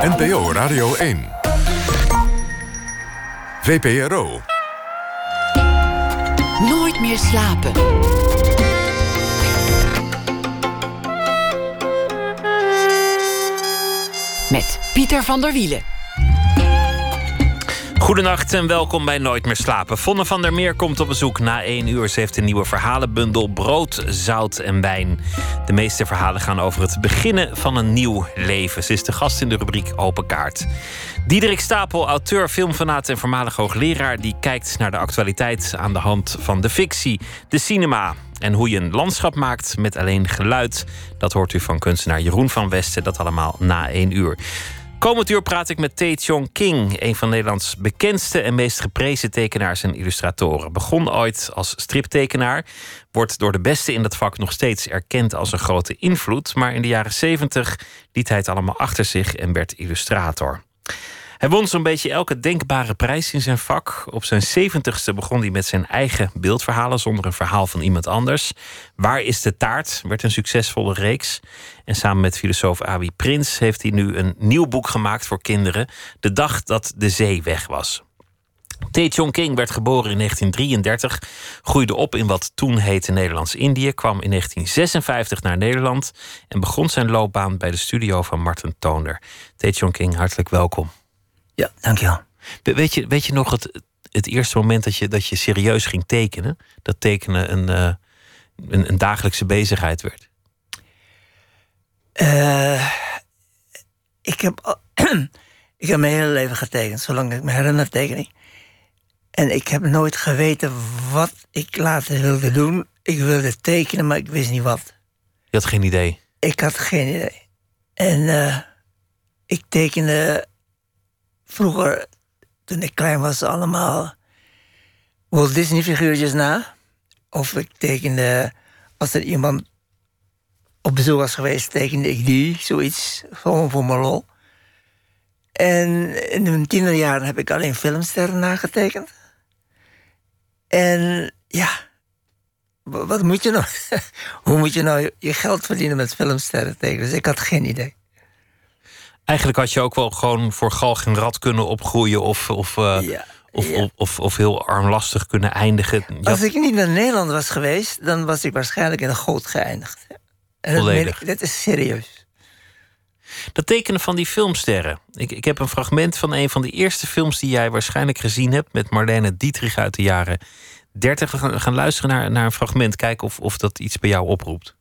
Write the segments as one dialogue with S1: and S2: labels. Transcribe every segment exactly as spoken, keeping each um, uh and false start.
S1: N P O Radio één. V P R O.
S2: Nooit meer slapen. Met Pieter van der Wielen.
S3: Goedenacht en welkom bij Nooit meer slapen. Vonne van der Meer komt op bezoek na één uur. Ze heeft een nieuwe verhalenbundel Brood, Zout en Wijn. De meeste verhalen gaan over het beginnen van een nieuw leven. Ze is de gast in de rubriek Open Kaart. Diederik Stapel, auteur, filmfanaat en voormalig hoogleraar... die kijkt naar de actualiteit aan de hand van de fictie, de cinema... en hoe je een landschap maakt met alleen geluid. Dat hoort u van kunstenaar Jeroen van Westen. Dat allemaal na één uur. Komend uur praat ik met Tae Chong King, een van Nederlands bekendste en meest geprezen tekenaars en illustratoren. Begon ooit als striptekenaar, wordt door de beste in dat vak nog steeds erkend als een grote invloed. Maar in de jaren zeventig liet hij het allemaal achter zich en werd illustrator. Hij won zo'n beetje elke denkbare prijs in zijn vak. Op zijn zeventigste begon hij met zijn eigen beeldverhalen zonder een verhaal van iemand anders. Waar is de taart? Werd een succesvolle reeks. En samen met filosoof Abi Prins heeft hij nu een nieuw boek gemaakt voor kinderen. De dag dat de zee weg was. Tae Chong King werd geboren in negentien drieëndertig, groeide op in wat toen heette Nederlands-Indië, kwam in negentien zesenvijftig naar Nederland en begon zijn loopbaan bij de studio van Marten Toonder. Tae Chong King, hartelijk welkom.
S4: Ja, dankjewel.
S3: Weet je, weet je nog het, het eerste moment dat je, dat je serieus ging tekenen? Dat tekenen een, uh, een, een dagelijkse bezigheid werd?
S4: Uh, ik, heb al, ik heb mijn hele leven getekend. Zolang ik me herinner teken ik. En ik heb nooit geweten wat ik later wilde doen. Ik wilde tekenen, maar ik wist niet wat.
S3: Je had geen idee?
S4: Ik had geen idee. En uh, ik tekende... Vroeger, toen ik klein was, allemaal Walt Disney figuurtjes na. Of ik tekende, als er iemand op bezoek was geweest, tekende ik die, zoiets, gewoon voor mijn lol. En in mijn tienerjaren heb ik alleen filmsterren nagetekend. En ja, wat moet je nou? Hoe moet je nou je geld verdienen met filmsterren tekenen? Dus ik had geen idee.
S3: Eigenlijk had je ook wel gewoon voor galg en rad kunnen opgroeien... of, of, uh, ja, of, ja. Of, of, of heel armlastig kunnen eindigen. Je
S4: Als
S3: had...
S4: ik niet naar Nederland was geweest... dan was ik waarschijnlijk in een goot geëindigd. En
S3: Volledig.
S4: Dat, ik, dat is serieus.
S3: Dat tekenen van die filmsterren. Ik, ik heb een fragment van een van de eerste films... die jij waarschijnlijk gezien hebt... met Marlene Dietrich uit de jaren dertig. We gaan, we gaan luisteren naar, naar een fragment. Kijken of, of dat iets bij jou oproept.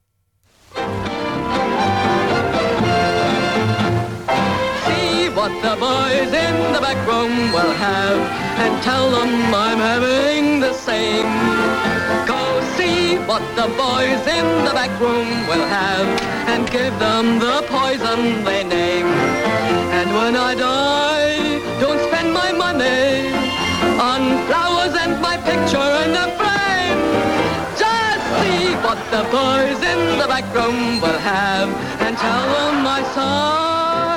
S5: What the boys in the back room will have, and tell them I'm having the same. Go see what the boys in the back room will have, and give them the poison they name. And when I die, don't spend my money on flowers and my picture in the frame. Just see what the boys in the back room will have, and tell them my son.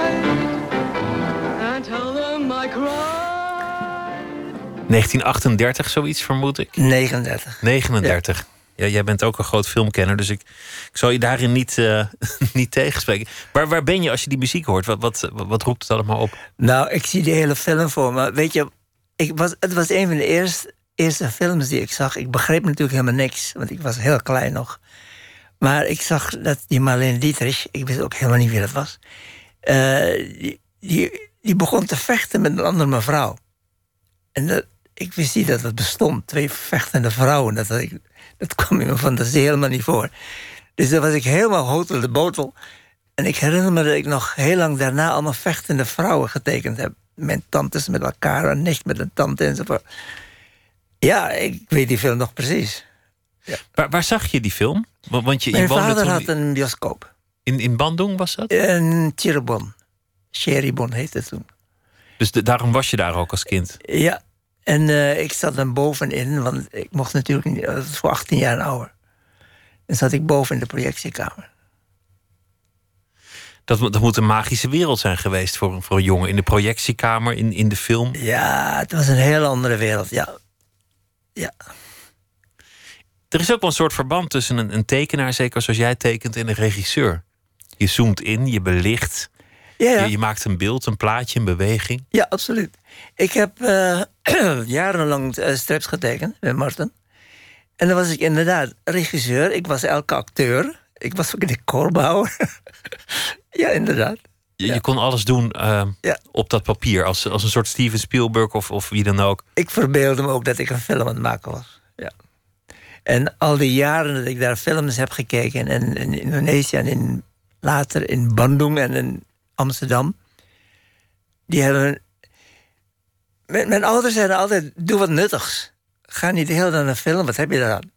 S3: negentien achtendertig, zoiets vermoed ik?
S4: negenendertig.
S3: negenendertig. Ja. Ja, jij bent ook een groot filmkenner, dus ik, ik zal je daarin niet, uh, niet tegenspreken. Waar, waar ben je als je die muziek hoort? Wat, wat, wat roept het allemaal op?
S4: Nou, ik zie die hele film voor me. Weet je, ik was, het was een van de eerste, eerste films die ik zag. Ik begreep natuurlijk helemaal niks, want ik was heel klein nog. Maar ik zag dat die Marlene Dietrich, ik wist ook helemaal niet wie dat was... Uh, die, die, die begon te vechten met een andere mevrouw. En dat, ik wist niet dat het bestond. Twee vechtende vrouwen. Dat, dat, ik, dat kwam in mijn fantasie helemaal niet voor. Dus dan was ik helemaal hotel de botel. En ik herinner me dat ik nog heel lang daarna... allemaal vechtende vrouwen getekend heb. Mijn tantes met elkaar, een nicht met een tante enzovoort. Ja, ik weet die film nog precies. Ja.
S3: Waar, waar zag je die film? Want je,
S4: Mijn
S3: je
S4: vader
S3: toen...
S4: had een bioscoop.
S3: In, in Bandung was dat?
S4: In Cirebon. Cheribon heette het toen.
S3: Dus de, daarom was je daar ook als kind?
S4: Ja, en uh, ik zat dan bovenin, want ik mocht natuurlijk niet, dat was voor achttien jaar ouder. Dan zat ik boven in de projectiekamer.
S3: Dat, dat moet een magische wereld zijn geweest voor, voor een jongen. In de projectiekamer, in, in de film.
S4: Ja, het was een hele andere wereld, ja. Ja.
S3: Er is ook wel een soort verband tussen een, een tekenaar, zeker zoals jij tekent, en een regisseur. Je zoomt in, je belicht.
S4: Ja, ja.
S3: Je, je maakt een beeld, een plaatje, een beweging.
S4: Ja, absoluut. Ik heb uh, jarenlang uh, strips getekend met Martin. En dan was ik inderdaad regisseur. Ik was elke acteur. Ik was ook decorbouwer. Ja, inderdaad.
S3: Je,
S4: ja.
S3: je kon alles doen uh, ja. op dat papier. Als, als een soort Steven Spielberg of, of wie dan ook.
S4: Ik verbeelde me ook dat ik een film aan het maken was. Ja. En al die jaren dat ik daar films heb gekeken... in, in Indonesië en in, later in Bandung en in Amsterdam... die hebben... Mijn, mijn ouders zeiden altijd, doe wat nuttigs. Ga niet heel naar een film, wat heb je daaraan?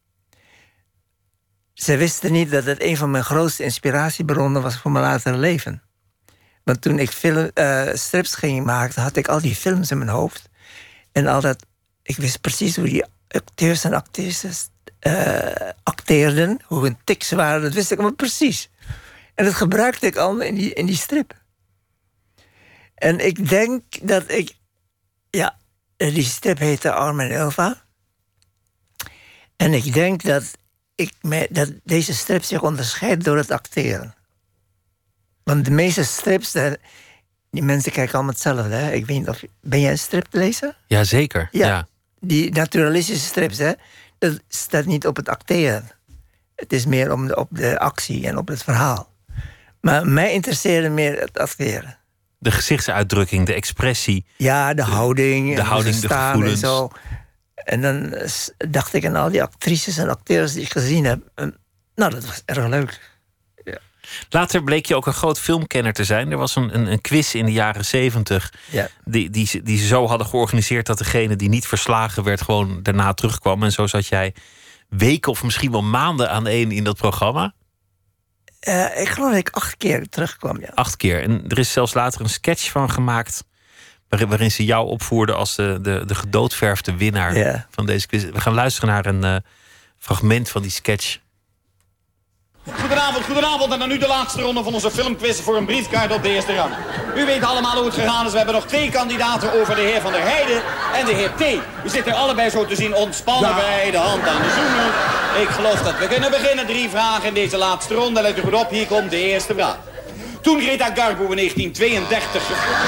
S4: Ze wisten niet dat het een van mijn grootste inspiratiebronnen was voor mijn latere leven. Want toen ik film, uh, strips ging maken, had ik al die films in mijn hoofd. En al dat, ik wist precies hoe die acteurs en actrices uh, acteerden, hoe hun tics waren, dat wist ik allemaal precies. En dat gebruikte ik allemaal in die, in die strip. En ik denk dat ik, ja, die strip heette Arm en Elva. En ik denk dat, ik me, dat deze strip zich onderscheidt door het acteren. Want de meeste strips, die mensen kijken allemaal hetzelfde. Hè? Ik weet niet of, ben jij een striplezer?
S3: Jazeker, ja. ja.
S4: Die naturalistische strips, hè, dat staat niet op het acteren. Het is meer om de, op de actie en op het verhaal. Maar mij interesseerde meer het acteren.
S3: De gezichtsuitdrukking, de expressie.
S4: Ja, de, de houding.
S3: De houding, de gevoelens.
S4: En zo. En dan dacht ik aan al die actrices en acteurs die ik gezien heb. Nou, dat was erg leuk. Ja.
S3: Later bleek je ook een groot filmkenner te zijn. Er was een, een, een quiz in de jaren zeventig... Ja. Die, die, die ze zo hadden georganiseerd dat degene die niet verslagen werd... gewoon daarna terugkwam. En zo zat jij weken of misschien wel maanden aan één in dat programma.
S4: Uh, ik geloof dat ik acht keer terugkwam, ja.
S3: Acht keer. En er is zelfs later een sketch van gemaakt... waarin, waarin ze jou opvoerden als de, de, de gedoodverfde winnaar ja. van deze quiz. We gaan luisteren naar een uh, fragment van die sketch.
S6: Goedenavond, goedenavond. En dan nu de laatste ronde van onze filmquiz voor een briefkaart op de eerste rang. U weet allemaal hoe het gegaan is. We hebben nog twee kandidaten over de heer Van der Heijden en de heer T. U zit er allebei zo te zien ontspannen ja. bij de hand aan de zoener. Ik geloof dat we kunnen beginnen. Drie vragen in deze laatste ronde. Let u goed op, hier komt de eerste vraag. Toen Greta Garbo in negentien tweeëndertig...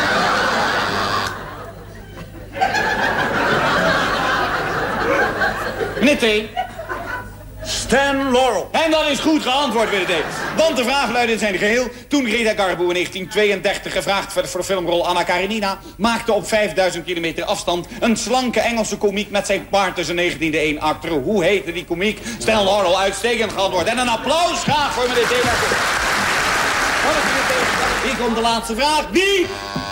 S6: Meneer T. Stan Laurel. En dat is goed geantwoord, meneer T. Want de vraag luidde in zijn geheel. Toen Greta Garbo in negentien tweeëndertig gevraagd werd voor de filmrol Anna Karenina... maakte op vijfduizend kilometer afstand een slanke Engelse komiek... met zijn paard tussen negentiende een achteren. Hoe heette die komiek? Stan Laurel, uitstekend geantwoord. En een applaus graag voor meneer T. Hier komt de laatste vraag. Wie?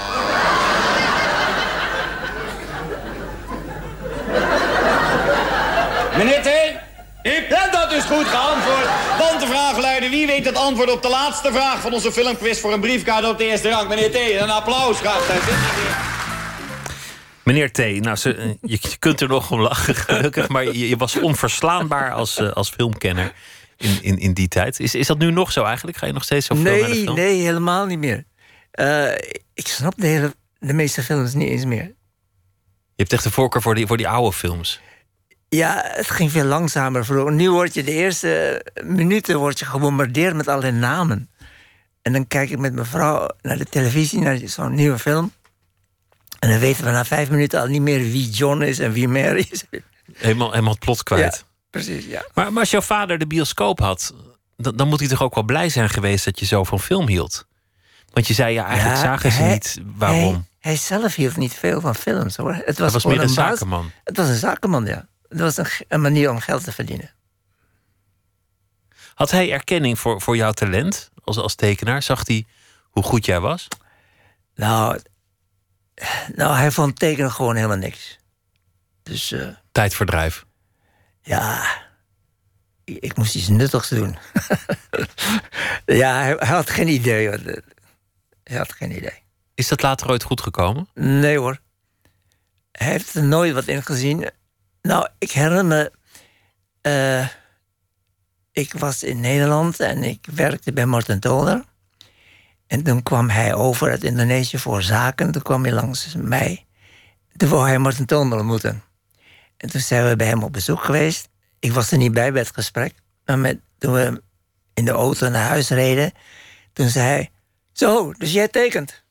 S6: Meneer T. Ik? Ja, dat is goed geantwoord. Want de vraag luidde, wie weet het antwoord op de laatste vraag... van onze filmquiz voor een briefkaart op de eerste rang? Meneer T, een applaus graag.
S3: Meneer T, nou, ze, je, je kunt er nog om lachen, gelukkig... maar je, je was onverslaanbaar als, uh, als filmkenner in, in, in die tijd. Is, is dat nu nog zo eigenlijk? Ga je nog steeds zo veel
S4: nee,
S3: naar de film?
S4: Nee, helemaal niet meer. Uh, ik snap de, hele, de meeste films niet eens meer.
S3: Je hebt echt een voorkeur voor die, voor die oude films.
S4: Ja, het ging veel langzamer. Vroeger. Nu word je de eerste minuten word je gebombardeerd met allerlei namen. En dan kijk ik met mijn vrouw naar de televisie, naar zo'n nieuwe film. En dan weten we na vijf minuten al niet meer wie John is en wie Mary is.
S3: Helemaal, helemaal het plot kwijt.
S4: Ja, precies, ja.
S3: Maar, maar als jouw vader de bioscoop had... Dan, dan moet hij toch ook wel blij zijn geweest dat je zo van film hield? Want je zei, ja, eigenlijk ja, zagen ze hij, niet waarom.
S4: Hij, hij zelf hield niet veel van films, hoor. Het was,
S3: Hij was meer een, een zakenman.
S4: Baas, het was een zakenman, ja. Het was een, een manier om geld te verdienen.
S3: Had hij erkenning voor, voor jouw talent als, als tekenaar? Zag hij hoe goed jij was?
S4: Nou, nou hij vond tekenen gewoon helemaal niks. Dus, uh,
S3: Tijdverdrijf.
S4: Ja, ik, ik moest iets nuttigs doen. ja, hij, hij had geen idee. Hij had geen idee.
S3: Is dat later ooit goed gekomen?
S4: Nee hoor. Hij heeft er nooit wat in gezien. Nou, ik herinner me... Uh, ik was in Nederland en ik werkte bij Martin Toner. En toen kwam hij over uit Indonesië voor zaken. Toen kwam hij langs mij. Toen wou hij Martin Toner ontmoeten. En toen zijn we bij hem op bezoek geweest. Ik was er niet bij bij het gesprek. Maar met, toen we in de auto naar huis reden... toen zei hij... Zo, dus jij tekent.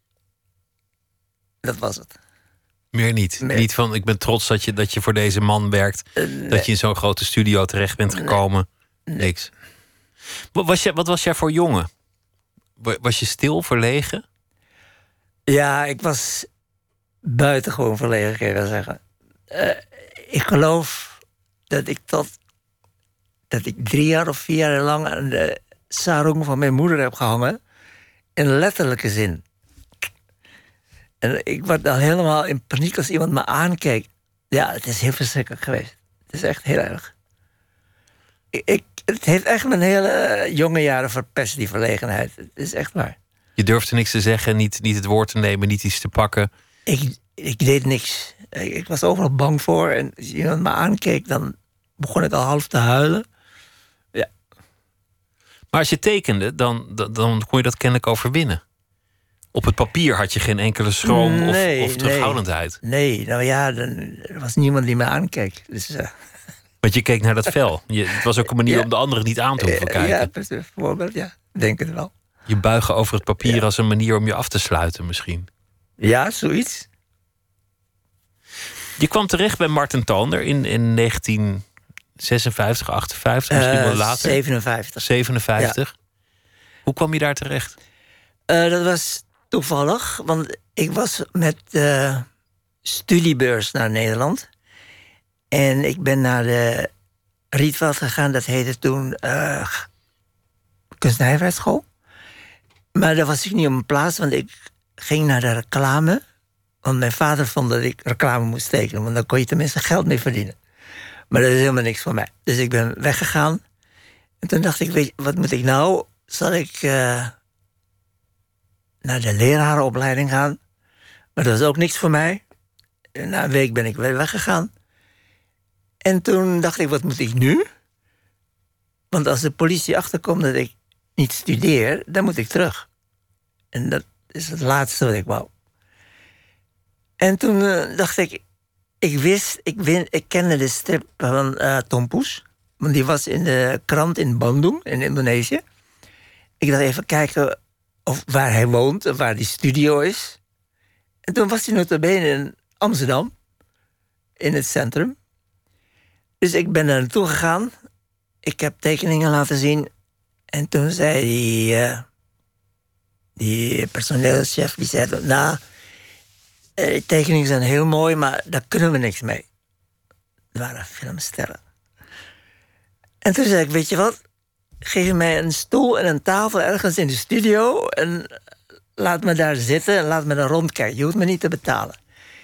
S4: Dat was het.
S3: Meer niet.
S4: Nee.
S3: Niet van, ik ben trots dat je, dat je voor deze man werkt.
S4: Uh, nee.
S3: Dat je in zo'n grote studio terecht bent gekomen.
S4: Nee.
S3: Niks. Wat was, jij, wat was jij voor jongen? Was je stil, verlegen?
S4: Ja, ik was buitengewoon verlegen, kan je wel zeggen. Uh, ik geloof dat ik tot... dat ik drie jaar of vier jaar lang aan de sarong van mijn moeder heb gehangen. In letterlijke zin. En ik word dan helemaal in paniek als iemand me aankijkt. Ja, het is heel verschrikkelijk geweest. Het is echt heel erg. Ik, ik, het heeft echt mijn hele jonge jaren verpest, die verlegenheid. Het is echt waar.
S3: Je durfde niks te zeggen, niet, niet het woord te nemen, niet iets te pakken.
S4: Ik, ik deed niks. Ik, ik was overal bang voor. En als iemand me aankeek, dan begon ik al half te huilen. Ja.
S3: Maar als je tekende, dan, dan, dan kon je dat kennelijk overwinnen. Op het papier had je geen enkele schroom
S4: nee,
S3: of, of terughoudendheid.
S4: Nee. nee, nou ja, dan, er was niemand die me aankeek. Dus, uh...
S3: Want je keek naar dat vel. Je, het was ook een manier
S4: ja.
S3: om de anderen niet aan te hoeven kijken.
S4: Ja, bijvoorbeeld, ja. Denk het wel.
S3: Je buigen over het papier
S4: ja.
S3: als een manier om je af te sluiten misschien.
S4: Ja, zoiets.
S3: Je kwam terecht bij Marten Toonder in, in negentien zesenvijftig, achtenvijftig, misschien wel later.
S4: zevenenvijftig.
S3: zevenenvijftig. Ja. Hoe kwam je daar terecht?
S4: Uh, dat was toevallig, want ik was met uh, studiebeurs naar Nederland. En ik ben naar de Rietveld gegaan, dat heette toen uh, Kunst- en Nijverheidsschool. Maar daar was ik niet op mijn plaats, want ik ging naar de reclame. Want mijn vader vond dat ik reclame moest tekenen, want dan kon je tenminste geld mee verdienen. Maar dat is helemaal niks voor mij. Dus ik ben weggegaan. En toen dacht ik, weet je, wat moet ik nou? Zal ik uh, naar de lerarenopleiding gaan? Maar dat was ook niks voor mij. En na een week ben ik weer weggegaan. En toen dacht ik, wat moet ik nu? Want als de politie achterkomt dat ik niet studeer, dan moet ik terug. En dat is het laatste wat ik wou. En toen uh, dacht ik, ik wist, ik, win, ik kende de strip van uh, Tom Poes. Want die was in de krant in Bandung, in Indonesië. Ik dacht even kijken of waar hij woont, of waar die studio is. En toen was hij nota bene in Amsterdam, in het centrum. Dus ik ben daar naartoe gegaan. Ik heb tekeningen laten zien. En toen zei die, uh, die personeelschef, die zei, nou, die tekeningen zijn heel mooi, maar daar kunnen we niks mee. Het waren filmsterren. En toen zei ik, weet je wat? Geef mij een stoel en een tafel ergens in de studio en laat me daar zitten en laat me daar rondkijken. Je hoeft me niet te betalen.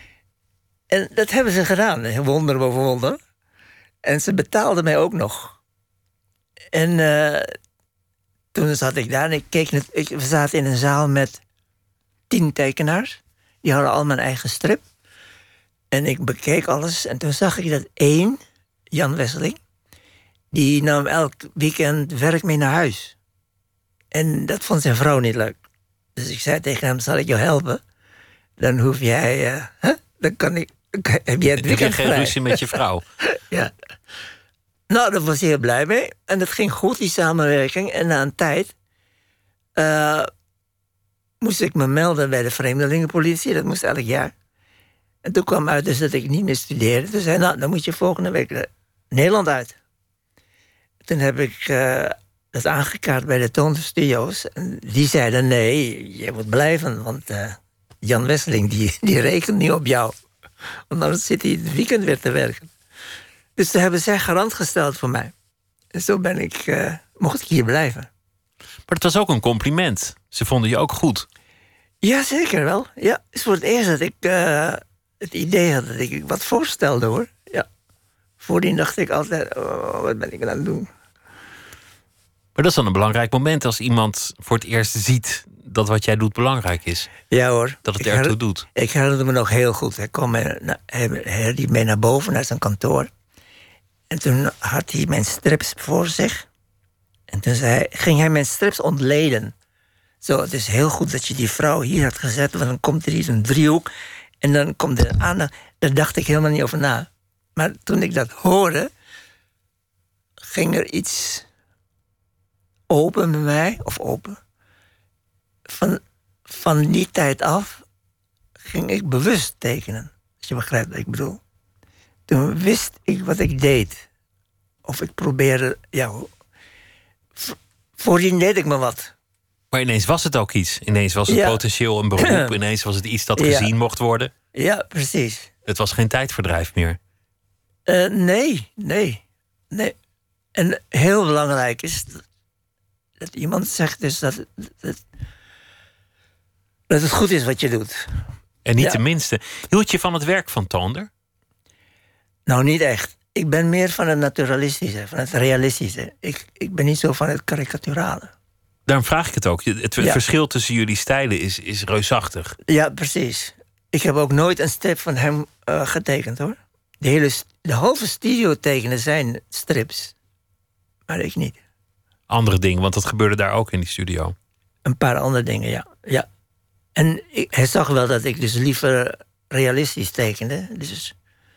S4: En dat hebben ze gedaan, wonder boven wonder. En ze betaalden mij ook nog. En uh, toen zat ik daar en ik keek... Net, ik, we zaten in een zaal met tien tekenaars. Die hadden al mijn eigen strip. En ik bekeek alles. En toen zag ik dat één, Jan Wesseling, die nam elk weekend werk mee naar huis. En dat vond zijn vrouw niet leuk. Dus ik zei tegen hem, zal ik jou helpen? Dan hoef jij... Uh, huh? Dan kan ik... Heb jij het weekend
S3: Heb je geen
S4: vrij?
S3: ruzie met je vrouw?
S4: Ja. Nou, daar was hij heel blij mee. En dat ging goed, die samenwerking. En na een tijd uh, moest ik me melden bij de vreemdelingenpolitie. Dat moest elk jaar. En toen kwam uit dus dat ik niet meer studeerde. Toen zei hij, nou, dan moet je volgende week uh, Nederland uit. Toen heb ik uh, dat aangekaart bij de Toonder Studios. En die zeiden, nee, je moet blijven. Want uh, Jan Wesseling, die, die rekent niet op jou. Want dan zit hij het weekend weer te werken. Dus toen hebben zij garant gesteld voor mij. En zo ben ik, uh, mocht ik hier blijven.
S3: Maar het was ook een compliment. Ze vonden je ook goed.
S4: Ja, zeker wel. Ja, het is voor het eerst dat ik uh, het idee had dat ik wat voorstelde, hoor. Ja. Voordien dacht ik altijd, oh, wat ben ik aan het doen?
S3: Maar dat is dan een belangrijk moment als iemand voor het eerst ziet dat wat jij doet belangrijk is.
S4: Ja hoor.
S3: Dat het
S4: ik
S3: ertoe doet.
S4: Ik herinner me nog heel goed. Hij kwam mee, hij, hij riep mij naar boven, naar zijn kantoor. En toen had hij mijn strips voor zich. En toen zei, ging hij mijn strips ontleden. Zo, het is heel goed dat je die vrouw hier had gezet, want dan komt er hier een driehoek. En dan komt er aandacht. Daar dacht ik helemaal niet over na. Maar toen ik dat hoorde, ging er iets open bij mij, of open, van, van die tijd af ging ik bewust tekenen. Als je begrijpt wat ik bedoel. Toen wist ik wat ik deed. Of ik probeerde... Ja, voordien deed ik maar wat.
S3: Maar ineens was het ook iets. Ineens was het
S4: ja.
S3: potentieel een beroep. Ineens was het iets dat gezien
S4: ja.
S3: mocht worden.
S4: Ja, precies.
S3: Het was geen tijdverdrijf meer.
S4: Uh, nee, nee, nee. En heel belangrijk is dat, dat iemand zegt dus dat, dat, dat het goed is wat je doet.
S3: En niet
S4: ja.
S3: de minste. Hield je van het werk van Toonder?
S4: Nou, niet echt. Ik ben meer van het naturalistische, van het realistische. Ik, ik ben niet zo van het karikaturale.
S3: Daarom vraag ik het ook. Het
S4: ja.
S3: verschil tussen jullie stijlen is, is reusachtig.
S4: Ja, precies. Ik heb ook nooit een strip van hem uh, getekend, hoor. De, hele, de halve studio tekenen zijn strips. Maar ik niet.
S3: Andere dingen, want dat gebeurde daar ook in die studio.
S4: Een paar andere dingen, ja. ja. En ik, hij zag wel dat ik dus liever realistisch tekende. Dus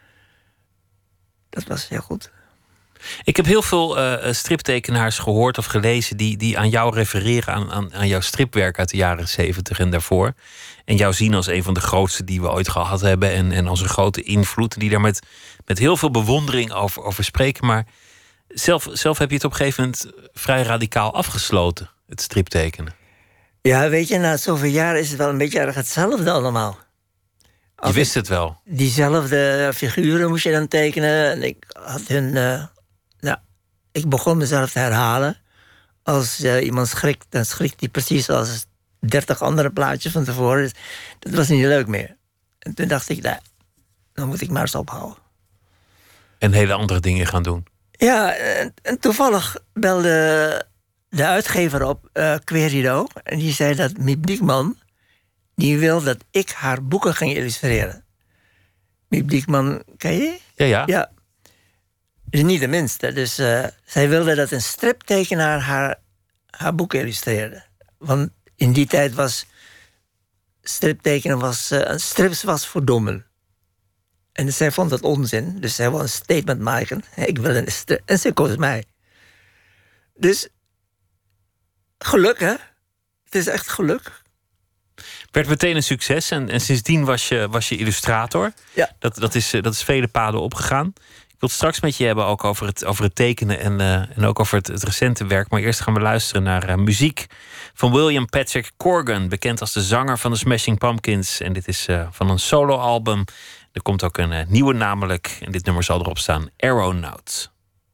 S4: dat was heel goed.
S3: Ik heb heel veel uh, striptekenaars gehoord of gelezen... die, die aan jou refereren, aan, aan, aan jouw stripwerk uit de jaren zeventig en daarvoor. En jou zien als een van de grootste die we ooit gehad hebben... en, en als een grote invloed. Die daar met, met heel veel bewondering over, over spreken. Maar zelf, zelf heb je het op een gegeven moment vrij radicaal afgesloten, het striptekenen.
S4: Ja, weet je, na zoveel jaar is het wel een beetje erg hetzelfde allemaal.
S3: Je Als wist het wel.
S4: Diezelfde figuren moest je dan tekenen. En ik had hun... Uh, nou, ik begon mezelf te herhalen. Als uh, iemand schrikt, dan schrikt hij precies als dertig andere plaatjes van tevoren. Dus dat was niet leuk meer. En toen dacht ik, nou, dan moet ik maar eens ophouden.
S3: En hele andere dingen gaan doen.
S4: Ja, en, en toevallig belde de uitgever op, uh, Querido. En die zei dat Miep Diekman... die wil dat ik haar boeken ging illustreren. Miep Diekman, ken je?
S3: Ja, ja.
S4: Ja. Dus niet de minste. Dus uh, zij wilde dat een striptekenaar haar, haar boek illustreerde. Want in die tijd was... striptekenen was... Uh, strips was voor dommen. En zij vond dat onzin. Dus zij wil een statement maken. Ik wil een strip. En ze koos mij. Dus... geluk, hè? Het is echt geluk.
S3: Werd meteen een succes en, en sindsdien was je, was je illustrator.
S4: Ja.
S3: Dat, dat, is, dat is vele paden opgegaan. Ik wil het straks met je hebben ook over het, over het tekenen en, uh, en ook over het, het recente werk. Maar eerst gaan we luisteren naar uh, muziek van William Patrick Corgan, bekend als de zanger van de Smashing Pumpkins. En dit is uh, van een soloalbum. Er komt ook een uh, nieuwe namelijk. En dit nummer zal erop staan, Aeronaut.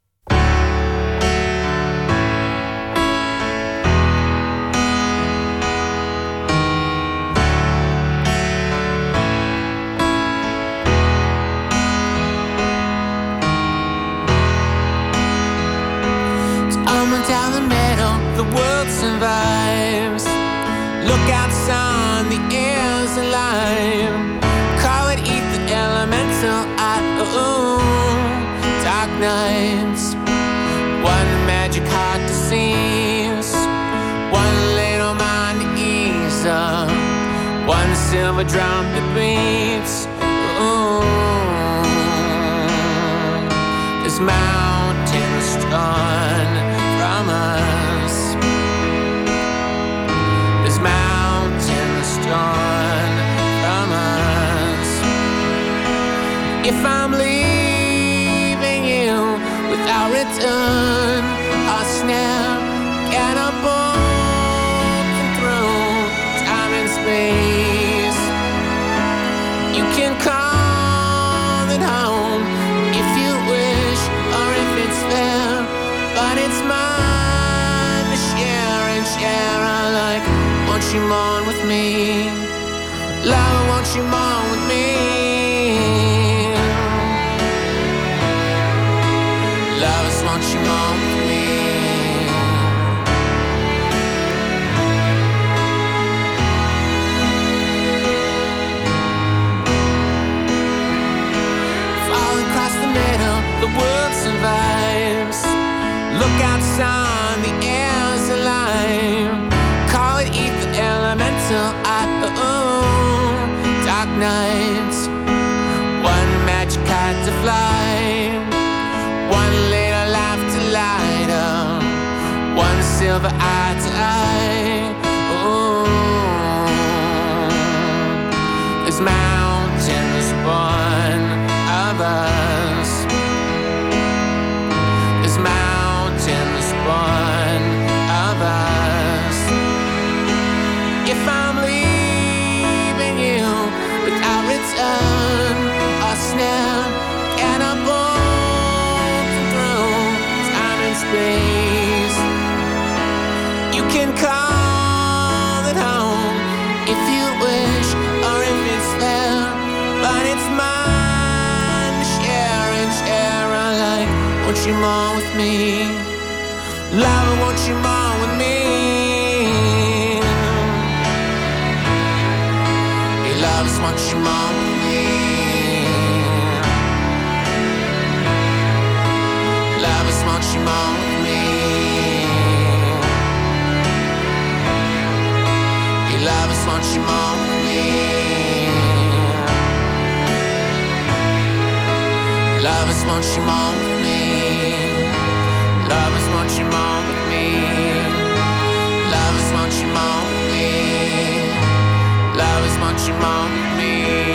S7: Down the middle, the world survives. Look out, sun, the air's alive. Call it ether, elemental, I, oh, dark nights. One magic heart to seize, one little mind to ease up, one silver drum that beats. Oh, this mountain strong from us. This mountain is torn from us. If I'm leaving you without return, I'll snap and I'll broken through time and space. You can call it home if you wish, or if it's fair, but it's mine to share and share alike. Won't you mourn with me? Love, won't you mourn with me? Lovers, won't you mourn with me? Fall across the middle, the world survives. Look out, sun, the air's alive. Call it ether, elemental, I, oh, dark nights. One magic kite to fly, one little life to light up, one silver eye to eye. Oh. There's mountains born of us. There's mountains born of us. If I'm leaving you without return or snare, can I bolt through time and space? You can call it home if you wish, or if it's there, but it's mine to share and share alike. Won't you more with me? Love, won't you more with me? Your love is what you more with me. Love is what you more with me. Your love is what you more with me. Love is what you more with me. Love is what you more with me. Love is what you more with me. Love is what you more with me.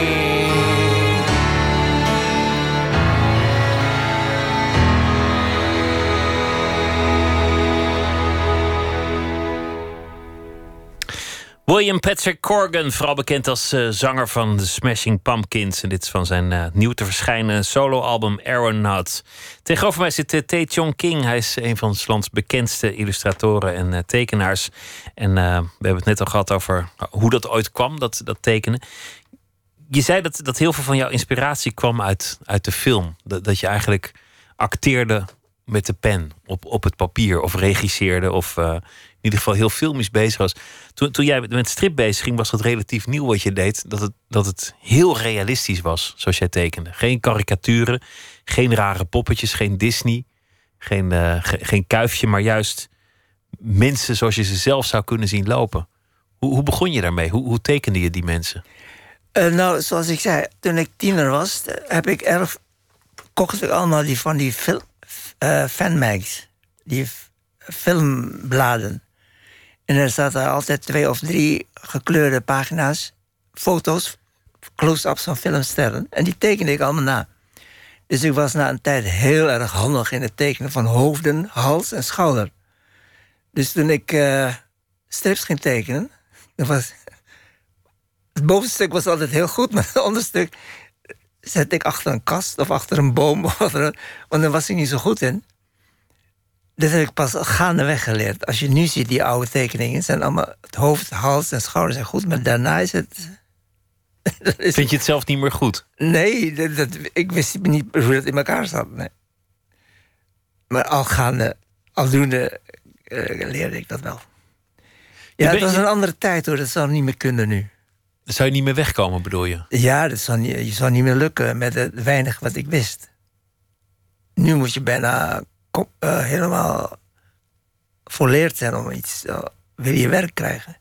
S3: William Patrick Corgan, vooral bekend als uh, zanger van de Smashing Pumpkins. En dit is van zijn uh, nieuw te verschijnen soloalbum Aeronaut. Tegenover mij zit uh, Tae Chong King. Hij is een van ons lands bekendste illustratoren en uh, tekenaars. En uh, we hebben het net al gehad over hoe dat ooit kwam, dat, dat tekenen. Je zei dat, dat heel veel van jouw inspiratie kwam uit, uit de film. Dat, dat je eigenlijk acteerde met de pen op, op het papier. Of regisseerde of uh, in ieder geval heel filmisch bezig was. Toen, toen jij met strip bezig ging, was dat relatief nieuw wat je deed. Dat het, dat het heel realistisch was, zoals jij tekende. Geen karikaturen, geen rare poppetjes, geen Disney. Geen, uh, ge, geen kuifje, maar juist mensen zoals je ze zelf zou kunnen zien lopen. Hoe, hoe begon je daarmee? Hoe, hoe tekende je die mensen?
S4: Uh, nou, zoals ik zei, toen ik tiener was, heb ik erg kocht ik allemaal die van die fil, uh, fanmags, die f- filmbladen. En er zaten altijd twee of drie gekleurde pagina's, foto's, close-ups van filmsterren. En die tekende ik allemaal na. Dus ik was na een tijd heel erg handig in het tekenen van hoofden, hals en schouder. Dus toen ik uh, strips ging tekenen, dan was het bovenstuk was altijd heel goed, maar het onderstuk zette ik achter een kast of achter een boom. Of er, want daar was ik niet zo goed in. Dat heb ik pas gaandeweg geleerd. Als je nu ziet, die oude tekeningen, zijn allemaal het hoofd, hals en schouders zijn goed, maar daarna is het.
S3: is Vind je het zelf niet meer goed?
S4: Nee, dat, dat, ik wist niet hoe dat in elkaar zat. Nee. Maar al gaande, aldoende uh, leerde ik dat wel. Ja, het was een andere tijd hoor, dat zou niet meer kunnen nu.
S3: Dan zou je niet meer wegkomen, bedoel je?
S4: Ja, dat zou niet, je zou niet meer lukken met het weinig wat ik wist. Nu moet je bijna uh, helemaal volleerd zijn om iets, uh, wil je werk krijgen.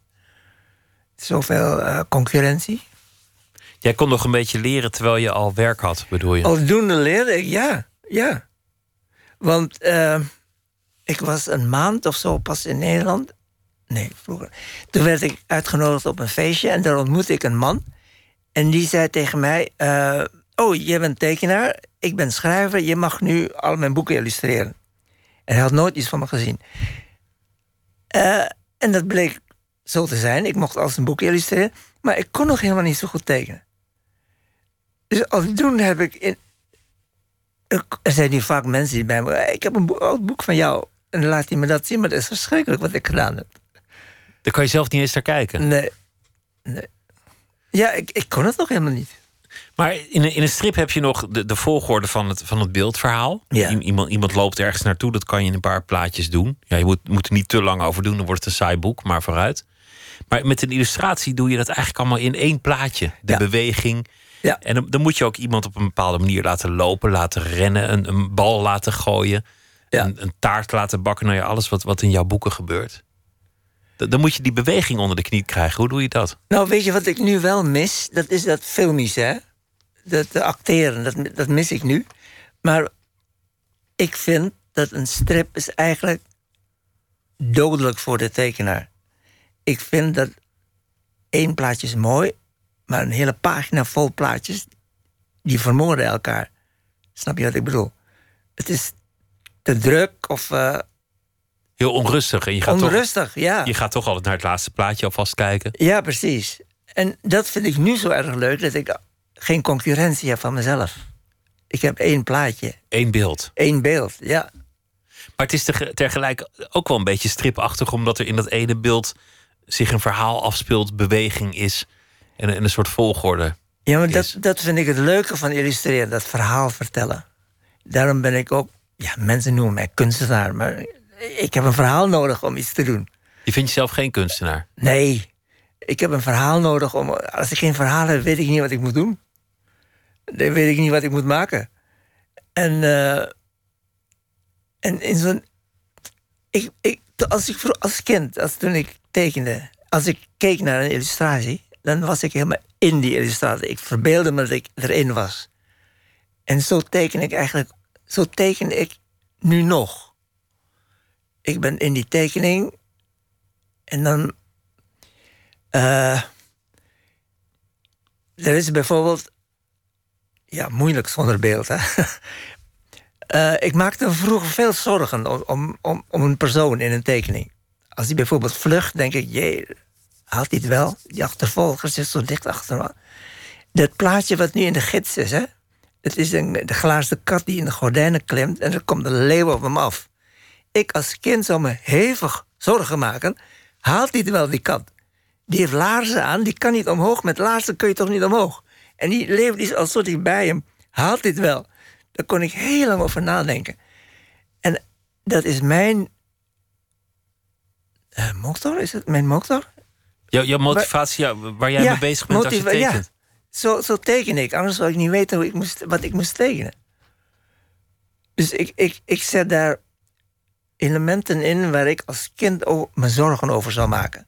S4: Zoveel uh, concurrentie.
S3: Jij kon nog een beetje leren terwijl je al werk had, bedoel je?
S4: Aldoende leerde ik, ja. ja. Want uh, ik was een maand of zo pas in Nederland. Nee, vroeger. Toen werd ik uitgenodigd op een feestje en daar ontmoette ik een man. En die zei tegen mij, uh, oh, jij bent tekenaar, ik ben schrijver, je mag nu al mijn boeken illustreren. En hij had nooit iets van me gezien. Uh, en dat bleek zo te zijn. Ik mocht al zijn boeken illustreren, maar ik kon nog helemaal niet zo goed tekenen. Dus aldoende heb ik... In, er zijn nu vaak mensen die bij me... Ik heb een boek, oud boek van jou. En dan laat hij me dat zien, maar dat is verschrikkelijk wat ik gedaan heb.
S3: Daar kan je zelf niet eens naar kijken?
S4: Nee. nee. Ja, ik, ik kon het nog helemaal niet.
S3: Maar in een, in een strip heb je nog de, de volgorde van het, van het beeldverhaal.
S4: Ja.
S3: I, iemand, iemand loopt ergens naartoe, dat kan je in een paar plaatjes doen. Ja, je moet, moet er niet te lang over doen, dan wordt het een saai boek, maar vooruit. Maar met een illustratie doe je dat eigenlijk allemaal in één plaatje. De
S4: ja.
S3: beweging.
S4: Ja.
S3: En dan, dan moet je ook iemand op een bepaalde manier laten lopen, laten rennen, een, een bal laten gooien, ja. een, een taart laten bakken. Nou ja, alles wat, wat in jouw boeken gebeurt. Dan, dan moet je die beweging onder de knie krijgen. Hoe doe je dat?
S4: Nou, weet je wat ik nu wel mis? Dat is dat filmisch, hè? Dat uh, acteren, dat, dat mis ik nu. Maar ik vind dat een strip is eigenlijk dodelijk voor de tekenaar. Ik vind dat één plaatje is mooi, Maar een hele pagina vol plaatjes, die vermoorden elkaar. Snap je wat ik bedoel? Het is te druk of... Uh,
S3: Heel onrustig. En je gaat
S4: onrustig,
S3: toch,
S4: ja.
S3: Je gaat toch altijd naar het laatste plaatje alvast kijken.
S4: Ja, precies. En dat vind ik nu zo erg leuk, dat ik geen concurrentie heb van mezelf. Ik heb één plaatje.
S3: Eén beeld.
S4: Eén beeld, ja.
S3: Maar het is tegelijk ook wel een beetje stripachtig, omdat er in dat ene beeld zich een verhaal afspeelt, beweging is en een, en een soort volgorde.
S4: Ja, maar dat, dat vind ik het leuke van illustreren, dat verhaal vertellen. Daarom ben ik ook, ja, mensen noemen mij kunstenaar, maar ik heb een verhaal nodig om iets te doen.
S3: Je vindt jezelf geen kunstenaar?
S4: Nee, ik heb een verhaal nodig om. Als ik geen verhaal heb, weet ik niet wat ik moet doen. Dan weet ik niet wat ik moet maken. En, uh, en in zo'n. Ik, ik, als ik als kind, als toen ik tekende, als ik keek naar een illustratie, dan was ik helemaal in die illustratie. Ik verbeeldde me dat ik erin was. En zo teken ik eigenlijk, zo teken ik nu nog. Ik ben in die tekening en dan. Uh, er is bijvoorbeeld. Ja, moeilijk zonder beeld, hè. uh, ik maakte me vroeger veel zorgen om, om, om een persoon in een tekening. Als die bijvoorbeeld vlucht, denk ik, jee, haalt hij het wel? Die achtervolger zit zo dicht achter me. Dat plaatje wat nu in de gids is, hè. Het is een, de glazen kat die in de gordijnen klimt en er komt een leeuw op hem af. Ik als kind zou me hevig zorgen maken. Haalt hij het wel, die kat? Die heeft laarzen aan, die kan niet omhoog. Met laarzen kun je toch niet omhoog? En die leeuw die is al zo dichtbij hem. Haalt dit wel? Daar kon ik heel lang over nadenken. En dat is mijn... Uh, motor? Is het mijn motor?
S3: Jouw, jouw motivatie, ja, waar jij ja, mee bezig bent motiva- als je tekent?
S4: Ja, zo, zo teken ik. Anders zou ik niet weten hoe ik moest, wat ik moest tekenen. Dus ik, ik, ik zet daar elementen in waar ik als kind me zorgen over zou maken.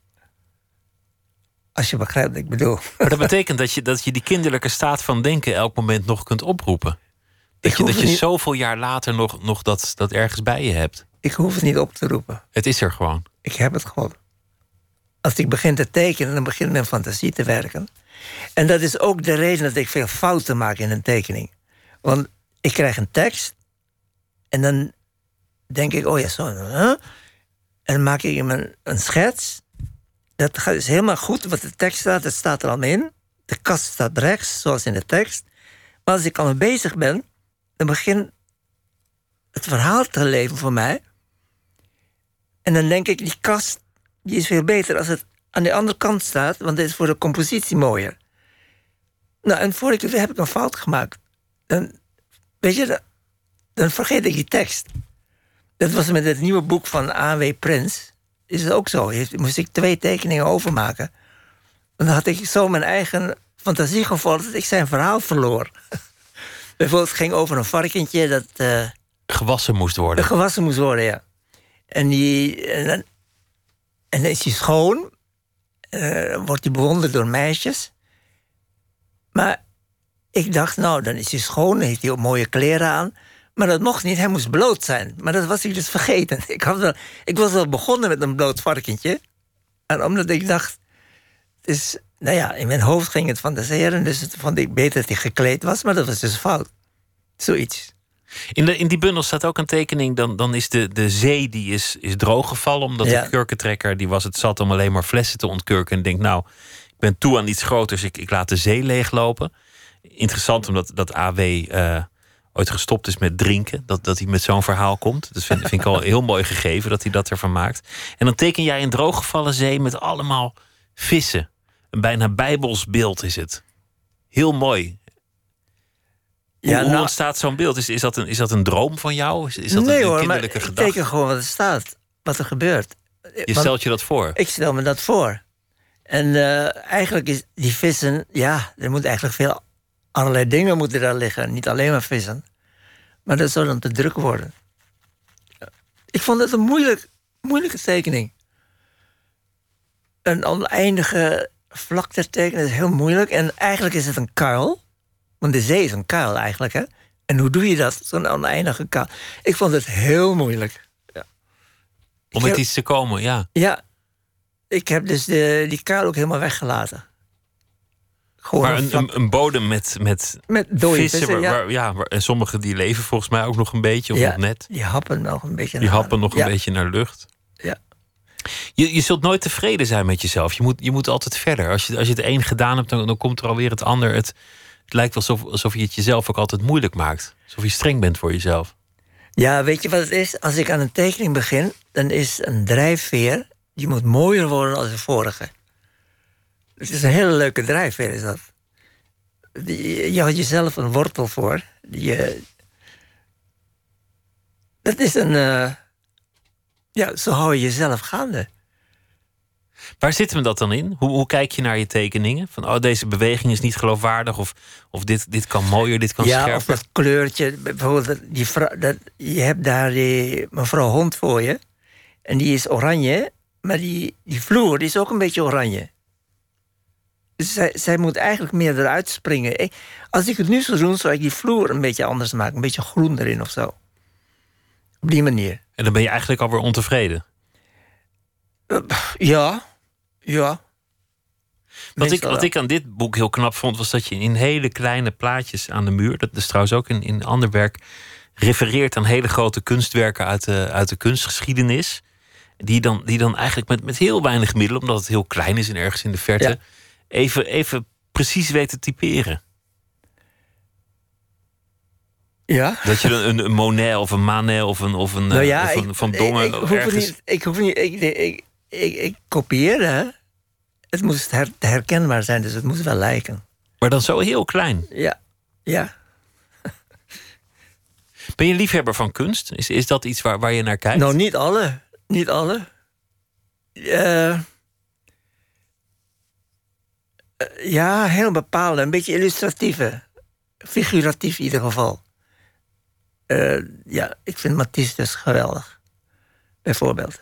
S4: Als je begrijpt wat ik bedoel.
S3: Maar dat betekent dat je, dat je die kinderlijke staat van denken elk moment nog kunt oproepen. Dat je, dat je niet... zoveel jaar later nog, nog dat, dat ergens bij je hebt.
S4: Ik hoef het niet op te roepen.
S3: Het is er gewoon.
S4: Ik heb het gewoon. Als ik begin te tekenen, dan begint mijn fantasie te werken. En dat is ook de reden dat ik veel fouten maak in een tekening. Want ik krijg een tekst en dan denk ik, oh ja, zo. Huh? En dan maak ik een, een schets. Dat is helemaal goed wat de tekst staat. Het staat er al in. De kast staat rechts, zoals in de tekst. Maar als ik al mee bezig ben, dan begint het verhaal te leven voor mij. En dan denk ik, die kast die is veel beter als het aan de andere kant staat, want dit is voor de compositie mooier. Nou, en voor ik het heb ik een fout gemaakt. Dan, weet je, dan, dan vergeet ik die tekst. Dat was met het nieuwe boek van A W Prins. Is het ook zo. Heeft, moest ik twee tekeningen overmaken. Dan had ik zo mijn eigen fantasie gevolgd dat ik zijn verhaal verloor. Bijvoorbeeld, het ging over een varkentje dat... Uh,
S3: gewassen moest worden.
S4: Gewassen moest worden, ja. En, die, en, dan, en dan is hij schoon. Uh, wordt hij bewonderd door meisjes. Maar ik dacht, nou, dan is hij schoon. Dan heeft hij ook mooie kleren aan. Maar dat mocht niet, hij moest bloot zijn. Maar dat was ik dus vergeten. Ik, had wel, ik was wel begonnen met een bloot varkentje. En omdat ik dacht... Dus, nou ja, in mijn hoofd ging het fantaseren. Dus het vond ik beter dat hij gekleed was. Maar dat was dus fout. Zoiets.
S3: In, de, in die bundel staat ook een tekening. Dan, dan is de, de zee die is, is drooggevallen. Omdat ja. de kurkentrekker, die was het zat om alleen maar flessen te ontkurken. En denkt, nou, ik ben toe aan iets groters. Ik, ik laat de zee leeglopen. Interessant, omdat dat A W... Uh, ooit gestopt is met drinken, dat, dat hij met zo'n verhaal komt. Dat vind, vind ik al heel mooi gegeven, dat hij dat ervan maakt. En dan teken jij een drooggevallen zee met allemaal vissen. Een bijna bijbels beeld is het. Heel mooi. Hoe, ja, nou, hoe ontstaat zo'n beeld? Is, is, dat een, is dat een droom van jou? Is, is dat
S4: nee,
S3: een, een
S4: hoor,
S3: kinderlijke
S4: maar
S3: gedachte?
S4: Ik teken gewoon wat er staat, wat er gebeurt.
S3: Je Want, stelt je dat voor?
S4: Ik stel me dat voor. En uh, eigenlijk is die vissen... Ja, er moet eigenlijk veel... Allerlei dingen moeten daar liggen, niet alleen maar vissen. Maar dat zou dan te druk worden. Ik vond het een moeilijk, moeilijke tekening. Een oneindige vlakte tekenen is heel moeilijk. En eigenlijk is het een kuil. Want de zee is een kuil eigenlijk, hè. En hoe doe je dat, zo'n oneindige kuil? Ik vond het heel moeilijk. Ja.
S3: Om met heb, iets te komen, ja.
S4: Ja. Ik heb dus de, die kuil ook helemaal weggelaten. Gewoon
S3: Maar
S4: een,
S3: een,
S4: vlak-
S3: een, een bodem met, met,
S4: met dode
S3: vissen.
S4: vissen,
S3: waar-
S4: ja.
S3: waar- ja, waar- en sommige die leven volgens mij ook nog een beetje, of
S4: Ja,
S3: nog net.
S4: die happen nog een beetje.
S3: Die
S4: naar
S3: happen nog een
S4: ja.
S3: beetje naar lucht.
S4: Ja.
S3: Je, je zult nooit tevreden zijn met jezelf. Je moet, je moet altijd verder. Als je, als je het een gedaan hebt, dan, dan komt er alweer het ander. Het, het lijkt alsof, alsof je het jezelf ook altijd moeilijk maakt. Alsof je streng bent voor jezelf.
S4: Ja, weet je wat het is? Als ik aan een tekening begin, dan is een drijfveer... die moet mooier worden dan de vorige. Het is een hele leuke drijfveer, is dat. Die, je had jezelf een wortel voor. Die, eh, dat is een... eh, ja, zo hou je jezelf gaande.
S3: Waar zit me dat dan in? Hoe, hoe kijk je naar je tekeningen? Van, oh, deze beweging is niet geloofwaardig. Of, of dit, dit kan mooier, dit kan
S4: Ja,
S3: scherper.
S4: of dat kleurtje. Bijvoorbeeld, dat- die vrouw, dat, je hebt daar die mevrouw Hond voor je. En die is oranje. Maar die, die vloer die is ook een beetje oranje. Dus zij, zij moet eigenlijk meer eruit springen. Ik- als ik het nu zou doen, zou ik die vloer een beetje anders maken. Een beetje groen erin of zo. Op die manier.
S3: En dan ben je eigenlijk alweer ontevreden.
S4: Ja, ja.
S3: Wat ik,
S4: Meestal
S3: wat
S4: wel.
S3: ik aan dit boek heel knap vond, was dat je in hele kleine plaatjes aan de muur, dat is trouwens ook in, in ander werk, refereert aan hele grote kunstwerken uit de, uit de kunstgeschiedenis. Die dan, die dan eigenlijk met, met heel weinig middelen, omdat het heel klein is en ergens in de verte,
S4: Ja.
S3: even, even precies weten typeren.
S4: Ja.
S3: Dat je een, een Monet of een Manet of een, of een,
S4: Nou
S3: eh,
S4: ja,
S3: of
S4: ik,
S3: een Van Dongen
S4: ik, ik hoef
S3: ergens.
S4: het niet. Ik hoef niet. Ik, ik, ik, ik, ik kopieerde. hè. Het moest her, herkenbaar zijn, dus het moest wel lijken.
S3: Maar dan zo heel klein.
S4: Ja, ja.
S3: Ben je liefhebber van kunst? Is, is dat iets waar, waar je naar kijkt?
S4: Nou, niet alle. Niet alle. Eh, eh, ja, heel bepaalde. Een beetje illustratieve. Figuratief in ieder geval. Eh, ja, ik vind Matisse dus geweldig. Bijvoorbeeld.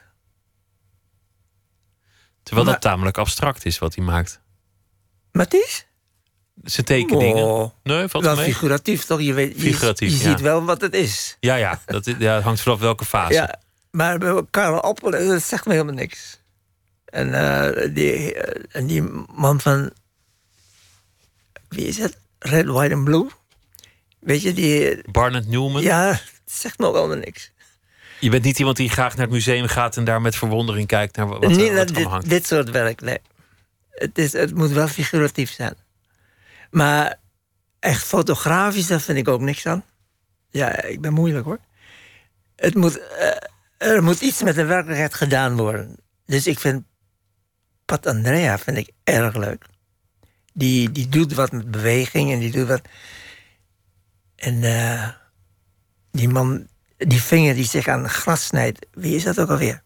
S3: Terwijl
S4: maar-
S3: dat tamelijk abstract is wat hij maakt.
S4: Matisse?
S3: Zijn tekeningen.
S4: Oh,
S3: Nee, valt
S4: wel
S3: het mee?
S4: figuratief toch? Je, weet, je,
S3: Figuratief,
S4: je
S3: ja.
S4: ziet wel wat het is.
S3: Ja, ja, dat, is- ja, het hangt vanaf welke fase.
S4: Ja, maar bij Karel Appel, dat zegt me helemaal niks. En, eh, die, eh, en die man van... Wie is het? Red, White and Blue? Weet je, die...
S3: Barnett Newman.
S4: Ja, dat zegt me ook helemaal niks.
S3: Je bent niet iemand die graag naar het museum gaat en daar met verwondering kijkt naar wat, wat,
S4: Niet
S3: er-
S4: naar
S3: wat er
S4: dit,
S3: aan hangt.
S4: dit soort werk, nee. Het, is, het moet wel figuratief zijn. Maar echt fotografisch, daar vind ik ook niks aan. Ja, ik ben moeilijk hoor. Het moet, eh, er moet iets met de werkelijkheid gedaan worden. Dus ik vind Pat Andrea vind ik erg leuk. Die, die doet wat met beweging en die doet wat... En eh, die man, die vinger die zich aan gras snijdt, wie is dat ook alweer?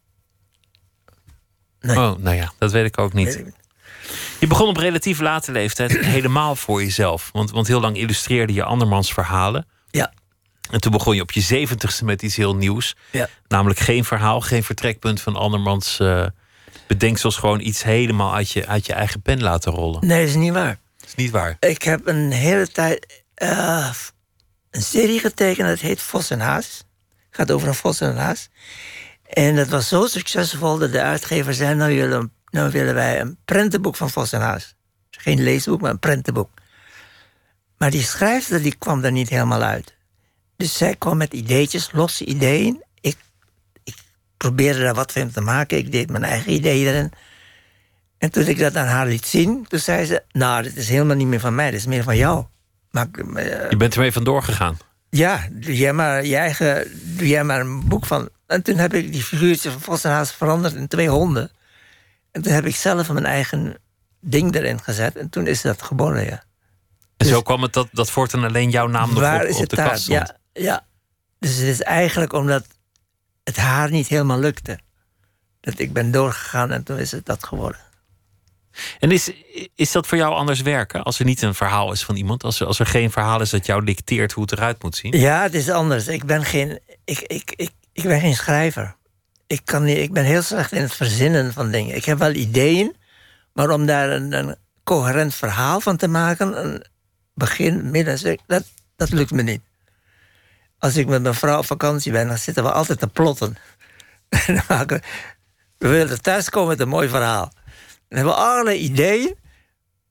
S4: Nee.
S3: Oh, nou ja, dat weet ik ook niet.
S4: Weet ik niet.
S3: Je begon op relatief late leeftijd helemaal voor jezelf. Want, want heel lang illustreerde je andermans verhalen.
S4: Ja.
S3: En toen begon je op je zeventigste met iets heel nieuws.
S4: Ja.
S3: Namelijk geen verhaal, geen vertrekpunt van andermans eh bedenksels. Gewoon iets helemaal uit je, uit je eigen pen laten rollen.
S4: Nee, dat is niet waar.
S3: Dat is niet waar.
S4: Ik heb een hele tijd eh, een serie getekend, dat heet Vos en Haas. Gaat over een vos en een haas. En dat was zo succesvol dat de uitgever zei... nou willen, nou willen wij een prentenboek van Vos en Haas. Geen leesboek, maar een prentenboek. Maar die schrijfster die kwam er niet helemaal uit. Dus zij kwam met ideetjes, losse ideeën. Ik, ik probeerde daar wat van te maken. Ik deed mijn eigen ideeën erin. En toen ik dat aan haar liet zien, toen zei ze... nou, dit is helemaal niet meer van mij, dit is meer van jou. Maar, eh,
S3: Je bent ermee vandoor gegaan.
S4: ja, doe jij maar je eigen, doe jij maar een boek van. En toen heb ik die figuurtje van Vos en Haas veranderd in twee honden. En toen heb ik zelf mijn eigen ding erin gezet. En toen is dat geboren, ja.
S3: En
S4: Dus-
S3: zo kwam het dat, dat voortaan alleen jouw naam nog
S4: Waar
S3: op,
S4: is
S3: op
S4: het
S3: de
S4: daar?
S3: kast stond.
S4: Ja, ja. Dus het is eigenlijk omdat het haar niet helemaal lukte. Dat ik ben doorgegaan en toen is het dat geworden.
S3: En is, is dat voor jou anders werken? Als er niet een verhaal is van iemand? Als er, als er geen verhaal is dat jou dicteert hoe het eruit moet zien?
S4: Ja, het is anders. Ik ben geen, ik, ik, ik, ik ben geen schrijver. Ik, kan niet, ik ben heel slecht in het verzinnen van dingen. Ik heb wel ideeën, maar om daar een, een coherent verhaal van te maken... een begin, midden, dat, dat lukt me niet. Als ik met mijn vrouw op vakantie ben, dan zitten we altijd te plotten. Dan maken we, we willen thuiskomen met een mooi verhaal. Dan hebben we allerlei ideeën,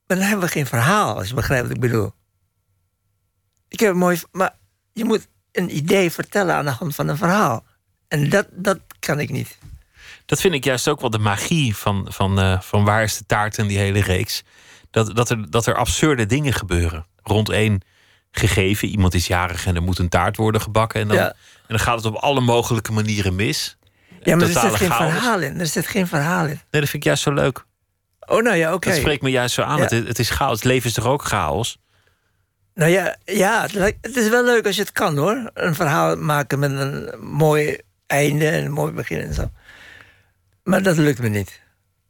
S4: Maar dan hebben we geen verhaal, als je begrijpt wat ik bedoel. Ik heb een mooi... Maar je moet een idee vertellen aan de hand van een verhaal. En dat, dat kan ik niet.
S3: Dat vind ik juist ook wel de magie van, van, uh, van Waar is de taart en die hele reeks. Dat, dat, er, dat er absurde dingen gebeuren. Rond één gegeven. Iemand is jarig en er moet een taart worden gebakken. En dan, ja. en dan gaat het op alle mogelijke manieren mis.
S4: Ja, maar er zit geen chaos. verhaal in. Er zit geen verhaal in.
S3: Nee, dat vind ik juist zo leuk.
S4: Oh, nou ja, oké. Okay.
S3: Dat spreekt me juist zo aan. Ja. Het, het is chaos. Het leven is toch ook chaos?
S4: Nou ja, ja, het is wel leuk als je het kan, hoor. Een verhaal maken met een mooi einde en een mooi begin en zo. Maar dat lukt me niet.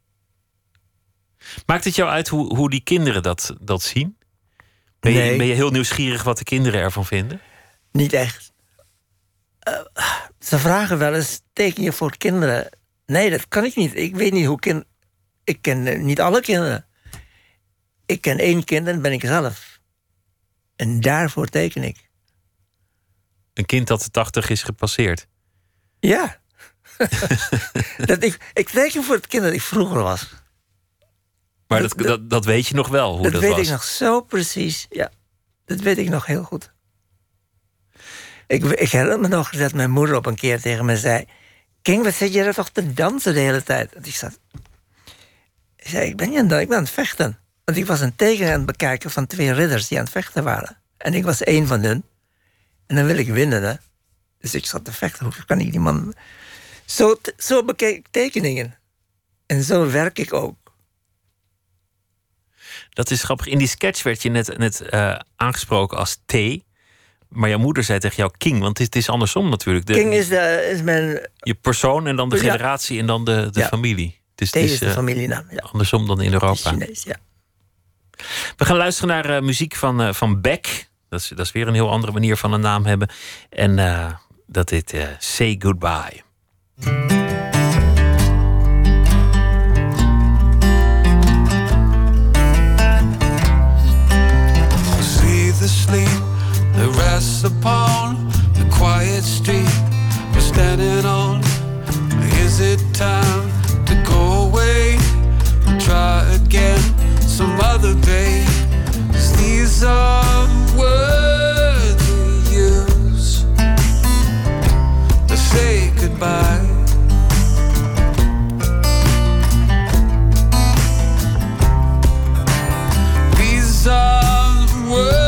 S3: Maakt het jou uit hoe, hoe die kinderen dat, dat zien? Ben je, nee. ben je heel nieuwsgierig wat de kinderen ervan vinden?
S4: Niet echt. Uh, ze vragen wel eens, teken je voor kinderen? Nee, dat kan ik niet. Ik weet niet hoe kind. Ik ken niet alle kinderen. Ik ken één kind en dat ben ik zelf. En daarvoor teken ik.
S3: Een kind dat de tachtig is gepasseerd?
S4: Ja. dat ik, ik teken voor het kind dat ik vroeger was.
S3: Maar dat, dat, dat, dat weet je nog wel, hoe dat,
S4: dat
S3: was?
S4: Dat weet ik nog zo precies, ja. Dat weet ik nog heel goed. Ik, ik herinner me nog dat mijn moeder op een keer tegen me zei... King, wat zit je er toch te dansen de hele tijd? En ik zat... Ik zei, ik ben niet aan het, ik ben aan het vechten. Want ik was een teken aan het bekijken van twee ridders die aan het vechten waren. En ik was één van hun. En dan wil ik winnen, hè. Dus ik zat te vechten. Hoe kan ik die man... Zo, zo bekijk ik tekeningen. En zo werk ik ook.
S3: Dat is grappig. In die sketch werd je net, net uh, aangesproken als T. Maar jouw moeder zei tegen jou King. Want het is andersom natuurlijk. De,
S4: King is, de, is mijn...
S3: Je persoon en dan de
S4: ja.
S3: generatie en dan de, de
S4: ja.
S3: familie. Dus
S4: T is, is de uh, familienaam, ja.
S3: Andersom dan in Europa.
S4: Chinees, ja.
S3: We gaan luisteren naar uh, muziek van, uh, van Beck. Dat is, dat is weer een heel andere manier van een naam hebben. En uh, dat heet uh, Say Goodbye.
S8: The sleep that rests upon the quiet street we're standing on. Is it time to go away and try again some other day? 'Cause these are words we use to say goodbye. These are words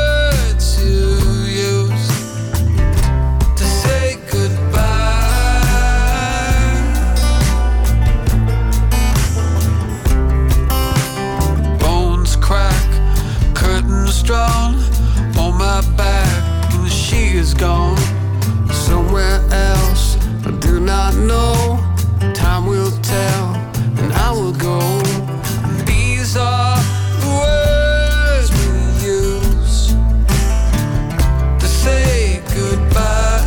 S8: strong on my back and she is gone somewhere else. I do not know. Time will tell and I will go. These are the words we use to say goodbye.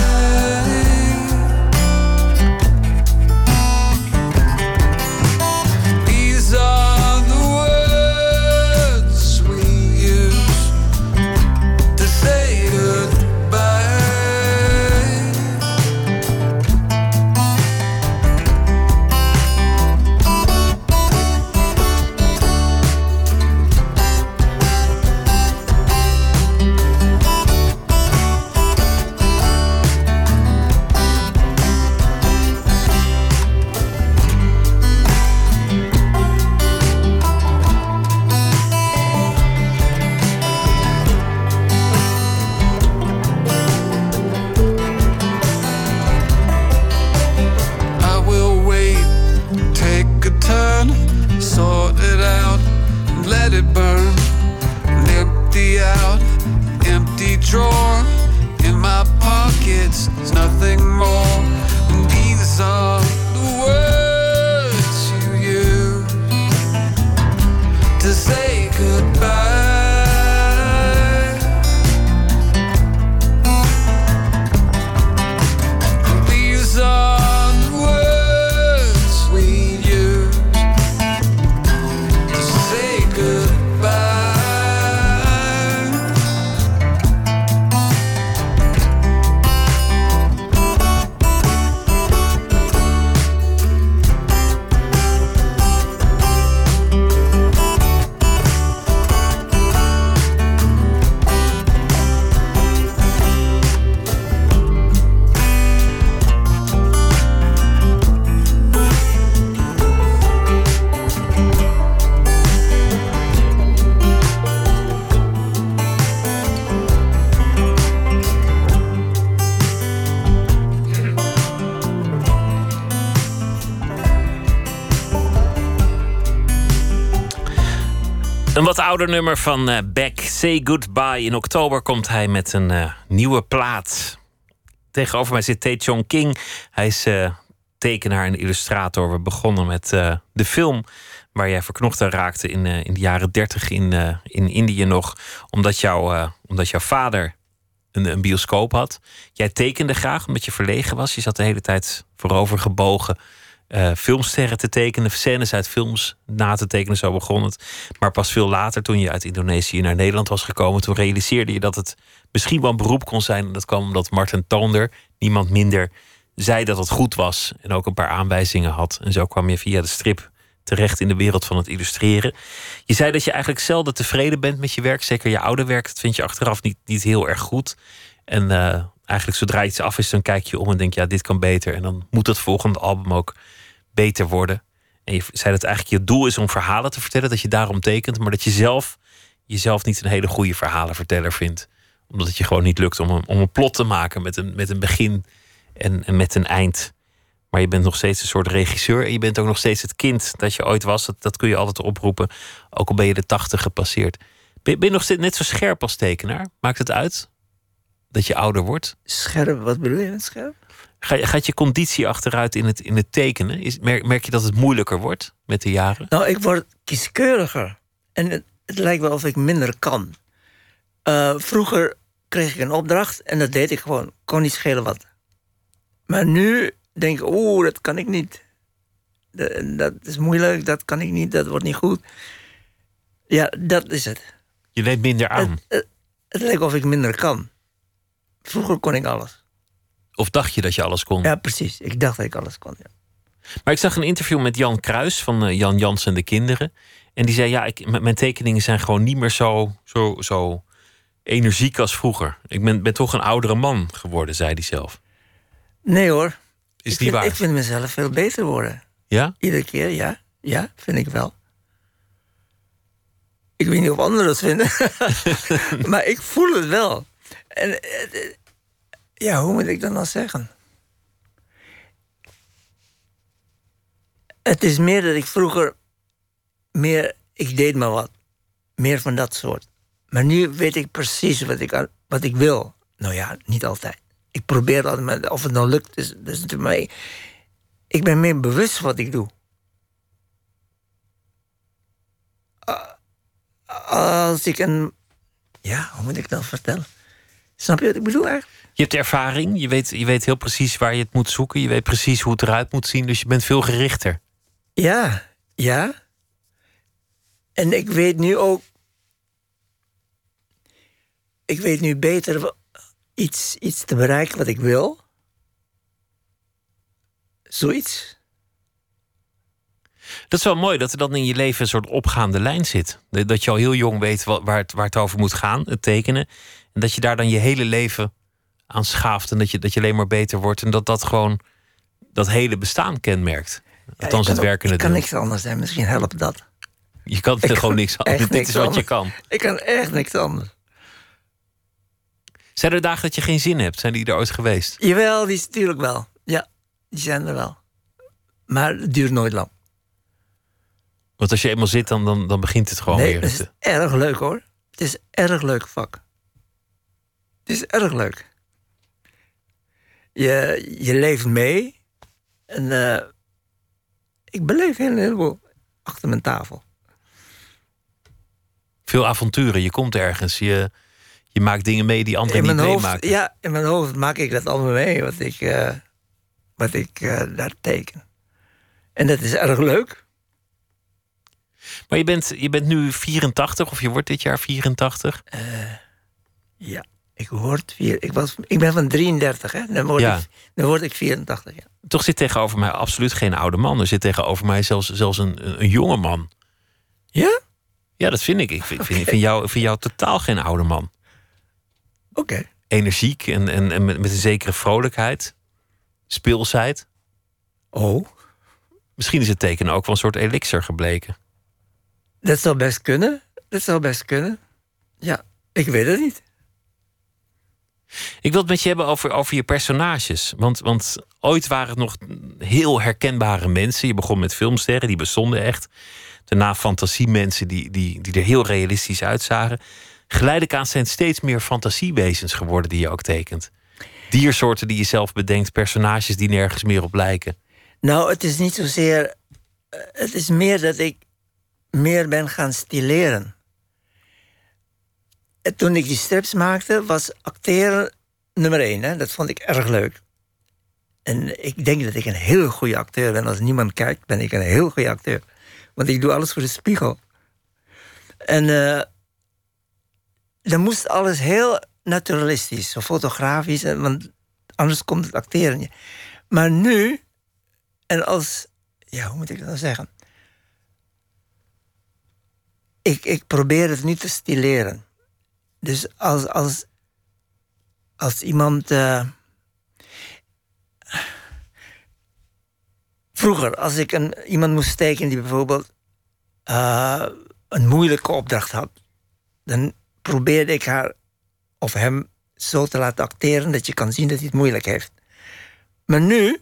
S8: These are the words we say goodbye.
S3: wat ouder nummer van uh, Beck, Say Goodbye. In oktober komt hij met een uh, nieuwe plaat. Tegenover mij zit Tae Chong King. Hij is uh, tekenaar en illustrator. We begonnen met uh, de film waar jij verknocht aan raakte in, uh, in de jaren dertig in, uh, in Indië nog. Omdat, jou, uh, omdat jouw vader een, een bioscoop had. Jij tekende graag omdat je verlegen was. Je zat de hele tijd voorover gebogen. Uh, filmsterren te tekenen, scènes uit films na te tekenen, zo begon het. Maar pas veel later, toen je uit Indonesië naar Nederland was gekomen, toen realiseerde je dat het misschien wel een beroep kon zijn. En dat kwam omdat Martin Toonder, niemand minder, zei dat het goed was en ook een paar aanwijzingen had. En zo kwam je via de strip terecht in de wereld van het illustreren. Je zei dat je eigenlijk zelden tevreden bent met je werk. Zeker je oude werk, dat vind je achteraf niet, niet heel erg goed. En uh, eigenlijk zodra iets af is, dan kijk je om en denk je, ja, dit kan beter. En dan moet het volgende album ook beter worden. En je zei dat eigenlijk je doel is om verhalen te vertellen, dat je daarom tekent, maar dat je zelf jezelf niet een hele goede verhalenverteller vindt. Omdat het je gewoon niet lukt om een, om een plot te maken met een, met een begin en, en met een eind. Maar je bent nog steeds een soort regisseur en je bent ook nog steeds het kind dat je ooit was. Dat, dat kun je altijd oproepen, ook al ben je de tachtig gepasseerd. Ben, ben je nog steeds net zo scherp als tekenaar? Maakt het uit dat je ouder wordt?
S4: Scherp, wat bedoel je met scherp?
S3: Ga, gaat je conditie achteruit in het, in het tekenen? Is, merk, merk je dat het moeilijker wordt met de jaren?
S4: Nou, ik word kieskeuriger. En het, het lijkt wel of ik minder kan. Uh, vroeger kreeg ik een opdracht en dat deed ik gewoon. Kon niet schelen wat. Maar nu denk ik, oeh, dat kan ik niet. Dat, dat is moeilijk, dat kan ik niet, dat wordt niet goed. Ja, dat is het.
S3: Je neemt minder aan.
S4: Het, het, het lijkt of ik minder kan. Vroeger kon ik alles.
S3: Of dacht je dat je alles kon?
S4: Ja, precies. Ik dacht dat ik alles kon, ja.
S3: Maar ik zag een interview met Jan Kruis van uh, Jan Jans en de Kinderen. En die zei, ja, ik, m- mijn tekeningen zijn gewoon niet meer zo, zo, zo energiek als vroeger. Ik ben, ben toch een oudere man geworden, zei hij zelf.
S4: Nee hoor.
S3: Is
S4: ik
S3: die
S4: vind,
S3: waar?
S4: Ik vind mezelf veel beter worden.
S3: Ja?
S4: Iedere keer, ja. Ja, vind ik wel. Ik weet niet of anderen dat vinden. Maar ik voel het wel. En uh, ja, hoe moet ik dat nou zeggen? Het is meer dat ik vroeger meer, ik deed maar wat. Meer van dat soort. Maar nu weet ik precies wat ik, wat ik wil. Nou ja, niet altijd. Ik probeer altijd, maar of het nou lukt, is, dat is natuurlijk mij. Ik ben meer bewust wat ik doe. Uh, als ik een... Ja, hoe moet ik dat vertellen? Snap je wat ik bedoel eigenlijk?
S3: Je hebt ervaring, je weet, je weet heel precies waar je het moet zoeken. Je weet precies hoe het eruit moet zien, dus je bent veel gerichter.
S4: Ja, ja. En ik weet nu ook... Ik weet nu beter iets, iets te bereiken wat ik wil. Zoiets.
S3: Dat is wel mooi, dat er dan in je leven een soort opgaande lijn zit. Dat je al heel jong weet waar het, waar het over moet gaan, het tekenen. En dat je daar dan je hele leven aan schaaft. En dat je, dat je alleen maar beter wordt. En dat dat gewoon dat hele bestaan kenmerkt. Althans,
S4: ja,
S3: het werken
S4: Ik kan
S3: doen.
S4: niks anders zijn, misschien helpt dat.
S3: Je kan er gewoon niks anders. Dit
S4: niks
S3: is wat
S4: anders.
S3: je kan.
S4: Ik kan echt niks anders.
S3: Zijn er dagen dat je geen zin hebt? Zijn die er ooit geweest?
S4: Jawel, die is natuurlijk wel. Ja, die zijn er wel. Maar het duurt nooit lang.
S3: Want als je eenmaal zit, dan, dan, dan begint het gewoon
S4: nee,
S3: weer.
S4: Het is erg leuk hoor. Het is erg leuk vak. Het is erg leuk. Je, je leeft mee. En uh, ik beleef heel heleboel achter mijn tafel.
S3: Veel avonturen. Je komt ergens. Je, je maakt dingen mee die anderen
S4: in
S3: niet
S4: mijn hoofd,
S3: meemaken.
S4: Ja, in mijn hoofd maak ik dat allemaal mee. Wat ik, uh, wat ik uh, daar teken. En dat is erg leuk.
S3: Maar je bent, je bent nu vierentachtig, of je wordt dit jaar vierentachtig?
S4: Uh, ja, ik word vier. Ik, was, ik ben van drieëndertig, hè? Dan word,
S3: ja.
S4: ik, dan word ik vierentachtig. Ja.
S3: Toch zit tegenover mij absoluut geen oude man. Er zit tegenover mij zelfs, zelfs een, een jonge man.
S4: Ja?
S3: Ja, dat vind ik. Ik vind,
S4: Okay.
S3: vind, vind, jou, vind jou totaal geen oude man.
S4: Oké. Okay.
S3: Energiek en, en, en met, met een zekere vrolijkheid. Speelsheid.
S4: Oh.
S3: Misschien is het tekenen ook wel een soort elixir gebleken.
S4: Dat zou best kunnen. Dat zou best kunnen. Ja, ik weet het niet.
S3: Ik wil het met je hebben over, over je personages. Want, want ooit waren het nog heel herkenbare mensen. Je begon met filmsterren, die bestonden echt. daarna fantasiemensen die, die, die er heel realistisch uitzagen. Geleidelijk aan zijn het steeds meer fantasiewezens geworden die je ook tekent. Diersoorten die je zelf bedenkt, personages die nergens meer op lijken.
S4: Nou, het is niet zozeer... Het is meer dat ik meer ben gaan stileren. En toen ik die strips maakte, was acteren nummer één. Hè? Dat vond ik erg leuk. En ik denk dat ik een heel goede acteur ben. Als niemand kijkt, ben ik een heel goede acteur. Want ik doe alles voor de spiegel. En uh, dan moest alles heel naturalistisch, zo fotografisch. Want anders komt het acteren niet. Maar nu, en als... Ja, hoe moet ik dat nou zeggen? Ik, ik probeer het nu te stileren. Dus als, als, als iemand... Uh, vroeger, als ik een, iemand moest tekenen die bijvoorbeeld uh, een moeilijke opdracht had, dan probeerde ik haar of hem zo te laten acteren dat je kan zien dat hij het moeilijk heeft. Maar nu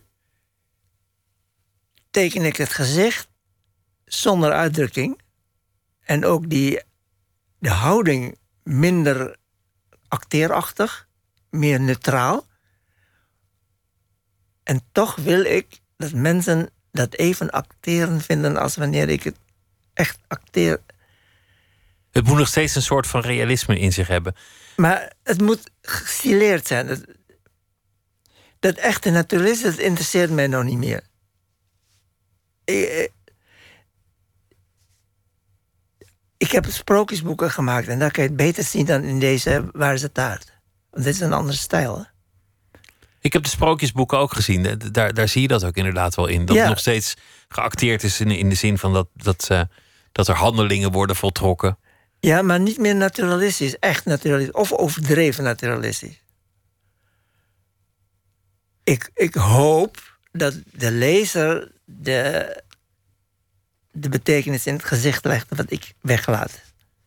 S4: teken ik het gezicht zonder uitdrukking en ook die, de houding minder acteerachtig, meer neutraal. En toch wil ik dat mensen dat even acteren vinden als wanneer ik het echt acteer.
S3: Het moet nog steeds een soort van realisme in zich hebben.
S4: Maar het moet gestileerd zijn. Dat, dat echte naturalisme, dat interesseert mij nog niet meer. Ik, ik heb sprookjesboeken gemaakt en daar kan je het beter zien dan in deze Waar is het taart. Want dit is een andere stijl, hè?
S3: Ik heb de sprookjesboeken ook gezien. Daar, daar zie je dat ook inderdaad wel in. Dat
S4: ja.
S3: het nog steeds geacteerd is in, in de zin van dat, dat, uh, dat er handelingen worden voltrokken.
S4: Ja, maar niet meer naturalistisch. Echt naturalistisch. Of overdreven naturalistisch. Ik, ik hoop dat de lezer de, de betekenis in het gezicht legt wat ik weglaat.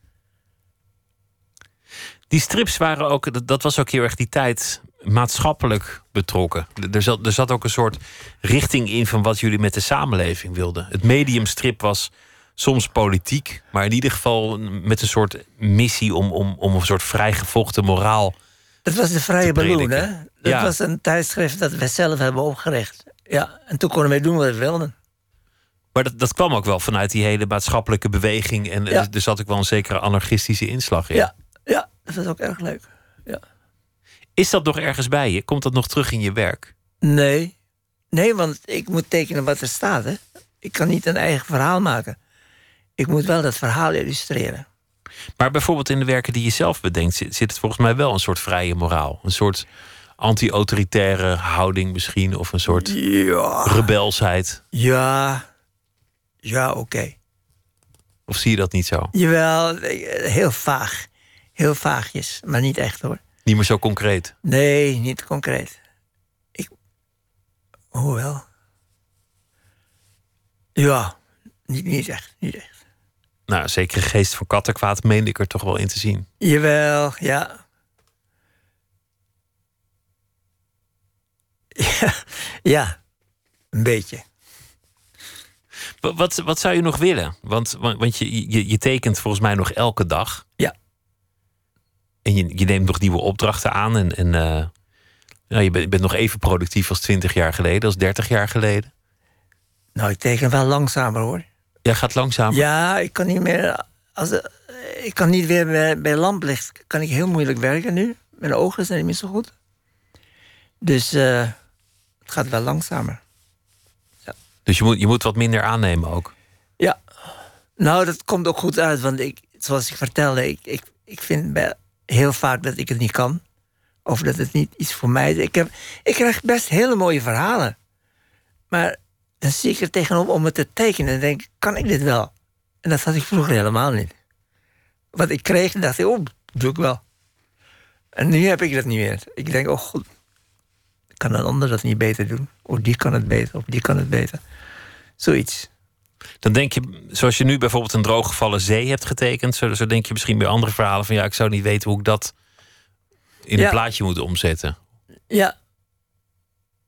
S3: Die strips waren ook, dat, dat was ook heel erg die tijd, maatschappelijk betrokken. Er zat, er zat ook een soort richting in van wat jullie met de samenleving wilden. Het mediumstrip was soms politiek, maar in ieder geval met een soort missie om, om, om een soort vrijgevochten moraal.
S4: Dat was de Vrije Balloon, hè? Dat
S3: ja.
S4: was een tijdschrift dat wij zelf hebben opgericht. Ja, en toen konden wij doen wat we wilden.
S3: Maar dat, dat kwam ook wel vanuit die hele maatschappelijke beweging. En
S4: ja.
S3: er, er zat ook wel een zekere anarchistische inslag in.
S4: Ja, ja, dat was ook erg leuk. Ja.
S3: Is dat nog ergens bij je? Komt dat nog terug in je werk?
S4: Nee. Nee, want ik moet tekenen wat er staat. Hè? Ik kan niet een eigen verhaal maken. Ik moet wel dat verhaal illustreren.
S3: Maar bijvoorbeeld in de werken die je zelf bedenkt, zit, zit het volgens mij wel een soort vrije moraal. Een soort anti-autoritaire houding misschien. Of een soort
S4: ja.
S3: rebelsheid.
S4: Ja, ja, oké. Okay.
S3: Of zie je dat niet zo?
S4: Jawel, heel vaag. Heel vaagjes, maar niet echt hoor.
S3: Niet meer zo concreet?
S4: Nee, niet concreet. Ik... Hoewel. Ja, niet, niet echt, niet echt.
S3: Nou, zeker geest van kattenkwaad meende ik er toch wel in te zien.
S4: Jawel, ja. Ja, ja, een beetje.
S3: Wat, wat zou je nog willen? Want, want je, je, je tekent volgens mij nog elke dag.
S4: Ja.
S3: En je, je neemt nog nieuwe opdrachten aan. En, en uh, nou, je, bent, je bent nog even productief als twintig jaar geleden, als dertig jaar geleden.
S4: Nou, ik teken wel langzamer hoor.
S3: Jij gaat langzamer?
S4: Ja, ik kan niet meer. Als, uh, ik kan niet weer bij, bij lamplicht. Kan ik heel moeilijk werken nu. Mijn ogen zijn niet meer zo goed. Dus uh, het gaat wel langzamer. Ja.
S3: Dus je moet, je moet wat minder aannemen ook?
S4: Ja. Nou, dat komt ook goed uit. Want ik, zoals ik vertelde, ik, ik, ik vind bij, heel vaak dat ik het niet kan. Of dat het niet iets voor mij is. Ik, heb, ik krijg best hele mooie verhalen. Maar dan zie ik er tegenop om het te tekenen. En denk ik, kan ik dit wel? En dat had ik vroeger helemaal niet. Wat ik kreeg, en dacht ik, oh, doe ik wel. En nu heb ik dat niet meer. Ik denk, oh god, kan een ander dat niet beter doen? Of die kan het beter, of die kan het beter. Zoiets.
S3: Dan denk je, zoals je nu bijvoorbeeld een drooggevallen zee hebt getekend, zo, zo denk je misschien bij andere verhalen van ja, ik zou niet weten hoe ik dat in
S4: ja.
S3: een plaatje moet omzetten.
S4: Ja.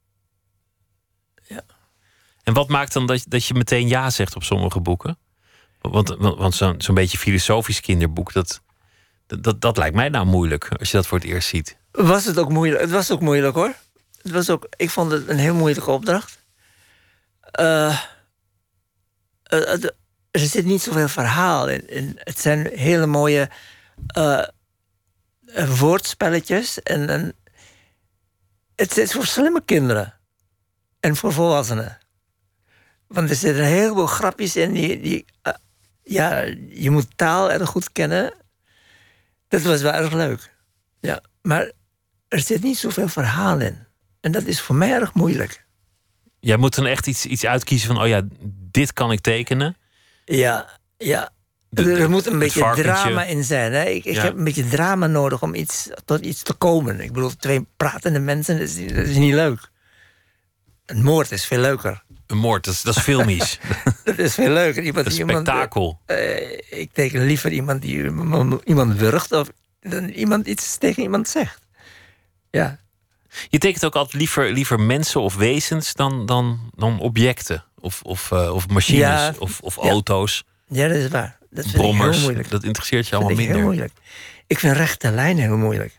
S3: Ja. En wat maakt dan dat, dat je meteen ja zegt op sommige boeken? Want, want, want zo'n, zo'n beetje filosofisch kinderboek, dat, dat, dat, dat lijkt mij nou moeilijk als je dat voor het eerst ziet.
S4: Was het ook moeilijk? Het was ook moeilijk hoor. Het was ook, ik vond het een heel moeilijke opdracht. Uh, uh, er zit niet zoveel verhaal in. in het zijn hele mooie uh, woordspelletjes. En, en het is voor slimme kinderen. En voor volwassenen. Want er zitten een heleboel grapjes in. Die, die, uh, ja, je moet taal erg goed kennen. Dat was wel erg leuk. Ja, maar er zit niet zoveel verhaal in. En dat is voor mij erg moeilijk.
S3: Jij moet dan echt iets, iets uitkiezen van... oh ja, dit kan ik tekenen.
S4: Ja, ja.
S3: De, de,
S4: er moet een beetje
S3: varkentje.
S4: drama in zijn. Hè? Ik, ik
S3: Ja.
S4: heb een beetje drama nodig om iets, tot iets te komen. Ik bedoel, twee pratende mensen, dat is, dat is niet leuk. Een moord is veel leuker.
S3: Een moord, dat is, dat is filmisch.
S4: Dat is veel leuker. Iemand,
S3: Een
S4: iemand,
S3: spektakel.
S4: uh, ik teken liever iemand die iemand wurgt... of dan iemand iets tegen iemand zegt. Ja.
S3: Je tekent ook altijd liever, liever mensen of wezens dan, dan, dan objecten. Of, of, uh, of machines
S4: Ja,
S3: of, of
S4: ja.
S3: auto's.
S4: Ja, dat is waar. Dat vind
S3: Brommers.
S4: ik heel moeilijk.
S3: Dat interesseert je
S4: Dat
S3: allemaal
S4: vind ik
S3: minder.
S4: heel moeilijk. Ik vind rechte lijnen heel moeilijk.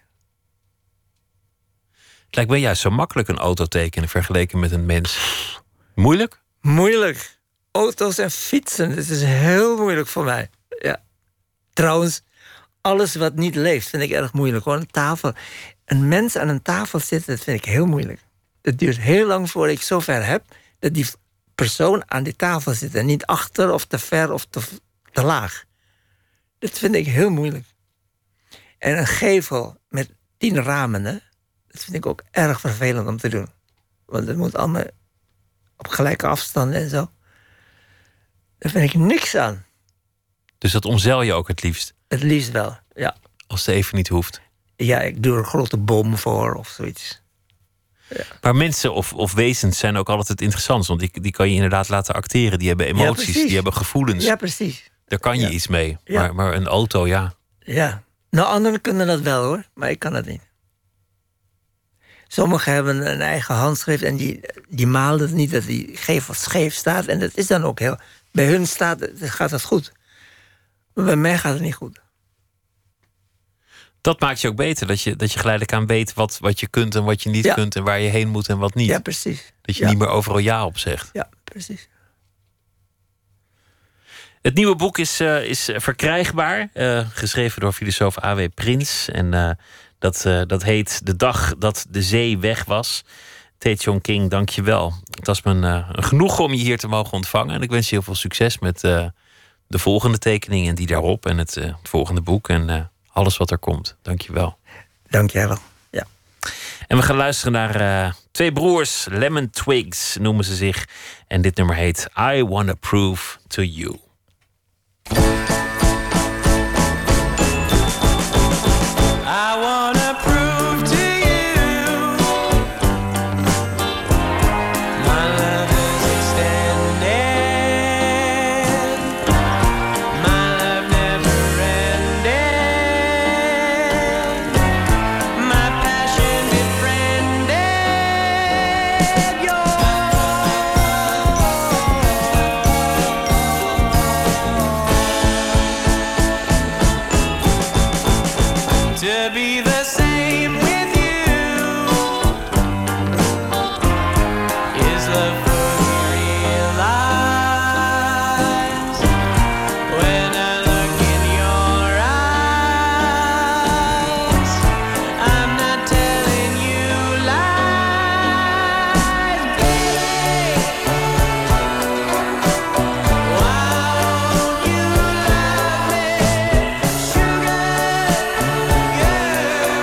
S3: Het lijkt mij juist zo makkelijk een auto tekenen vergeleken met een mens. Moeilijk?
S4: Moeilijk. Auto's en fietsen, dat is heel moeilijk voor mij. Ja. Trouwens, alles wat niet leeft vind ik erg moeilijk. Hoor. Een tafel. Een mens aan een tafel zitten, dat vind ik heel moeilijk. Het duurt heel lang voordat ik zover heb dat die persoon aan die tafel zit. En niet achter of te ver of te, te laag. Dat vind ik heel moeilijk. En een gevel met tien ramen, hè, dat vind ik ook erg vervelend om te doen. Want het moet allemaal op gelijke afstand en zo. Daar vind ik niks aan.
S3: Dus dat omzeil je ook het liefst?
S4: Het liefst wel, ja.
S3: Als het even niet hoeft.
S4: Ja, ik doe er een grote boom voor of zoiets. Ja.
S3: Maar mensen of, of wezens zijn ook altijd het interessantst. Want die, die kan je inderdaad laten acteren. Die hebben emoties,
S4: ja,
S3: die hebben gevoelens.
S4: Ja, precies.
S3: Daar kan je
S4: ja.
S3: iets mee.
S4: Ja.
S3: Maar, maar een auto, ja.
S4: Ja. Nou, anderen kunnen dat wel hoor, maar ik kan dat niet. Sommigen hebben een eigen handschrift en die, die malen het niet dat die gevel scheef staat. En dat is dan ook heel... Bij hun staat, gaat dat goed. Maar bij mij gaat het niet goed.
S3: Dat maakt je ook beter. Dat je, dat je geleidelijk aan weet wat, wat je kunt en wat je niet
S4: ja.
S3: kunt. En waar je heen moet en wat niet.
S4: Ja, precies.
S3: Dat je
S4: ja.
S3: niet meer overal ja op zegt.
S4: Ja, precies.
S3: Het nieuwe boek is, uh, is verkrijgbaar. Uh, geschreven door filosoof A W Prins. En uh, dat, uh, dat heet De dag dat de zee weg was. Tae-Chong King, dank je wel. Het was me een, uh, een genoegen om je hier te mogen ontvangen. En ik wens je heel veel succes met uh, de volgende tekening en die daarop. En het, uh, het volgende boek en uh, alles wat er komt. Dank je wel.
S4: Dank jij wel. Ja.
S3: En we gaan luisteren naar uh, twee broers. Lemon Twigs noemen ze zich. En dit nummer heet I Wanna Prove to You.
S9: I wanna prove to you my love is extended, my love never ended, my passion befriended yours. To be the same with you is love fully realized. When I look in your eyes, I'm not telling you lies, baby. Why won't you love me, sugar? Yeah.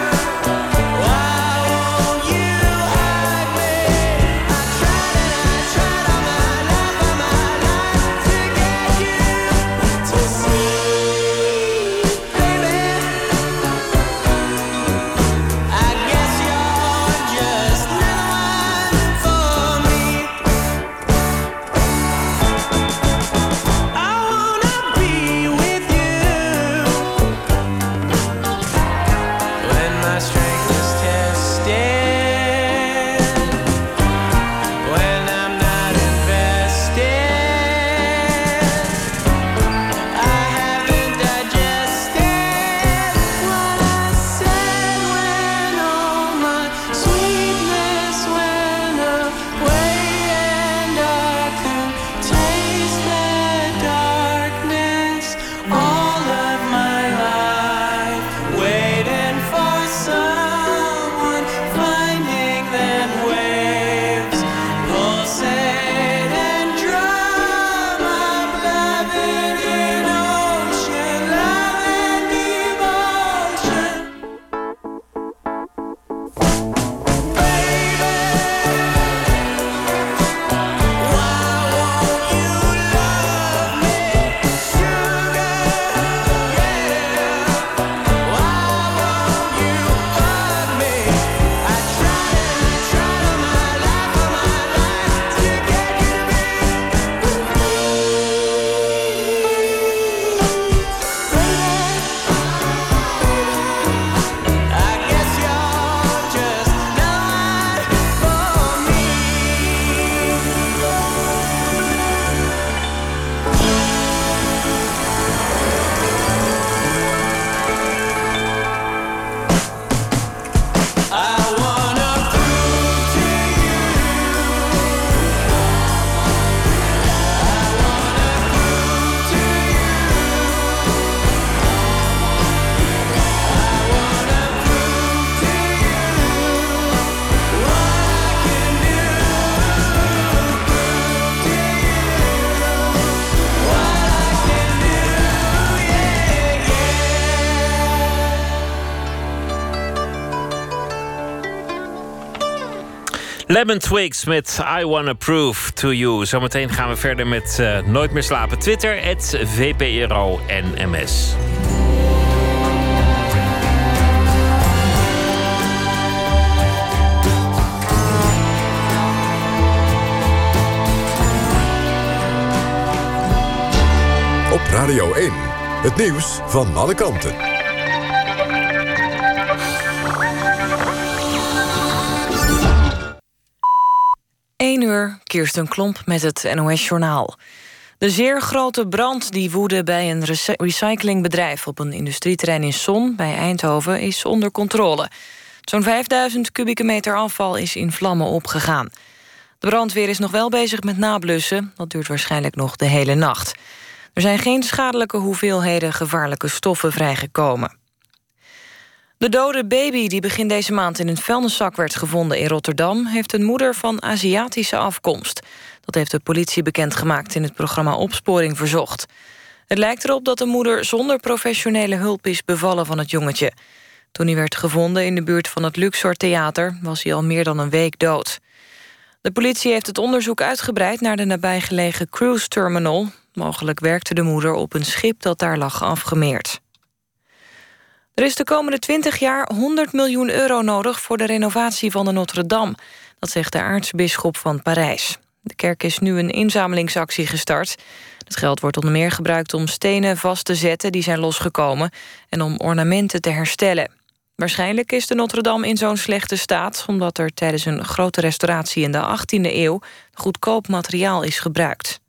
S3: Lemon Twigs met I Wanna Prove to You. Zometeen gaan we verder met uh, Nooit meer slapen. Twitter, at V P R O N M S.
S1: Op Radio één, het nieuws van alle kanten.
S10: één uur, Kirsten Klomp met het N O S-journaal. De zeer grote brand die woedde bij een recyclingbedrijf op een industrieterrein in Son bij Eindhoven is onder controle. Zo'n vijfduizend kubieke meter afval is in vlammen opgegaan. De brandweer is nog wel bezig met nablussen. Dat duurt waarschijnlijk nog de hele nacht. Er zijn geen schadelijke hoeveelheden gevaarlijke stoffen vrijgekomen. De dode baby die begin deze maand in een vuilniszak werd gevonden in Rotterdam heeft een moeder van Aziatische afkomst. Dat heeft de politie bekendgemaakt in het programma Opsporing Verzocht. Het lijkt erop dat de moeder zonder professionele hulp is bevallen van het jongetje. Toen hij werd gevonden in de buurt van het Luxor Theater was hij al meer dan een week dood. De politie heeft het onderzoek uitgebreid naar de nabijgelegen cruise terminal. Mogelijk werkte de moeder op een schip dat daar lag afgemeerd. Er is de komende twintig jaar honderd miljoen euro nodig voor de renovatie van de Notre-Dame. Dat zegt de aartsbisschop van Parijs. De kerk is nu een inzamelingsactie gestart. Het geld wordt onder meer gebruikt om stenen vast te zetten die zijn losgekomen en om ornamenten te herstellen. Waarschijnlijk is de Notre-Dame in zo'n slechte staat omdat er tijdens een grote restauratie in de achttiende eeuw goedkoop materiaal is gebruikt.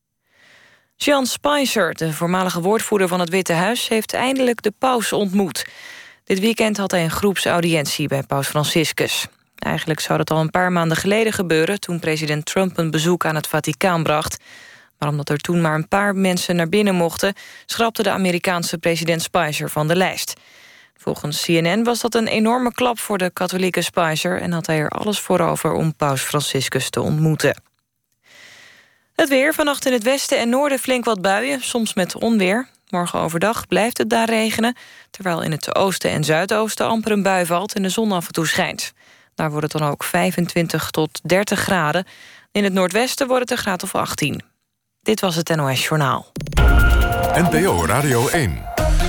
S10: Sean Spicer, de voormalige woordvoerder van het Witte Huis, heeft eindelijk de paus ontmoet. Dit weekend had hij een groepsaudiëntie bij paus Franciscus. Eigenlijk zou dat al een paar maanden geleden gebeuren toen president Trump een bezoek aan het Vaticaan bracht. Maar omdat er toen maar een paar mensen naar binnen mochten, schrapte de Amerikaanse president Spicer van de lijst. Volgens C N N was dat een enorme klap voor de katholieke Spicer en had hij er alles voor over om paus Franciscus te ontmoeten. Het weer, vannacht in het westen en noorden flink wat buien, soms met onweer. Morgen overdag blijft het daar regenen, terwijl in het oosten en zuidoosten amper een bui valt en de zon af en toe schijnt. Daar wordt het dan ook vijfentwintig tot dertig graden. In het noordwesten wordt het een graad of achttien. Dit was het N O S-journaal.
S1: N P O Radio één.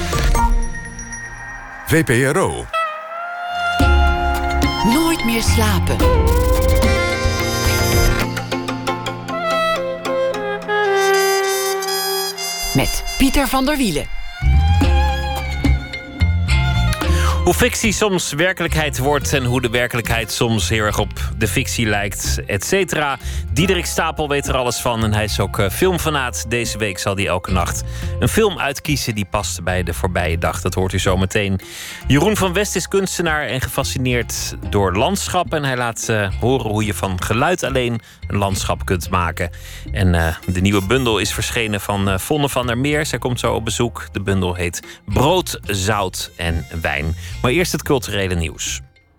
S1: V P R O.
S2: Nooit meer slapen. Met Pieter van der Wielen.
S3: Hoe fictie soms werkelijkheid wordt en hoe de werkelijkheid soms heel erg op de fictie lijkt, et cetera. Diederik Stapel weet er alles van en hij is ook uh, filmfanaat. Deze week zal hij elke nacht een film uitkiezen die past bij de voorbije dag. Dat hoort u zo meteen. Jeroen van West is kunstenaar en gefascineerd door landschap. En hij laat uh, horen hoe je van geluid alleen een landschap kunt maken. En uh, de nieuwe bundel is verschenen van uh, Vonne van der Meer. Zij komt zo op bezoek. De bundel heet Brood, Zout en Wijn. Maar eerst het culturele nieuws.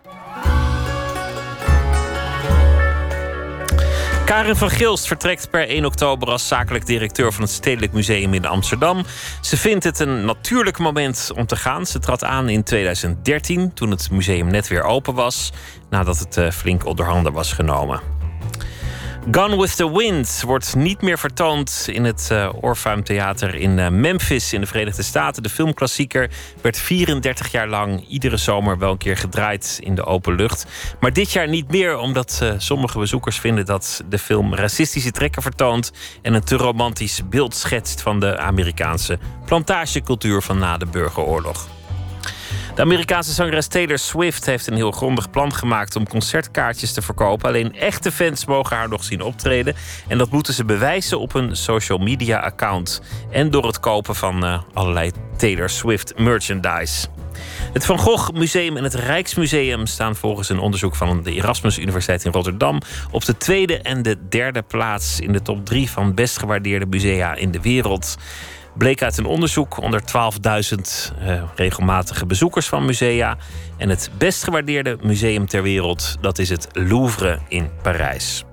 S3: Karin van Gilst vertrekt per één oktober als zakelijk directeur van het Stedelijk Museum in Amsterdam. Ze vindt het een natuurlijk moment om te gaan. Ze trad aan in tweeduizend dertien, toen het museum net weer open was, nadat het uh, flink onder handen was genomen. Gone with the Wind wordt niet meer vertoond in het uh, Orpheum Theater in uh, Memphis in de Verenigde Staten. De filmklassieker werd vierendertig jaar lang iedere zomer wel een keer gedraaid in de open lucht. Maar dit jaar niet meer, omdat uh, sommige bezoekers vinden dat de film racistische trekken vertoont en een te romantisch beeld schetst van de Amerikaanse plantagecultuur van na de burgeroorlog. De Amerikaanse zangeres Taylor Swift heeft een heel grondig plan gemaakt om concertkaartjes te verkopen. Alleen echte fans mogen haar nog zien optreden. En dat moeten ze bewijzen op een social media account. En door het kopen van uh, allerlei Taylor Swift merchandise. Het Van Gogh Museum en het Rijksmuseum staan volgens een onderzoek van de Erasmus Universiteit in Rotterdam op de tweede en de derde plaats in de top drie van best gewaardeerde musea in de wereld. Bleek uit een onderzoek onder twaalfduizend uh, regelmatige bezoekers van musea. En het best gewaardeerde museum ter wereld, dat is het Louvre in Parijs.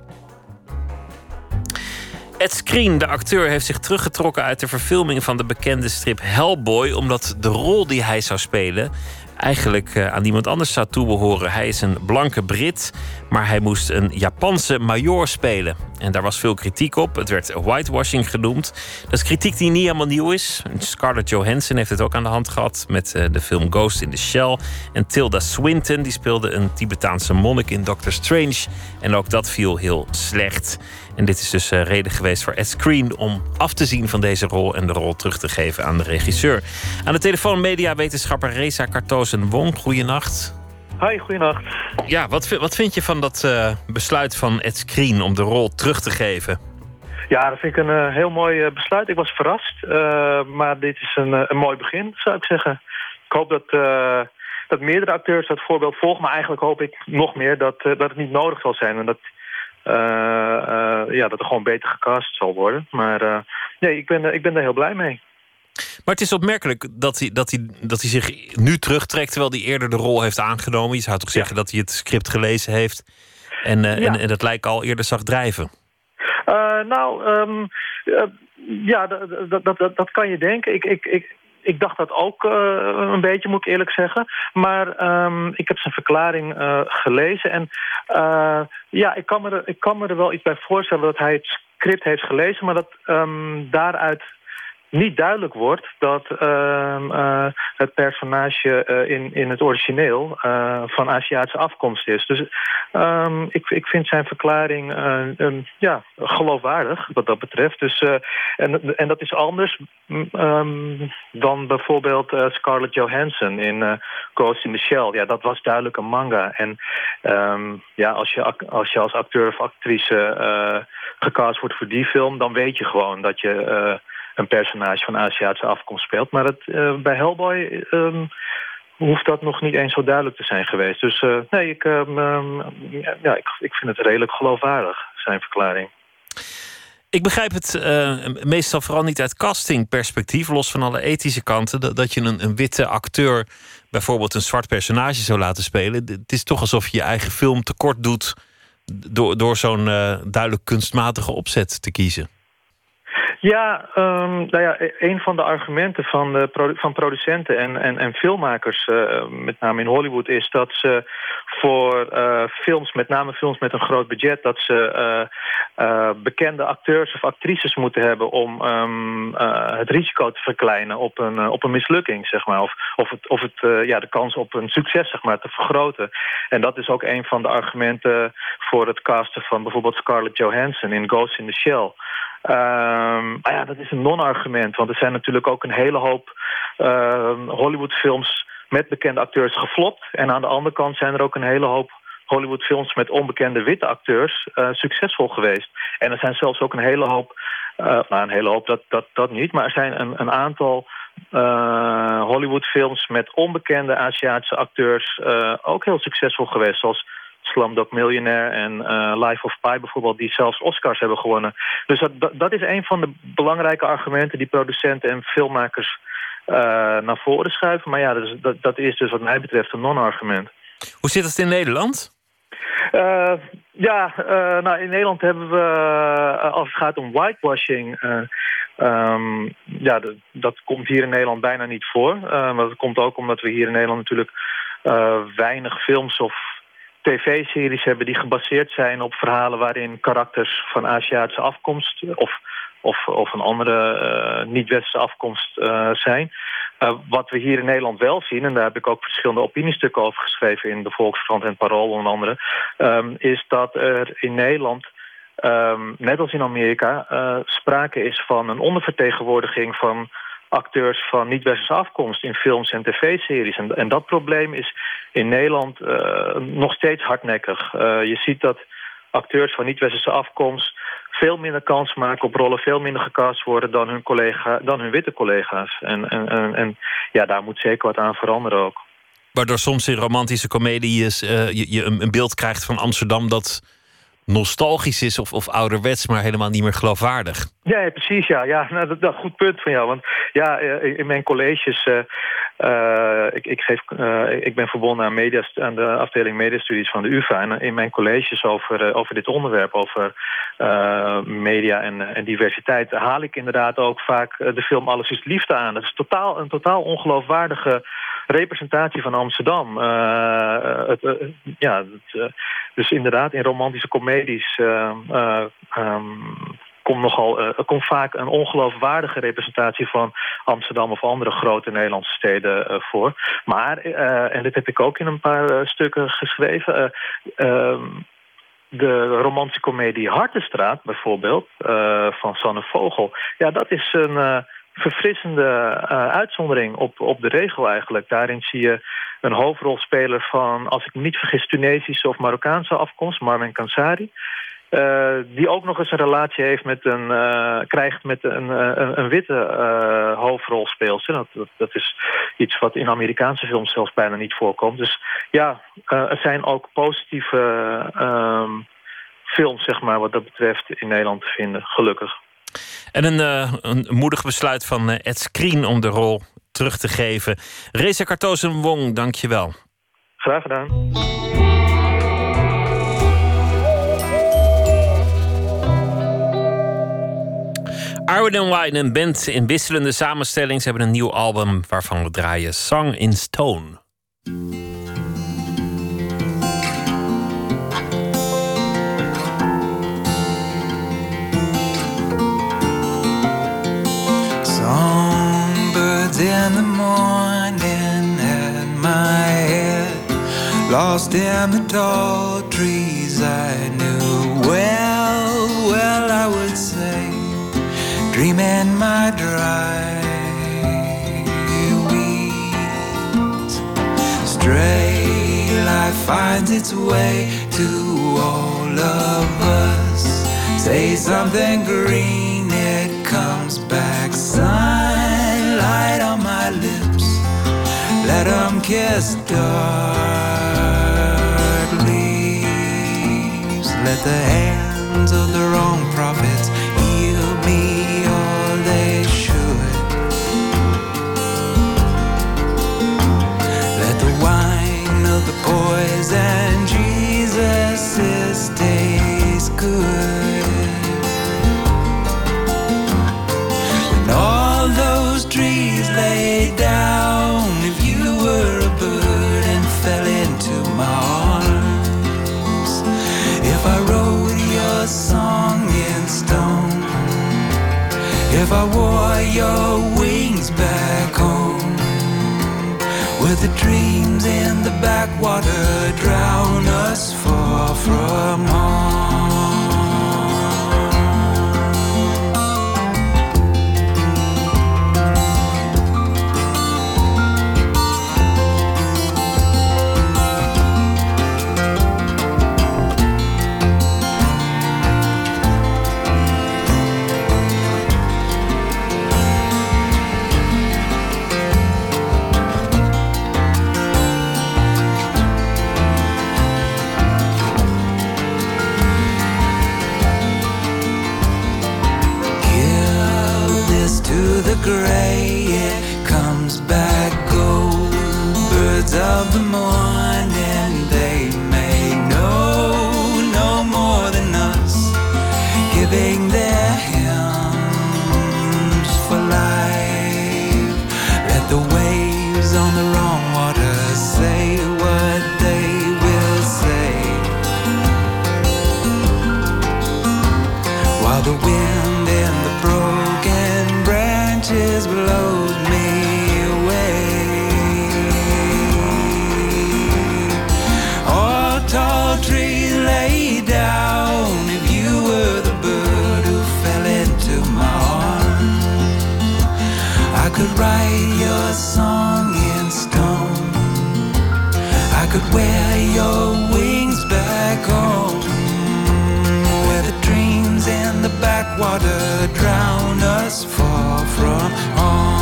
S3: Ed Skrein, de acteur, heeft zich teruggetrokken uit de verfilming van de bekende strip Hellboy, omdat de rol die hij zou spelen eigenlijk uh, aan niemand anders zou toebehoren. Hij is een blanke Brit, maar hij moest een Japanse majoor spelen. En daar was veel kritiek op. Het werd whitewashing genoemd. Dat is kritiek die niet helemaal nieuw is. Scarlett Johansson heeft het ook aan de hand gehad met uh, de film Ghost in the Shell. En Tilda Swinton die speelde een Tibetaanse monnik in Doctor Strange. En ook dat viel heel slecht. En dit is dus uh, reden geweest voor Ed Skrein om af te zien van deze rol en de rol terug te geven aan de regisseur. Aan de telefoon mediawetenschapper Reza Kartozen-Wong. Goeienacht.
S11: Hi, goeienacht.
S3: Ja, wat, wat vind je van dat uh, besluit van Ed Skrein om de rol terug te geven?
S11: Ja, dat vind ik een uh, heel mooi uh, besluit. Ik was verrast, uh, maar dit is een, uh, een mooi begin, zou ik zeggen. Ik hoop dat, uh, dat meerdere acteurs dat voorbeeld volgen, maar eigenlijk hoop ik nog meer dat, uh, dat het niet nodig zal zijn en dat Uh, uh, ja, dat er gewoon beter gecast zal worden. Maar uh, nee, ik ben, uh, ik ben daar heel blij mee.
S3: Maar het is opmerkelijk dat hij, dat, hij, dat hij zich nu terugtrekt terwijl hij eerder de rol heeft aangenomen. Je zou toch zeggen ja. dat hij het script gelezen heeft en, uh, ja. en, en dat lijkt al eerder zag drijven?
S11: Uh, nou, um, uh, ja, dat, dat, dat, dat kan je denken. Ik... ik, ik Ik dacht dat ook uh, een beetje, moet ik eerlijk zeggen. Maar um, ik heb zijn verklaring uh, gelezen. En uh, ja, ik kan, me er, ik kan me er wel iets bij voorstellen dat hij het script heeft gelezen. Maar dat um, daaruit niet duidelijk wordt dat uh, uh, het personage uh, in, in het origineel uh, van Aziatische afkomst is. Dus um, ik, ik vind zijn verklaring uh, um, ja, geloofwaardig wat dat betreft. Dus, uh, en, en dat is anders um, dan bijvoorbeeld uh, Scarlett Johansson in uh, Ghost in the Shell. Ja, dat was duidelijk een manga. En um, ja, als je, als je als acteur of actrice uh, gecast wordt voor die film, dan weet je gewoon dat je Uh, een personage van Aziatische afkomst speelt. Maar het, uh, bij Hellboy um, hoeft dat nog niet eens zo duidelijk te zijn geweest. Dus uh, nee, ik, um, um, ja, ik, ik vind het redelijk geloofwaardig, zijn verklaring.
S3: Ik begrijp het uh, meestal vooral niet uit castingperspectief, los van alle ethische kanten, dat, dat je een, een witte acteur bijvoorbeeld een zwart personage zou laten spelen. Het is toch alsof je je eigen film tekort doet door, door zo'n uh, duidelijk kunstmatige opzet te kiezen.
S11: Ja, um, nou ja, een van de argumenten van, de produ- van producenten en, en, en filmmakers, uh, met name in Hollywood, is dat ze voor uh, films, met name films met een groot budget, dat ze uh, uh, bekende acteurs of actrices moeten hebben om um, uh, het risico te verkleinen op een, uh, op een mislukking, zeg maar. Of, of, het, of het, uh, ja, de kans op een succes, zeg maar, te vergroten. En dat is ook een van de argumenten voor het casten van bijvoorbeeld Scarlett Johansson in Ghost in the Shell. Um, maar ja, dat is een non-argument, want er zijn natuurlijk ook een hele hoop uh, Hollywoodfilms met bekende acteurs geflopt. En aan de andere kant zijn er ook een hele hoop Hollywoodfilms met onbekende witte acteurs uh, succesvol geweest. En er zijn zelfs ook een hele hoop, uh, nou een hele hoop, dat, dat, dat niet, maar er zijn een, een aantal uh, Hollywoodfilms met onbekende Aziatische acteurs uh, ook heel succesvol geweest, zoals Slumdog Millionaire en uh, Life of Pi bijvoorbeeld, die zelfs Oscars hebben gewonnen. Dus dat, dat, dat is een van de belangrijke argumenten die producenten en filmmakers uh, naar voren schuiven. Maar ja, dat is, dat, dat is dus wat mij betreft een non-argument.
S3: Hoe zit het in Nederland?
S11: Uh, ja, uh, nou in Nederland hebben we, uh, als het gaat om whitewashing, uh, um, ja, de, dat komt hier in Nederland bijna niet voor. Uh, maar dat komt ook omdat we hier in Nederland natuurlijk uh, weinig films of tv-series hebben die gebaseerd zijn op verhalen waarin karakters van Aziatische afkomst of, of, of een andere uh, niet-westerse afkomst uh, zijn. Uh, wat we hier in Nederland wel zien, en daar heb ik ook verschillende opiniestukken over geschreven in de Volkskrant en Parool onder andere, um, is dat er in Nederland, um, net als in Amerika, uh, sprake is van een ondervertegenwoordiging van acteurs van niet-westerse afkomst in films en tv-series. En, en dat probleem is in Nederland uh, nog steeds hardnekkig. Uh, je ziet dat acteurs van niet-westerse afkomst veel minder kans maken op rollen, veel minder gecast worden dan hun, collega, dan hun witte collega's. En, en, en, en ja, daar moet zeker wat aan veranderen ook.
S3: Waardoor soms in romantische comedies uh, je, je een beeld krijgt van Amsterdam dat nostalgisch is of, of ouderwets, maar helemaal niet meer geloofwaardig.
S11: Ja, precies, ja. ja nou, dat, dat goed punt van jou. Want ja, in mijn colleges, uh, uh, ik, ik, geef, uh, ik ben verbonden aan, media, aan de afdeling mediastudies van de U vA. En in mijn colleges over, uh, over dit onderwerp, over uh, media en, en diversiteit, haal ik inderdaad ook vaak uh, de film Alles is Liefde aan. Dat is totaal, een totaal ongeloofwaardige representatie van Amsterdam. Uh, het, uh, ja, het, uh, dus inderdaad, in romantische comedies uh, uh, um, komt nogal, uh, er komt vaak een ongeloofwaardige representatie van Amsterdam of andere grote Nederlandse steden uh, voor. Maar, uh, en dit heb ik ook in een paar uh, stukken geschreven, uh, uh, de romantische comedie Hartenstraat bijvoorbeeld, uh, van Sanne Vogel. Ja, dat is een uh, verfrissende uh, uitzondering op, op de regel eigenlijk. Daarin zie je een hoofdrolspeler van, als ik me niet vergis, Tunesische of Marokkaanse afkomst, Marwan Kansari. Uh, die ook nog eens een relatie heeft met een, uh, krijgt met een, een, een witte uh, hoofdrolspeelster. Dat, dat, dat is iets wat in Amerikaanse films zelfs bijna niet voorkomt. Dus ja, uh, er zijn ook positieve uh, films, zeg maar, wat dat betreft in Nederland te vinden, gelukkig.
S3: En een, uh, een moedig besluit van uh, Ed Skrein om de rol terug te geven. Reza Kartozen-Wong, dank je wel.
S11: Graag gedaan.
S3: Iron and Wine, een band in wisselende samenstelling. Ze hebben een nieuw album waarvan we draaien Song in Stone.
S12: Songbirds in the morning at my head, lost in the tall trees I knew well, well I would say, dreaming my dry weeds. Stray life finds its way to all of us. Say something green, it comes back. Sunlight on my lips, let 'em kiss dark leaves. Let the hands of the wrong prophets heal me. They should. Let the wine of the poison Jesus is taste good. When all those trees lay down, if you were a bird and fell into my arms, if I wrote your song in stone, if I wore your wings back home, would the dreams in the backwater drown us far from home? The gray, it comes back gold. Birds of the morning, they may know no more than us, giving their hymns for life. Let the waves on the wrong water say what they will say, while the wind in the broken branches blows me away. All tall trees lay down, if you were the bird who fell into my arms, I could write your song in stone, I could wear your wings back home, where the dreams in the backwater drown us far from home.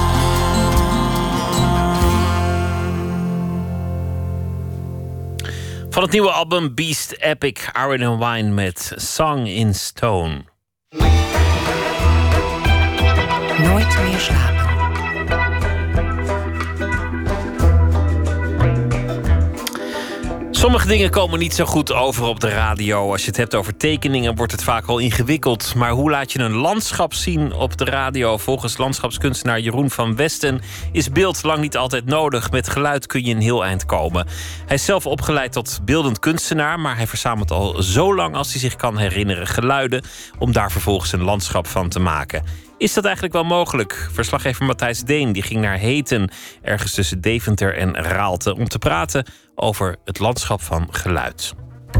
S3: Van het nieuwe album Beast Epic, Iron and Wine met Song in Stone.
S2: Nooit meer slapen.
S3: Sommige dingen komen niet zo goed over op de radio. Als je het hebt over tekeningen wordt het vaak al ingewikkeld. Maar hoe laat je een landschap zien op de radio? Volgens landschapskunstenaar Jeroen van Westen is beeld lang niet altijd nodig. Met geluid kun je een heel eind komen. Hij is zelf opgeleid tot beeldend kunstenaar, maar hij verzamelt al zo lang als hij zich kan herinneren geluiden om daar vervolgens een landschap van te maken. Is dat eigenlijk wel mogelijk? Verslaggever Matthijs Deen die ging naar Heten, ergens tussen Deventer en Raalte, om te praten over het landschap van geluid.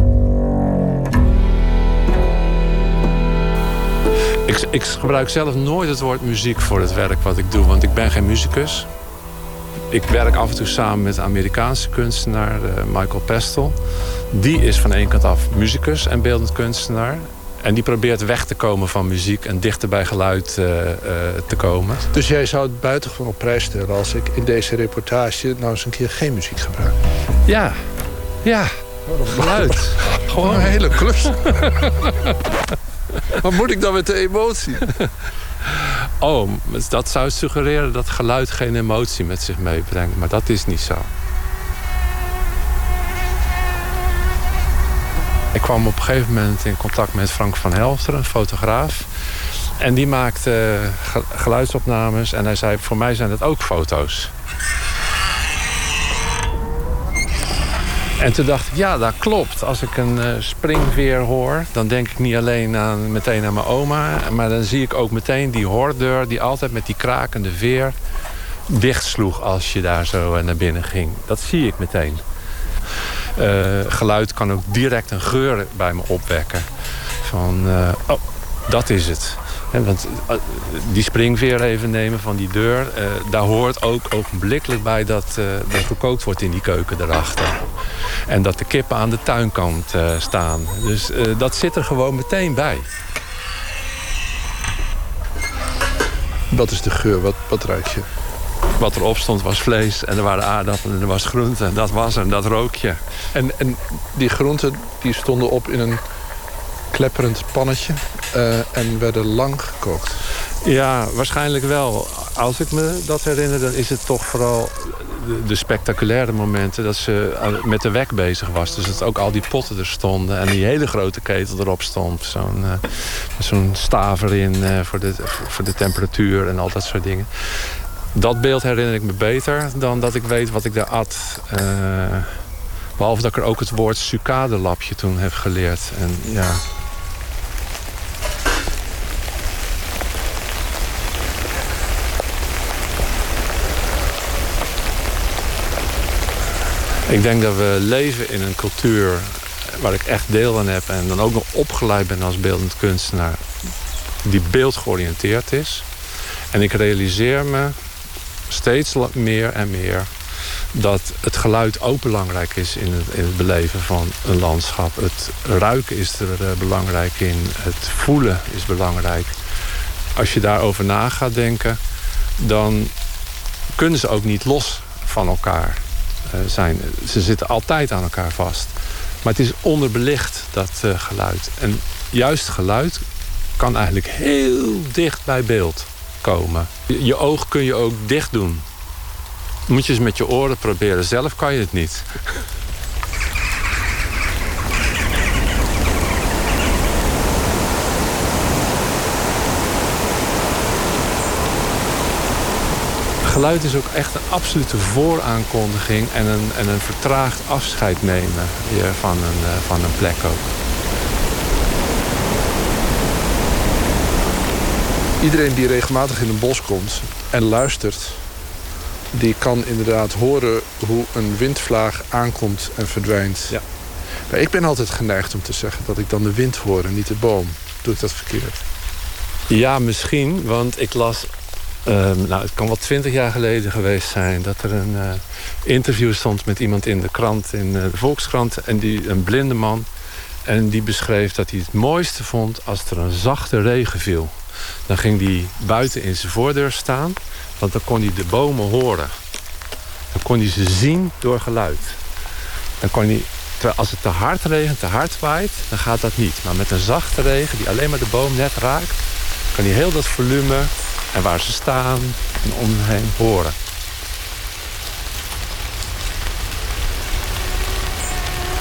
S13: Ik, ik gebruik zelf nooit het woord muziek voor het werk wat ik doe, want ik ben geen muzikus. Ik werk af en toe samen met een Amerikaanse kunstenaar, uh, Michael Pestel. Die is van één kant af muzikus en beeldend kunstenaar. En die probeert weg te komen van muziek en dichter bij geluid uh, uh, te komen.
S14: Dus jij zou het buitengewoon op prijs stellen als ik in deze reportage nou eens een keer geen muziek gebruik?
S13: Ja, ja, geluid.
S14: Gewoon een hele klus. Wat moet ik dan met de emotie?
S13: Oh, dat zou suggereren dat geluid geen emotie met zich meebrengt. Maar dat is niet zo. Ik kwam op een gegeven moment in contact met Frank van Helfteren, een fotograaf. En die maakte geluidsopnames. En hij zei, voor mij zijn dat ook foto's. En toen dacht ik, ja, dat klopt. Als ik een uh, springveer hoor, dan denk ik niet alleen aan, meteen aan mijn oma. Maar dan zie ik ook meteen die hoordeur die altijd met die krakende veer dichtsloeg als je daar zo naar binnen ging. Dat zie ik meteen. Uh, geluid kan ook direct een geur bij me opwekken. Van, uh, oh, dat is het. He, want uh, die springveer even nemen van die deur, uh, daar hoort ook ogenblikkelijk bij dat uh, er gekookt wordt in die keuken daarachter. En dat de kippen aan de tuinkant uh, staan. Dus uh, dat zit er gewoon meteen bij.
S14: Wat is de geur? Wat, wat ruik je?
S13: Wat erop stond was vlees en er waren aardappelen en er was groente. En dat was er en dat rook je.
S14: En, en die groenten die stonden op in een klepperend pannetje uh, en werden lang gekookt.
S13: Ja, waarschijnlijk wel. Als ik me dat herinner, dan is het toch vooral de, de spectaculaire momenten dat ze met de wek bezig was. Dus dat ook al die potten er stonden en die hele grote ketel erop stond. Zo'n uh, zo'n staaf erin uh, voor, de, voor de temperatuur en al dat soort dingen. Dat beeld herinner ik me beter dan dat ik weet wat ik daar at. Uh, behalve dat ik er ook het woord sucadelapje toen heb geleerd. En ja... Ik denk dat we leven in een cultuur waar ik echt deel aan heb... en dan ook nog opgeleid ben als beeldend kunstenaar... die beeldgeoriënteerd is. En ik realiseer me steeds meer en meer... dat het geluid ook belangrijk is in het, in het beleven van een landschap. Het ruiken is er uh, belangrijk in. Het voelen is belangrijk. Als je daarover na gaat denken... dan kunnen ze ook niet los van elkaar uh, zijn. Ze zitten altijd aan elkaar vast. Maar het is onderbelicht, dat uh, geluid. En juist geluid kan eigenlijk heel dicht bij beeld komen. Je, je oog kun je ook dicht doen. Moet je eens met je oren proberen. Zelf kan je het niet. Geluid is ook echt een absolute vooraankondiging... en een, en een vertraagd afscheid nemen van een, van een plek ook.
S14: Iedereen die regelmatig in een bos komt en luistert... die kan inderdaad horen hoe een windvlaag aankomt en verdwijnt. Ja. Maar ik ben altijd geneigd om te zeggen dat ik dan de wind hoor en niet de boom. Doe ik dat verkeerd?
S13: Ja, misschien, want ik las... Um, nou, het kan wel twintig jaar geleden geweest zijn... dat er een uh, interview stond met iemand in de krant, in uh, de Volkskrant... en die, een blinde man. En die beschreef dat hij het mooiste vond als er een zachte regen viel. Dan ging hij buiten in zijn voordeur staan... want dan kon hij de bomen horen. Dan kon hij ze zien door geluid. Dan kon hij, terwijl als het te hard regent, te hard waait... dan gaat dat niet. Maar met een zachte regen die alleen maar de boom net raakt... kan hij heel dat volume en waar ze staan en om hen heen horen.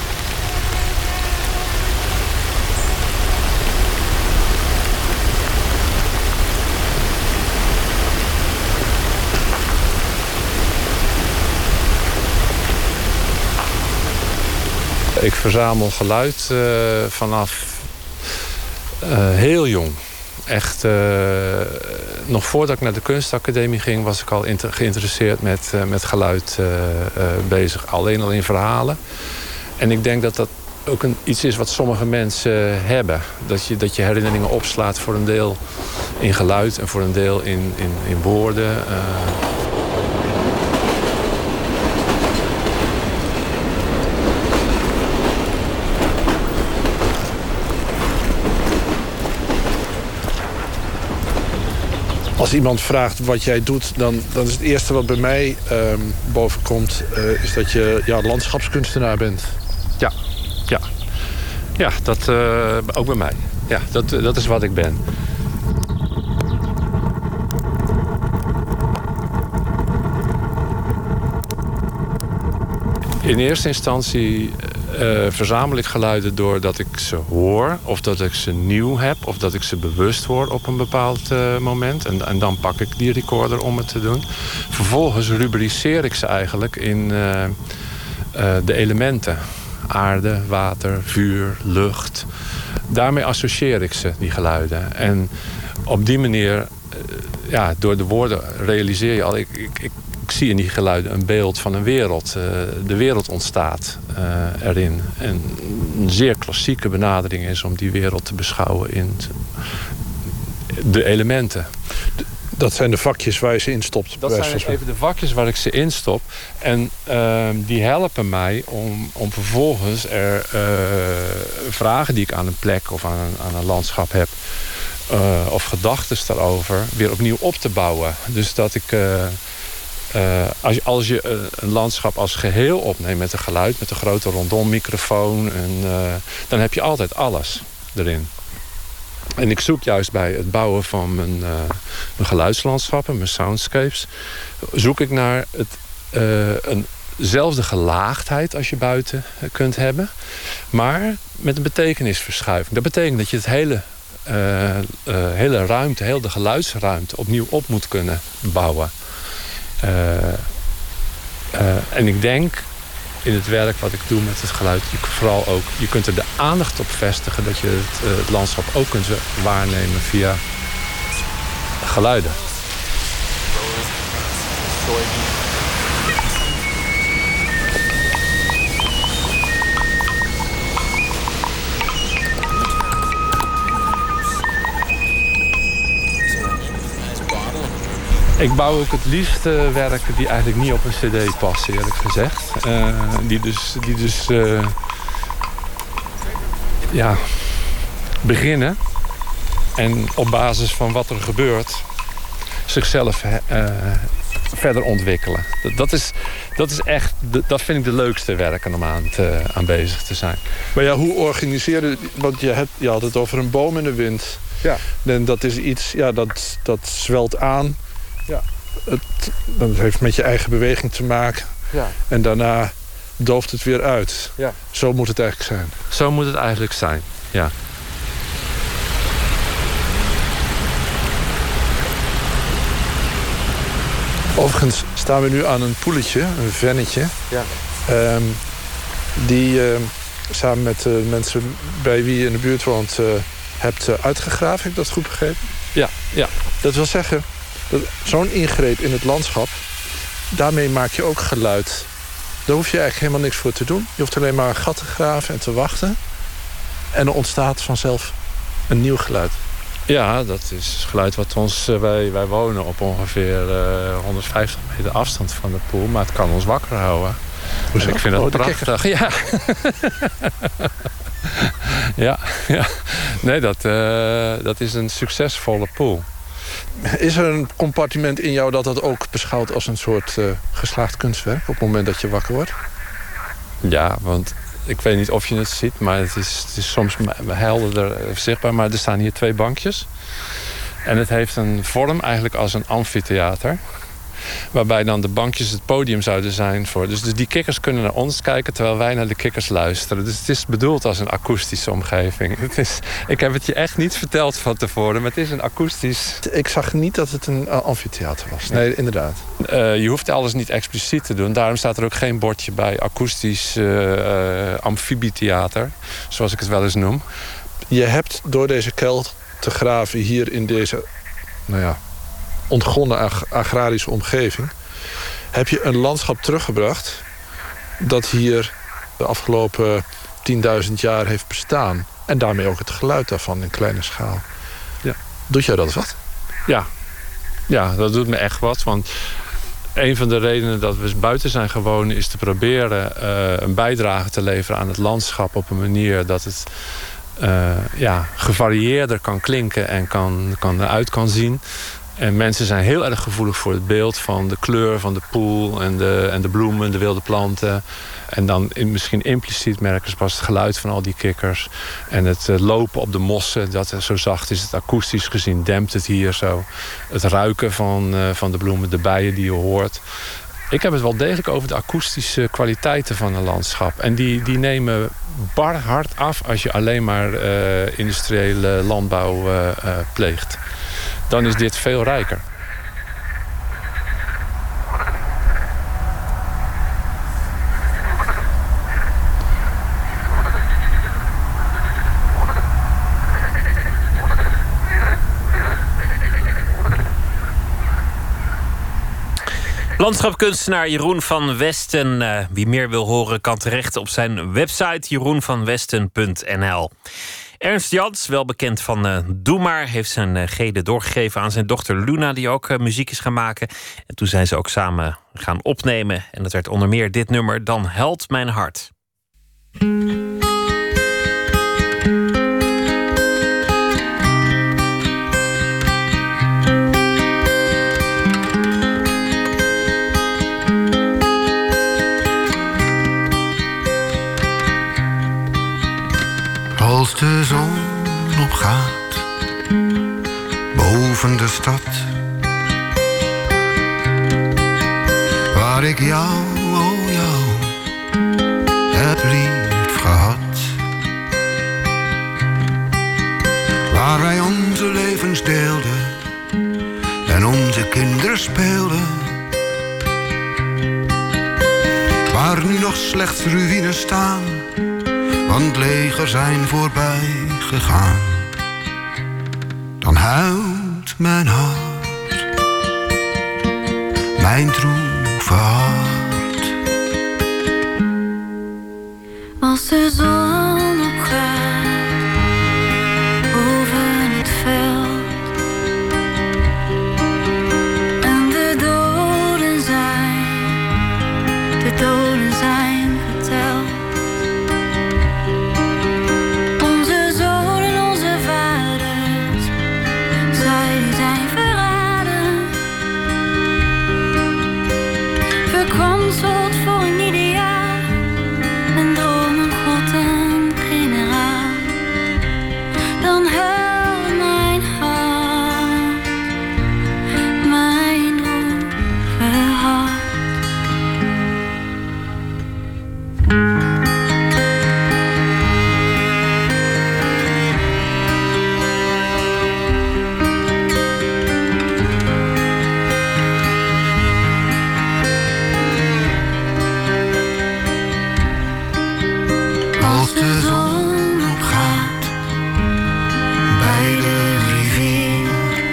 S13: Ik verzamel geluid uh, vanaf uh, heel jong. Echt, uh, nog voordat ik naar de kunstacademie ging, was ik al inter- geïnteresseerd met, uh, met geluid uh, uh, bezig. Alleen al in verhalen. En ik denk dat dat ook een, iets is wat sommige mensen hebben. Dat je, dat je herinneringen opslaat voor een deel in geluid en voor een deel in, in, in woorden. Uh.
S14: Als iemand vraagt wat jij doet, dan, dan is het eerste wat bij mij um, bovenkomt... Uh, is dat je ja, landschapskunstenaar bent.
S13: Ja, ja. Ja, dat uh, ook bij mij. Ja, dat, dat is wat ik ben. In eerste instantie uh, verzamel ik geluiden doordat ik ze hoor... of dat ik ze nieuw heb, of dat ik ze bewust hoor op een bepaald uh, moment. En, en dan pak ik die recorder om het te doen. Vervolgens rubriceer ik ze eigenlijk in uh, uh, de elementen. Aarde, water, vuur, lucht. Daarmee associeer ik ze, die geluiden. En op die manier, uh, ja, door de woorden realiseer je al... Ik, ik, ik, Ik zie in die geluiden een beeld van een wereld. Uh, de wereld ontstaat uh, erin. En een zeer klassieke benadering is om die wereld te beschouwen in de elementen.
S14: Dat zijn de vakjes waar je ze instopt.
S13: Dat zijn even de vakjes waar ik ze instop. En uh, die helpen mij om, om vervolgens er uh, vragen die ik aan een plek of aan een, aan een landschap heb... Uh, of gedachten daarover weer opnieuw op te bouwen. Dus dat ik... Uh, Uh, als je, als je uh, een landschap als geheel opneemt met een geluid... met een grote rondom-microfoon... En, uh, dan heb je altijd alles erin. En ik zoek juist bij het bouwen van mijn, uh, mijn geluidslandschappen... mijn soundscapes... zoek ik naar het, uh, eenzelfde gelaagdheid als je buiten kunt hebben... maar met een betekenisverschuiving. Dat betekent dat je het hele... Uh, uh, hele ruimte, heel de geluidsruimte... opnieuw op moet kunnen bouwen... Uh, uh, en ik denk in het werk wat ik doe met het geluid... Je, vooral ook, je kunt er de aandacht op vestigen... dat je het, uh, het landschap ook kunt waarnemen via geluiden. Ik bouw ook het liefst uh, werken die eigenlijk niet op een cd passen, eerlijk gezegd. Uh, die dus, die dus uh, ja, beginnen en op basis van wat er gebeurt zichzelf uh, verder ontwikkelen. Dat, dat, is, dat is echt, dat vind ik de leukste werken om aan, te, aan bezig te zijn.
S14: Maar ja, hoe organiseer je, want je, hebt, je had het over een boom in de wind. Ja. En dat is iets, ja, dat, dat zwelt aan. Ja. Het, dat heeft met je eigen beweging te maken. Ja. En daarna dooft het weer uit. Ja. Zo moet het eigenlijk zijn.
S13: Zo moet het eigenlijk zijn, ja.
S14: Overigens staan we nu aan een poeletje, een vennetje. Ja. Um, die uh, samen met uh, mensen bij wie je in de buurt woont... Uh, hebt uh, uitgegraven, heb ik dat goed begrepen?
S13: Ja, ja.
S14: Dat wil zeggen... Zo'n ingreep in het landschap, daarmee maak je ook geluid. Daar hoef je eigenlijk helemaal niks voor te doen. Je hoeft alleen maar een gat te graven en te wachten. En er ontstaat vanzelf een nieuw geluid.
S13: Ja, dat is geluid wat ons... Wij, wij wonen op ongeveer uh, honderdvijftig meter afstand van de poel. Maar het kan ons wakker houden. Dus ik vind dat oh, prachtig. Ja. ja, ja. Nee, dat, uh, dat is een succesvolle poel.
S14: Is er een compartiment in jou dat dat ook beschouwt als een soort uh, geslaagd kunstwerk... op het moment dat je wakker wordt?
S13: Ja, want ik weet niet of je het ziet... maar het is, het is soms helderder zichtbaar. Maar er staan hier twee bankjes. En het heeft een vorm eigenlijk als een amfitheater. Waarbij dan de bankjes het podium zouden zijn voor. Dus, dus die kikkers kunnen naar ons kijken terwijl wij naar de kikkers luisteren. Dus het is bedoeld als een akoestische omgeving. Het is, ik heb het je echt niet verteld van tevoren, maar het is een akoestisch.
S14: Ik zag niet dat het een uh, amfitheater was. Nee, inderdaad.
S13: Uh, je hoeft alles niet expliciet te doen. Daarom staat er ook geen bordje bij akoestisch uh, uh, amfibietheater, zoals ik het wel eens noem.
S14: Je hebt door deze kuil te graven hier in deze, nou ja, ontgonnen ag- agrarische omgeving, heb je een landschap teruggebracht dat hier de afgelopen tienduizend jaar heeft bestaan. En daarmee ook het geluid daarvan in kleine schaal.
S13: Ja.
S14: Doet jou dat wat?
S13: Ja. Ja, dat doet me echt wat. Want een van de redenen dat we buiten zijn gewoond is te proberen uh, een bijdrage te leveren aan het landschap op een manier dat het uh, ja, gevarieerder kan klinken en kan, kan eruit kan zien. En mensen zijn heel erg gevoelig voor het beeld van de kleur van de poel en de, en de bloemen, de wilde planten. En dan in, misschien impliciet merken ze pas het geluid van al die kikkers. En het uh, lopen op de mossen, dat zo zacht is het akoestisch gezien, dempt het hier zo. Het ruiken van, uh, van de bloemen, de bijen die je hoort. Ik heb het wel degelijk over de akoestische kwaliteiten van een landschap. En die, die nemen bar hard af als je alleen maar uh, industriële landbouw uh, uh, pleegt. Dan is dit veel rijker.
S3: Landschapskunstenaar Jeroen van Westen. Uh, wie meer wil horen kan terecht op zijn website jeroen van westen punt n l. Ernst Jans, wel bekend van uh, Doe Maar, heeft zijn uh, gede doorgegeven aan zijn dochter Luna, die ook uh, muziek is gaan maken. En toen zijn ze ook samen gaan opnemen. En dat werd onder meer dit nummer, Dan Huilt Mijn Hart.
S15: Als de zon opgaat boven de stad, waar ik jou, oh jou, heb lief gehad, waar wij onze levens deelden en onze kinderen speelden, waar nu nog slechts ruïnes staan, want legers zijn voorbij gegaan. Dan huilt mijn hart, mijn droeve hart.
S16: Als de zon opgaat boven het veld en de doden zijn, de doden zijn geteld. Verkwanseld voor een ideaal, een droom, een god, een generaal. Dan huilt mijn hart, mijn droeve hart. Als de zon opgaat bij de rivier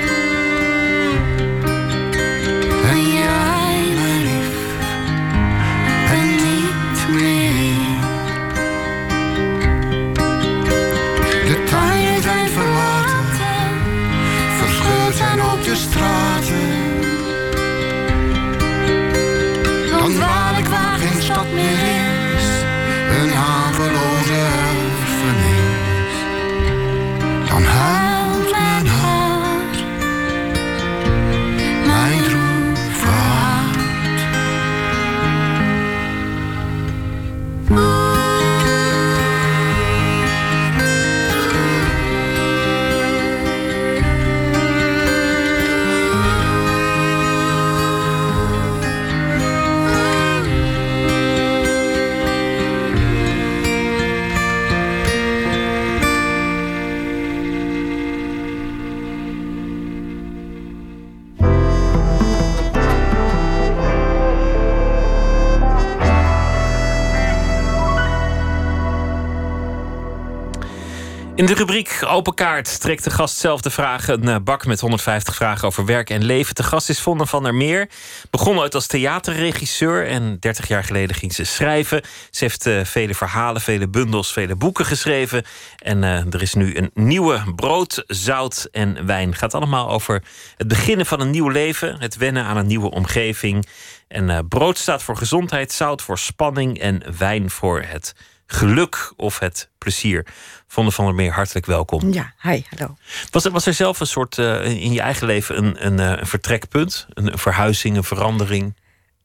S16: en jij, mijn lief, en niet meer. De tuinen zijn verlaten, verscheurd zijn op de straten. Dan waar ik waar geen stad meer is, een haveloze erfenis. Dan huilt mijn hart, mijn droeve hart.
S3: In de rubriek Open Kaart trekt de gast zelf de vragen. Een bak met honderdvijftig vragen over werk en leven. De gast is Vonne van der Meer. Begon ooit als theaterregisseur en dertig jaar geleden ging ze schrijven. Ze heeft uh, vele verhalen, vele bundels, vele boeken geschreven. En uh, er is nu een nieuwe Brood, Zout en Wijn. Het gaat allemaal over het beginnen van een nieuw leven. Het wennen aan een nieuwe omgeving. En uh, brood staat voor gezondheid, zout voor spanning en wijn voor het geluk of het plezier. Vonne van der Meer, hartelijk welkom.
S17: Ja, hi, hallo.
S3: Was er, was er zelf een soort, uh, in je eigen leven een, een, een vertrekpunt? Een, een verhuizing, een verandering?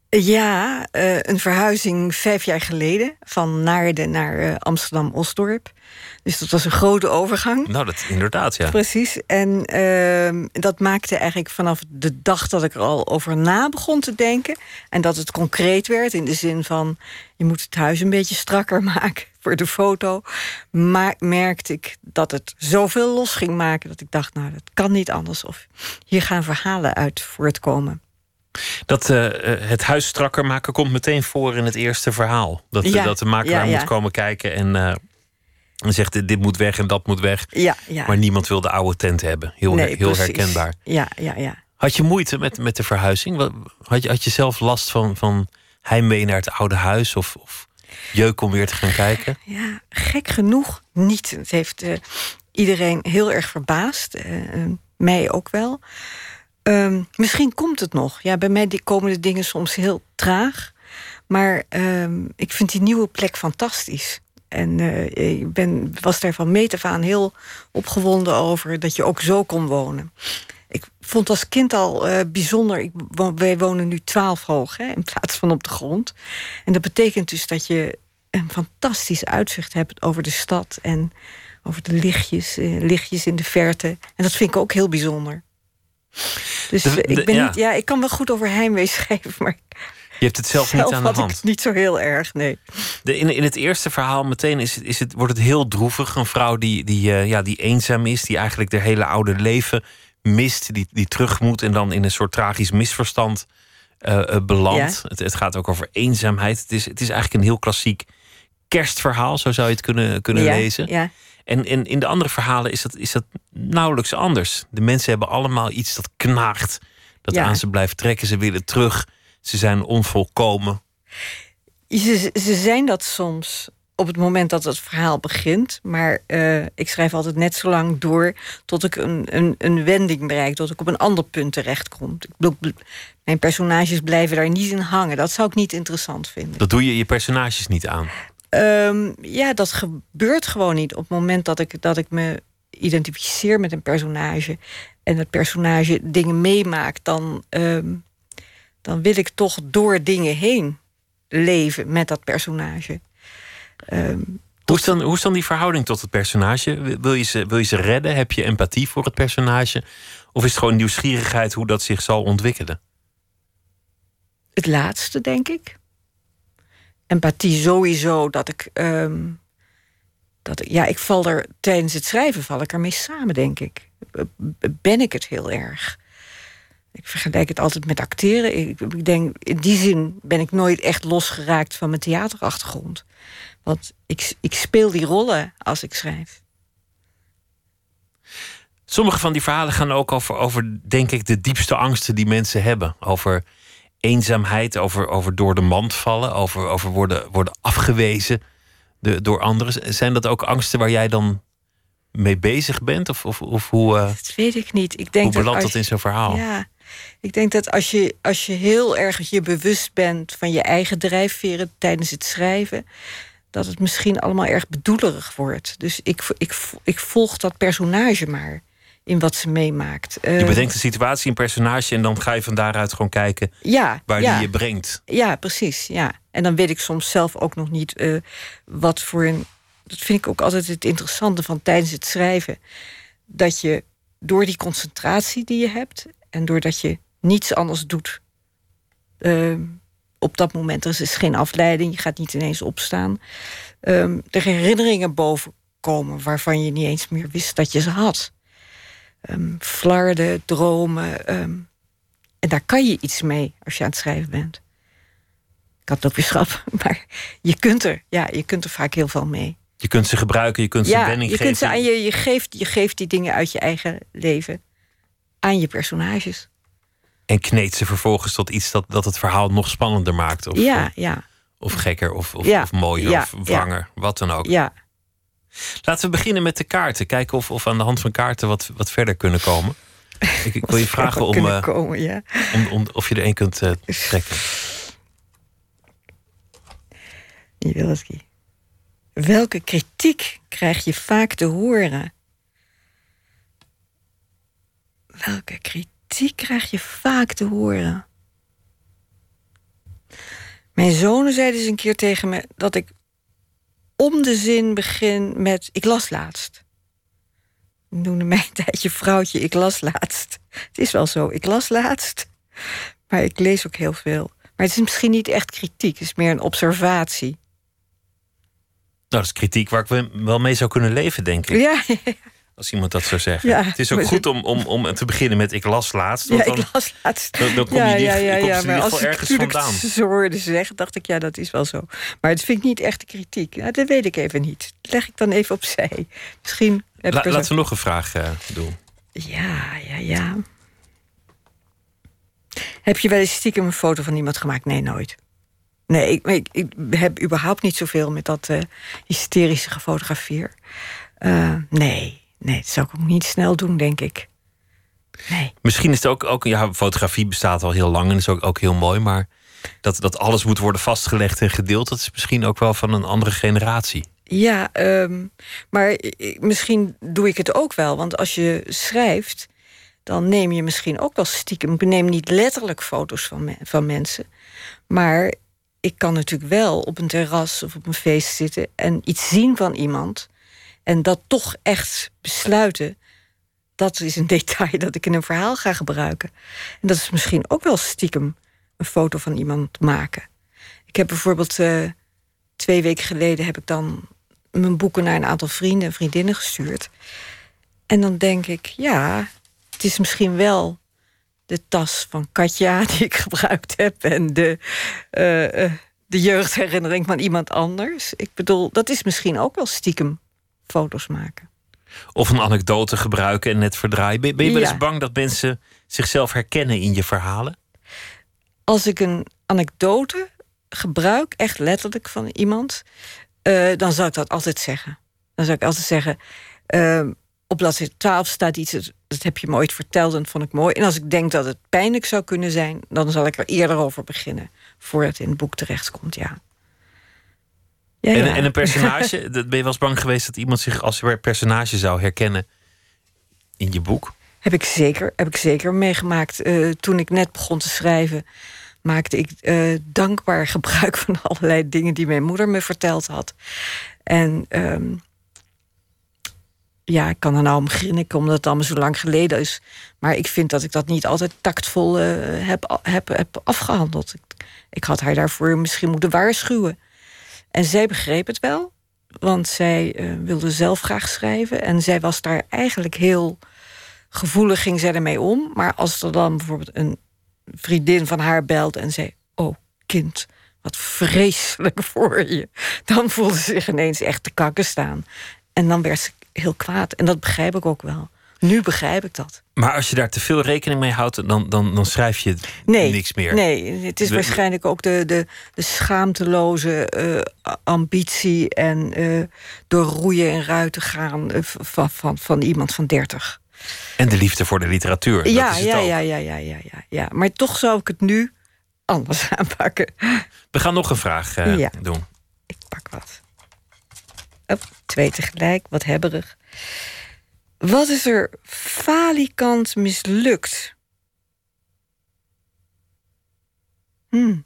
S17: Ja, uh, een verhuizing vijf jaar geleden. Van Naarden naar uh, Amsterdam-Osdorp. Dus dat was een grote overgang.
S3: Nou, dat inderdaad, ja.
S17: Precies. En uh, dat maakte eigenlijk vanaf de dag dat ik er al over na begon te denken. En dat het concreet werd in de zin van, je moet het huis een beetje strakker maken voor de foto. Maar merkte ik dat het zoveel los ging maken dat ik dacht, nou, dat kan niet anders. Of hier gaan verhalen uit voortkomen.
S3: Dat uh, het huis strakker maken komt meteen voor in het eerste verhaal. Dat, ja, dat de makelaar ja, ja. moet komen kijken en uh, zegt dit, dit moet weg en dat moet weg.
S17: Ja, ja.
S3: Maar niemand wil de oude tent hebben. Heel,
S17: nee,
S3: heel herkenbaar.
S17: Ja, ja, ja.
S3: Had je moeite met, met de verhuizing? Had je, had je zelf last van, van heimwee naar het oude huis? Of, of jeuk om weer te gaan kijken?
S17: Ja, gek genoeg niet. Het heeft uh, iedereen heel erg verbaasd. Uh, mij ook wel. Um, misschien komt het nog. Ja, bij mij komen de dingen soms heel traag. Maar um, ik vind die nieuwe plek fantastisch. En uh, ik ben, was daar van meet af aan heel opgewonden over dat je ook zo kon wonen. Ik vond als kind al uh, bijzonder. Ik, wij wonen nu twaalf hoog, hè, in plaats van op de grond. En dat betekent dus dat je een fantastisch uitzicht hebt over de stad en over de lichtjes, uh, lichtjes in de verte. En dat vind ik ook heel bijzonder. Dus de, de, ik, ben ja. Niet, ja, ik kan wel goed over heimwee schrijven, maar
S3: je hebt het zelf, zelf niet aan de hand.
S17: Had ik het niet zo heel erg, nee.
S3: De, in, in het eerste verhaal meteen is het, is het, wordt het heel droevig. Een vrouw die, die, uh, ja, die eenzaam is, die eigenlijk haar hele oude leven mist, die, die terug moet en dan in een soort tragisch misverstand uh, uh, belandt. Ja. Het, het gaat ook over eenzaamheid. Het is, het is eigenlijk een heel klassiek kerstverhaal, zo zou je het kunnen, kunnen
S17: ja,
S3: lezen.
S17: Ja.
S3: En, en in de andere verhalen is dat, is dat nauwelijks anders. De mensen hebben allemaal iets dat knaagt, dat ja. aan ze blijft trekken. Ze willen terug. Ze zijn onvolkomen.
S17: Ze, ze zijn dat soms op het moment dat het verhaal begint. Maar uh, ik schrijf altijd net zo lang door tot ik een, een, een wending bereik. Tot ik op een ander punt terechtkom. Ik bedoel, mijn personages blijven daar niet in hangen. Dat zou ik niet interessant vinden.
S3: Dat doe je je personages niet aan?
S17: Um, ja, dat gebeurt gewoon niet. Op het moment dat ik, dat ik me identificeer met een personage en het personage dingen meemaakt, dan, um, dan wil ik toch door dingen heen leven met dat personage. Um,
S3: hoe, is dan, hoe is dan die verhouding tot het personage? Wil je, ze, wil je ze redden? Heb je empathie voor het personage? Of is het gewoon nieuwsgierigheid hoe dat zich zal ontwikkelen?
S17: Het laatste, denk ik. Empathie sowieso, dat ik, um, dat ik... Ja, ik val er tijdens het schrijven val ik ermee samen, denk ik. Ben ik het heel erg. Ik vergelijk het altijd met acteren. Ik, ik denk, in die zin ben ik nooit echt losgeraakt van mijn theaterachtergrond. Want ik, ik speel die rollen als ik schrijf.
S3: Sommige van die verhalen gaan ook over, over denk ik, de diepste angsten die mensen hebben. Over eenzaamheid, over, over door de mand vallen, over, over worden, worden afgewezen de, door anderen. Zijn dat ook angsten waar jij dan mee bezig bent? Of, of, of hoe, uh,
S17: dat weet ik niet. Ik denk
S3: hoe belandt
S17: dat,
S3: dat in zo'n verhaal?
S17: Ja, ik denk dat als je, als je heel erg je bewust bent van je eigen drijfveren tijdens het schrijven, dat het misschien allemaal erg bedoelerig wordt. Dus ik, ik, ik volg dat personage maar in wat ze meemaakt.
S3: Je bedenkt de situatie, een personage, en dan ga je van daaruit gewoon kijken
S17: ja,
S3: waar
S17: ja.
S3: die je brengt.
S17: Ja, precies. Ja. En dan weet ik soms zelf ook nog niet uh, wat voor een. Dat vind ik ook altijd het interessante van tijdens het schrijven. Dat je door die concentratie die je hebt en doordat je niets anders doet uh, op dat moment, er is geen afleiding, je gaat niet ineens opstaan, um, er herinneringen boven komen waarvan je niet eens meer wist dat je ze had. Um, flarden, dromen. Um, en daar kan je iets mee als je aan het schrijven bent. Ik had het ook weer schrappen, maar je kunt er, ja, je kunt er vaak heel veel mee.
S3: Je kunt ze gebruiken, je kunt ze
S17: ja,
S3: een wending
S17: je
S3: geven.
S17: Kunt ze aan je, je, geeft, je geeft die dingen uit je eigen leven aan je personages.
S3: En kneedt ze vervolgens tot iets dat, dat het verhaal nog spannender maakt. Of,
S17: ja, ja.
S3: Of gekker, of, of,
S17: ja,
S3: of mooier,
S17: ja,
S3: of wranger, ja. Wat dan ook.
S17: Ja.
S3: Laten we beginnen met de kaarten. Kijken of, of aan de hand van kaarten wat, wat verder kunnen komen. Ik, ik wil je vragen om, uh,
S17: komen, ja.
S3: om, om of je er één kunt uh, trekken.
S17: Niewilski. Welke kritiek krijg je vaak te horen? Welke kritiek krijg je vaak te horen? Mijn zonen zeiden eens een keer tegen me dat ik om de zin begin met ik las laatst. Ik noemde mij een tijdje vrouwtje, ik las laatst. Het is wel zo, ik las laatst. Maar ik lees ook heel veel. Maar het is misschien niet echt kritiek, het is meer een observatie.
S3: Nou, dat is kritiek waar ik wel mee zou kunnen leven, denk ik.
S17: Ja, ja, ja.
S3: Als iemand dat zou zeggen.
S17: Ja,
S3: het is ook goed om, om, om te beginnen met ik las laatst.
S17: Ja,
S3: dan,
S17: ik las laatst.
S3: Dan, dan kom
S17: ja,
S3: je niet,
S17: ja, ja,
S3: kom je
S17: ja,
S3: in
S17: maar
S3: ieder
S17: als
S3: geval
S17: ik
S3: ergens
S17: natuurlijk
S3: vandaan.
S17: zo hoorde zeggen, dacht ik, ja, dat is wel zo. Maar het vind ik niet echt de kritiek. Nou, dat weet ik even niet. Dat leg ik dan even opzij. Misschien heb
S3: La,
S17: ik er
S3: laten
S17: zo...
S3: we nog een vraag uh, doen.
S17: Ja, ja, ja. Heb je wel eens stiekem een foto van iemand gemaakt? Nee, nooit. Nee, ik, ik, ik heb überhaupt niet zoveel met dat uh, hysterische gefotografeer. Uh, nee, nee, dat zou ik ook niet snel doen, denk ik. Nee.
S3: Misschien is het ook, ook ja, fotografie bestaat al heel lang en is ook, ook heel mooi, maar dat, dat alles moet worden vastgelegd en gedeeld, dat is misschien ook wel van een andere generatie.
S17: Ja, um, maar misschien doe ik het ook wel. Want als je schrijft, dan neem je misschien ook wel stiekem... Ik neem niet letterlijk foto's van, me, van mensen. Maar ik kan natuurlijk wel op een terras of op een feest zitten... en iets zien van iemand. En dat toch echt besluiten... dat is een detail dat ik in een verhaal ga gebruiken. En dat is misschien ook wel stiekem een foto van iemand maken. Ik heb bijvoorbeeld... Uh, twee weken geleden heb ik dan... mijn boeken naar een aantal vrienden en vriendinnen gestuurd. En dan denk ik, ja, het is misschien wel de tas van Katja die ik gebruikt heb... en de, uh, uh, de jeugdherinnering van iemand anders. Ik bedoel, dat is misschien ook wel stiekem foto's maken.
S3: Of een anekdote gebruiken en net verdraaien. Ben, ben je wel eens
S17: Ja.
S3: bang dat mensen zichzelf herkennen in je verhalen?
S17: Als ik een anekdote gebruik, echt letterlijk van iemand... Uh, dan zou ik dat altijd zeggen. Dan zou ik altijd zeggen... Uh, op bladzijde twaalf staat iets, dat, dat heb je me ooit verteld en dat vond ik mooi. En als ik denk dat het pijnlijk zou kunnen zijn... dan zal ik er eerder over beginnen... voordat het in het boek terechtkomt, ja. ja,
S3: en,
S17: ja.
S3: en een personage, ben je wel eens bang geweest... dat iemand zich als personage zou herkennen in je boek?
S17: Heb ik zeker, heb ik zeker meegemaakt. Uh, toen ik net begon te schrijven... maakte ik uh, dankbaar gebruik van allerlei dingen... die mijn moeder me verteld had. En um, ja, ik kan er nou om grinniken... omdat het allemaal zo lang geleden is. Maar ik vind dat ik dat niet altijd tactvol uh, heb, heb, heb afgehandeld. Ik, ik had haar daarvoor misschien moeten waarschuwen. En zij begreep het wel. Want zij uh, wilde zelf graag schrijven. En zij was daar eigenlijk heel gevoelig, ging zij ermee om. Maar als er dan bijvoorbeeld een vriendin van haar belt en zei... oh, kind, wat vreselijk voor je. Dan voelde ze zich ineens echt te kakken staan. En dan werd ze heel kwaad. En dat begrijp ik ook wel. Nu begrijp ik dat.
S3: Maar als je daar te veel rekening mee houdt... dan, dan, dan schrijf je
S17: nee,
S3: niks meer.
S17: Nee, het is
S3: de,
S17: waarschijnlijk ook de, de, de schaamteloze uh, ambitie... en uh, door roeien en ruiten gaan uh, van, van, van iemand van dertig.
S3: En de liefde voor de literatuur.
S17: Ja,
S3: dat is het
S17: ja,
S3: ook.
S17: ja, ja, ja, ja, ja, ja. Maar toch zou ik het nu anders aanpakken.
S3: We gaan nog een vraag uh,
S17: ja.
S3: doen.
S17: Ik pak wat. Oh, twee tegelijk, wat hebberig. Wat is er falikant mislukt? Hmm.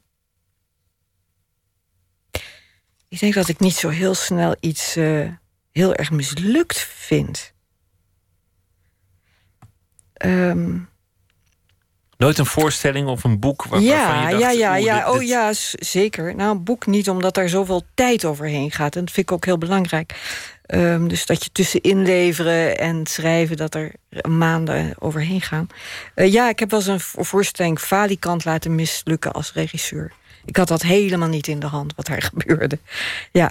S17: Ik denk dat ik niet zo heel snel iets uh, heel erg mislukt vind. Um,
S3: Nooit een voorstelling of een boek waar,
S17: ja,
S3: waarvan je dacht...
S17: Ja, ja,
S3: oeh,
S17: ja.
S3: dit,
S17: Oh
S3: dit...
S17: ja, z- zeker. Nou, een boek niet, omdat daar zoveel tijd overheen gaat. En dat vind ik ook heel belangrijk. Um, dus dat je tussen inleveren en schrijven... dat er maanden overheen gaan. Uh, ja, ik heb wel eens een voorstelling falikant laten mislukken als regisseur. Ik had dat helemaal niet in de hand, wat daar gebeurde. Ja.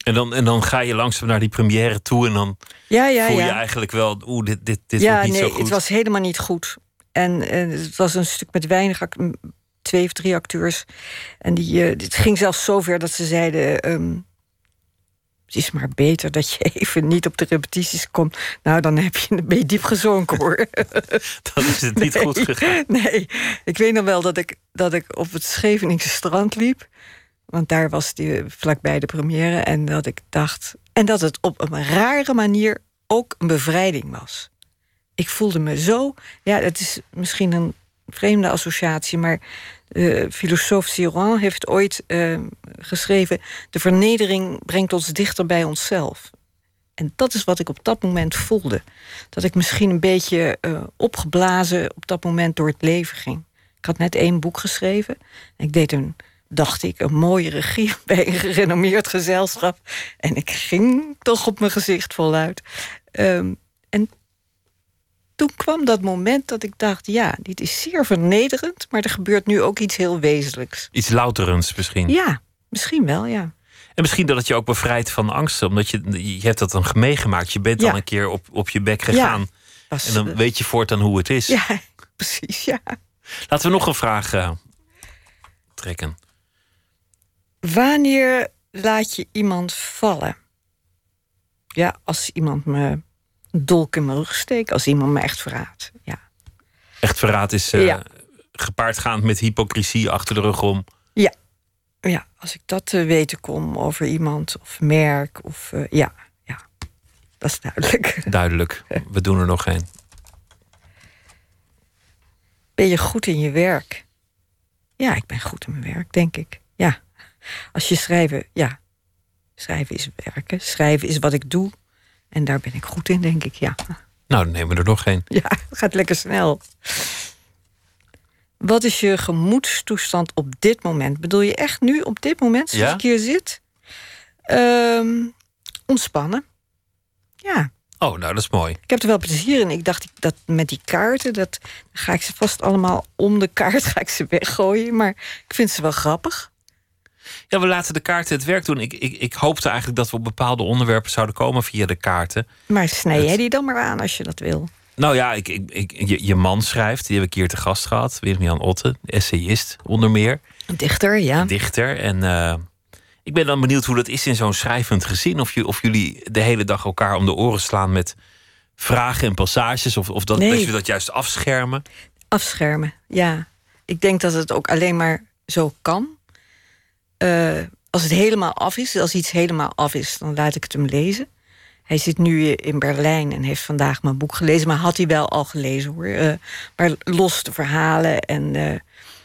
S3: En dan, en dan ga je langzaam naar die première toe en dan
S17: Ja, ja,
S3: voel je
S17: ja.
S3: eigenlijk wel, oeh, dit, dit, dit
S17: ja,
S3: wordt niet
S17: nee,
S3: zo goed.
S17: het was helemaal niet goed. En eh, het was een stuk met weinig, act- m- twee of drie acteurs. En die, eh, het ging zelfs zover dat ze zeiden... ehm, het is maar beter dat je even niet op de repetities komt. Nou, dan heb je, ben je diep gezonken, hoor.
S3: Dan is het niet
S17: Nee,
S3: goed gegaan.
S17: Nee, ik weet nog wel dat ik, dat ik op het Scheveningse strand liep. Want daar was die vlakbij de première. En dat ik dacht... En dat het op een rare manier ook een bevrijding was. Ik voelde me zo... Ja, het is misschien een vreemde associatie... maar de filosoof Cioran heeft ooit uh, geschreven... de vernedering brengt ons dichter bij onszelf. En dat is wat ik op dat moment voelde. Dat ik misschien een beetje uh, opgeblazen op dat moment door het leven ging. Ik had net één boek geschreven. Ik deed een, dacht ik, een mooie regie bij een gerenommeerd gezelschap. En ik ging toch op mijn gezicht voluit. Um, en toen kwam dat moment dat ik dacht... ja, dit is zeer vernederend... maar er gebeurt nu ook iets heel wezenlijks.
S3: Iets louterends misschien.
S17: Ja, misschien wel, ja.
S3: En misschien dat het je ook bevrijdt van angsten. Omdat je, je hebt dat dan meegemaakt. Je bent
S17: Ja.
S3: dan een keer op, op je bek gegaan.
S17: Ja, was-
S3: en dan weet je voortaan hoe het is.
S17: Ja, precies, ja.
S3: Laten we nog een vraag uh, trekken.
S17: Wanneer laat je iemand vallen? Ja, als iemand me een dolk in mijn rug steekt. Als iemand me echt verraadt, ja.
S3: Echt verraad is uh,
S17: Ja.
S3: gepaardgaand met hypocrisie achter de rug om.
S17: Ja, ja, als ik dat te weten kom over iemand of merk... of uh, ja, ja, dat is duidelijk.
S3: Duidelijk, we doen er nog geen.
S17: Ben je goed in je werk? Ja, ik ben goed in mijn werk, denk ik. Ja, als je schrijven... Ja, schrijven is werken. Schrijven is wat ik doe. En daar ben ik goed in, denk ik, ja.
S3: Nou, dan nemen we er nog geen.
S17: Ja, het gaat lekker snel. Wat is je gemoedstoestand op dit moment? Bedoel je echt nu, op dit moment, zoals
S3: Ja?
S17: ik hier zit? Um, ontspannen. Ja.
S3: Oh, nou, dat is mooi.
S17: Ik heb er wel plezier in. Ik dacht dat met die kaarten, dat ga ik ze vast allemaal om de kaart ga ik ze weggooien. Maar ik vind ze wel grappig.
S3: Ja, we laten de kaarten het werk doen. Ik, ik, ik hoopte eigenlijk dat we op bepaalde onderwerpen zouden komen via de kaarten.
S17: Maar snij
S3: Het-
S17: jij die dan maar aan als je dat wil.
S3: Nou ja, ik, ik, ik, je, je man schrijft. Die heb ik hier te gast gehad. Willem-Jan Otte, essayist onder meer.
S17: Een dichter, ja.
S3: Dichter. En uh, ik ben dan benieuwd hoe dat is in zo'n schrijvend gezin. Of, je, of jullie de hele dag elkaar om de oren slaan met vragen en passages. Of, of dat,
S17: Nee.
S3: dat jullie dat juist afschermen.
S17: Afschermen, ja. Ik denk dat het ook alleen maar zo kan. Uh, als het helemaal af is, als iets helemaal af is, dan laat ik het hem lezen. Hij zit nu in Berlijn en heeft vandaag mijn boek gelezen. Maar had hij wel al gelezen, hoor. Uh, maar los de verhalen. En uh,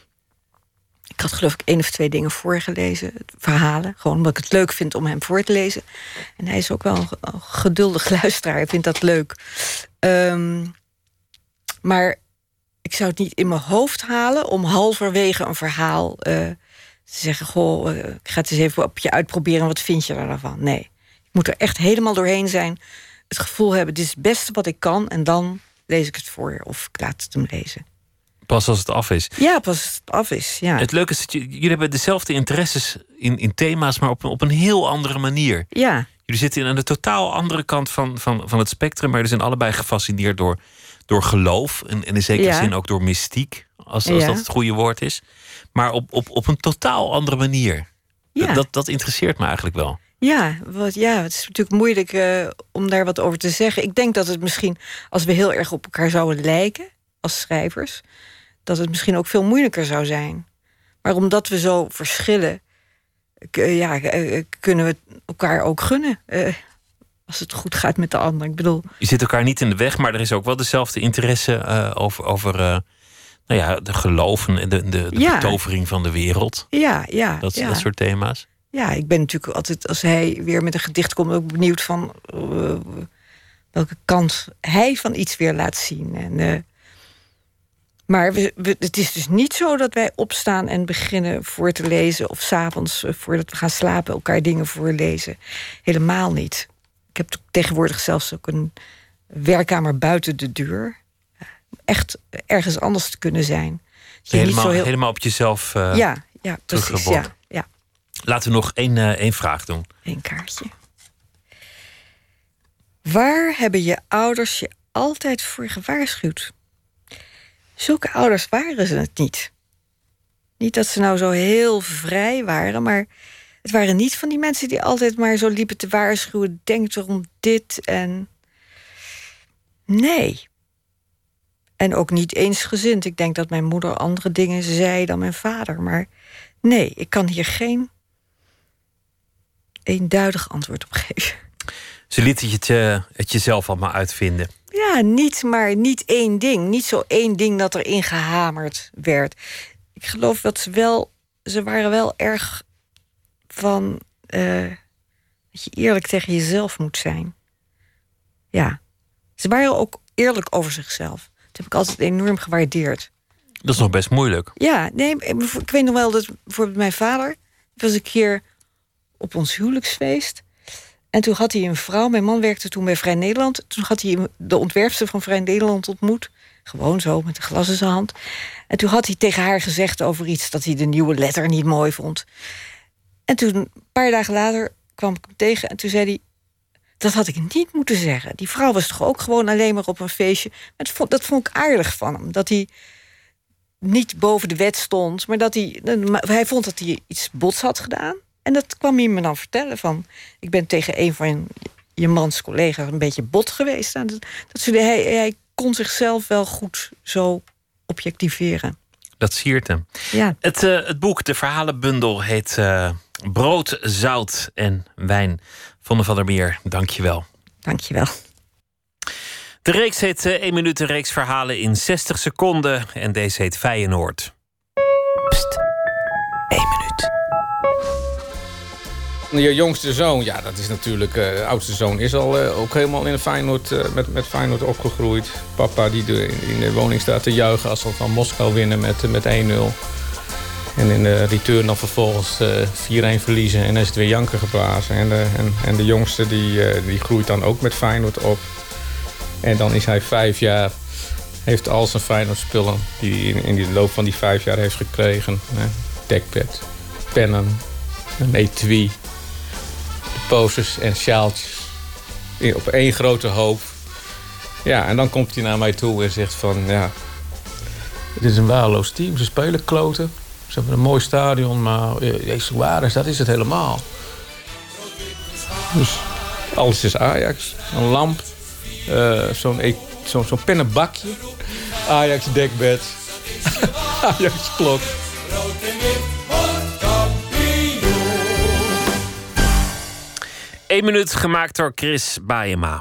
S17: ik had geloof ik één of twee dingen voorgelezen. Verhalen, gewoon omdat ik het leuk vind om hem voor te lezen. En hij is ook wel een geduldig luisteraar. Hij vindt dat leuk. Um, maar ik zou het niet in mijn hoofd halen om halverwege een verhaal... Uh, te zeggen, goh, uh, ik ga het eens even op je uitproberen... wat vind je er nou van? Nee, ik moet er echt helemaal doorheen zijn. Het gevoel hebben, dit is het beste wat ik kan... en dan lees ik het voor of ik laat het hem lezen.
S3: Pas als het af is.
S17: Ja, pas als het af is, ja.
S3: Het leuke is dat je, jullie hebben dezelfde interesses in, in thema's... maar op, een- op een heel andere manier.
S17: Ja,
S3: Jullie zitten aan de totaal andere kant van, van, van het spectrum... maar jullie zijn allebei gefascineerd door, door geloof... en, en in zekere
S17: Ja.
S3: zin ook door mystiek, als, als
S17: Ja.
S3: dat het goede woord is. Maar op, op, op een totaal andere manier.
S17: Ja.
S3: Dat, dat interesseert me eigenlijk wel.
S17: ja, wat, ja, het is natuurlijk moeilijk uh, om daar wat over te zeggen. Ik denk dat het misschien, als we heel erg op elkaar zouden lijken... als schrijvers, dat het misschien ook veel moeilijker zou zijn. Maar omdat we zo verschillen... k- uh, ja, uh, kunnen we het elkaar ook gunnen... Uh, als het goed gaat met de ander. Ik bedoel,
S3: Je zit elkaar niet in de weg, maar er is ook wel dezelfde interesse... uh, over, over uh, nou ja, de geloof en de, de, de
S17: Ja.
S3: betovering van de wereld.
S17: ja, ja.
S3: Dat,
S17: ja.
S3: dat soort thema's.
S17: Ja, ik ben natuurlijk altijd, als hij weer met een gedicht komt... ook benieuwd van uh, welke kant hij van iets weer laat zien. En, uh, maar we, we, het is dus niet zo dat wij opstaan en beginnen voor te lezen... of 's avonds, uh, voordat we gaan slapen, elkaar dingen voorlezen. Helemaal niet. Ik heb tegenwoordig zelfs ook een werkkamer buiten de deur. Echt ergens anders te kunnen zijn. Dat je
S3: Helemaal,
S17: niet zo heel...
S3: helemaal op jezelf uh,
S17: Ja, ja, precies, ja,
S3: teruggeworpen.
S17: ja.
S3: Laten we nog één, uh, één vraag doen.
S17: Eén kaartje. Waar hebben je ouders je altijd voor gewaarschuwd? Zulke ouders waren ze het niet. Niet dat ze nou zo heel vrij waren, maar het waren niet van die mensen die altijd maar zo liepen te waarschuwen. Denk erom dit en... Nee. En ook niet eensgezind. Ik denk dat mijn moeder andere dingen zei dan mijn vader. Maar nee, ik kan hier geen eenduidig antwoord op geven.
S3: Ze lieten het, je, het jezelf allemaal uitvinden.
S17: Ja, niet, maar niet één ding. Niet zo één ding dat erin gehamerd werd. Ik geloof dat ze wel... Ze waren wel erg van... Uh, dat je eerlijk tegen jezelf moet zijn. Ja. Ze waren ook eerlijk over zichzelf. Dat heb ik altijd enorm gewaardeerd.
S3: Dat is nog best moeilijk.
S17: Ja, nee, ik weet nog wel dat bijvoorbeeld mijn vader... was een keer op ons huwelijksfeest... En toen had hij een vrouw, mijn man werkte toen bij Vrij Nederland... toen had hij de ontwerpster van Vrij Nederland ontmoet. Gewoon zo, met een glas in zijn hand. En toen had hij tegen haar gezegd over iets... dat hij de nieuwe letter niet mooi vond. En toen, een paar dagen later, kwam ik hem tegen... en toen zei hij, dat had ik niet moeten zeggen. Die vrouw was toch ook gewoon alleen maar op een feestje. Dat vond, dat vond ik aardig van hem. Dat hij niet boven de wet stond... maar dat hij, hij vond dat hij iets bots had gedaan... En dat kwam hij me dan vertellen van... ik ben tegen een van je mans collega's een beetje bot geweest. Dat, dat ze, hij, hij kon zichzelf wel goed zo objectiveren.
S3: Dat siert hem.
S17: Ja.
S3: Het, uh, het boek, de verhalenbundel, heet uh, Brood, Zout en Wijn. Vonne van der Meer, dank je wel.
S17: Dank je wel.
S3: De reeks heet uh, één minuut, een reeks verhalen in zestig seconden. En deze heet Feyenoord.
S2: Pst, één minuut.
S18: Je jongste zoon, ja, dat is natuurlijk... Uh, de oudste zoon is al uh, ook helemaal in de Feyenoord, uh, met, met Feyenoord opgegroeid. Papa die de, in de woning staat te juichen als ze van Moskou winnen met, met één nul. En in de return dan vervolgens uh, vier-een verliezen en dan is het weer janken geblazen. En de, en, en de jongste die, uh, die groeit dan ook met Feyenoord op. En dan is hij vijf jaar, heeft al zijn Feyenoord spullen... die hij in, in de loop van die vijf jaar heeft gekregen. Hè. Dekbed, pennen, een etui... posters en sjaaltjes op één grote hoop. Ja, en dan komt hij naar mij toe en zegt van... ja, het is een waardeloos team. Ze spelen kloten. Ze hebben een mooi stadion, maar jezus, waar is dat is het helemaal. Dus alles is Ajax. Een lamp. Uh, zo'n e- zo, zo'n pennenbakje. Ajax dekbed. Ajax klok.
S3: Eén minuut gemaakt door Chris Baiema.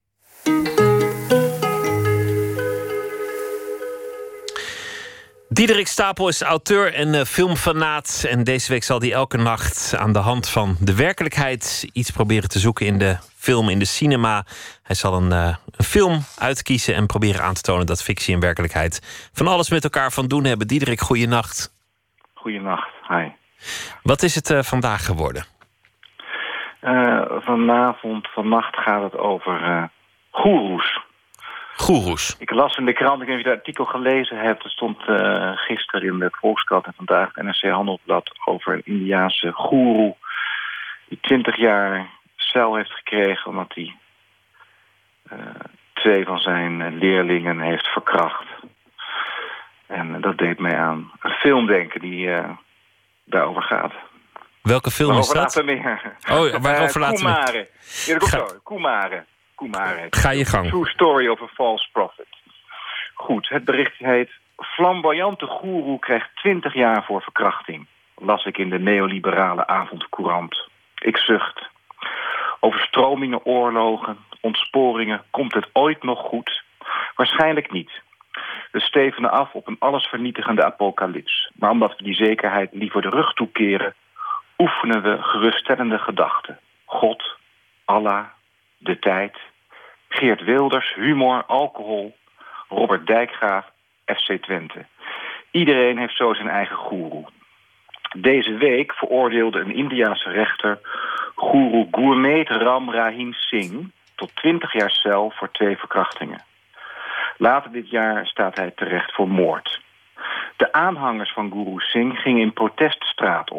S3: Diederik Stapel is auteur en uh, filmfanaat. En deze week zal hij elke nacht aan de hand van de werkelijkheid... iets proberen te zoeken in de film, in de cinema. Hij zal een, uh, een film uitkiezen en proberen aan te tonen... dat fictie en werkelijkheid van alles met elkaar van doen hebben. Diederik, goeienacht.
S19: Goeienacht, hi.
S3: Wat is het uh, vandaag geworden?
S19: Uh, vanavond, vannacht gaat het over uh, goeroes.
S3: Goeroes.
S19: Ik las in de krant, ik weet niet of je het artikel gelezen hebt... er stond uh, gisteren in de Volkskrant en vandaag het N R C Handelsblad... over een Indiaanse goeroe die twintig jaar cel heeft gekregen... omdat hij uh, twee van zijn leerlingen heeft verkracht. En dat deed mij aan een film denken die uh, daarover gaat.
S3: Welke film is dat?
S19: Waarover later
S3: meer. Oh, waarover
S19: uh,
S3: later
S19: Kumare.
S3: meer?
S19: Ja, dat komt zo. Kumare. Kumare.
S3: Ga je gang.
S19: True Story of a False Prophet. Goed, het bericht heet... Flamboyante goeroe krijgt twintig jaar voor verkrachting. Las ik in de neoliberale avondcourant. Ik zucht. Overstromingen, oorlogen, ontsporingen... komt het ooit nog goed? Waarschijnlijk niet. We stevenen af op een allesvernietigende apocalyps. Maar omdat we die zekerheid liever de rug toekeren... oefenen we geruststellende gedachten. God, Allah, de tijd, Geert Wilders, humor, alcohol, Robert Dijkgraaf, F C Twente. Iedereen heeft zo zijn eigen goeroe. Deze week veroordeelde een Indiase rechter goeroe Gurmeet Ram Rahim Singh tot twintig jaar cel voor twee verkrachtingen. Later dit jaar staat hij terecht voor moord. De aanhangers van Guru Singh gingen in protest de straat op.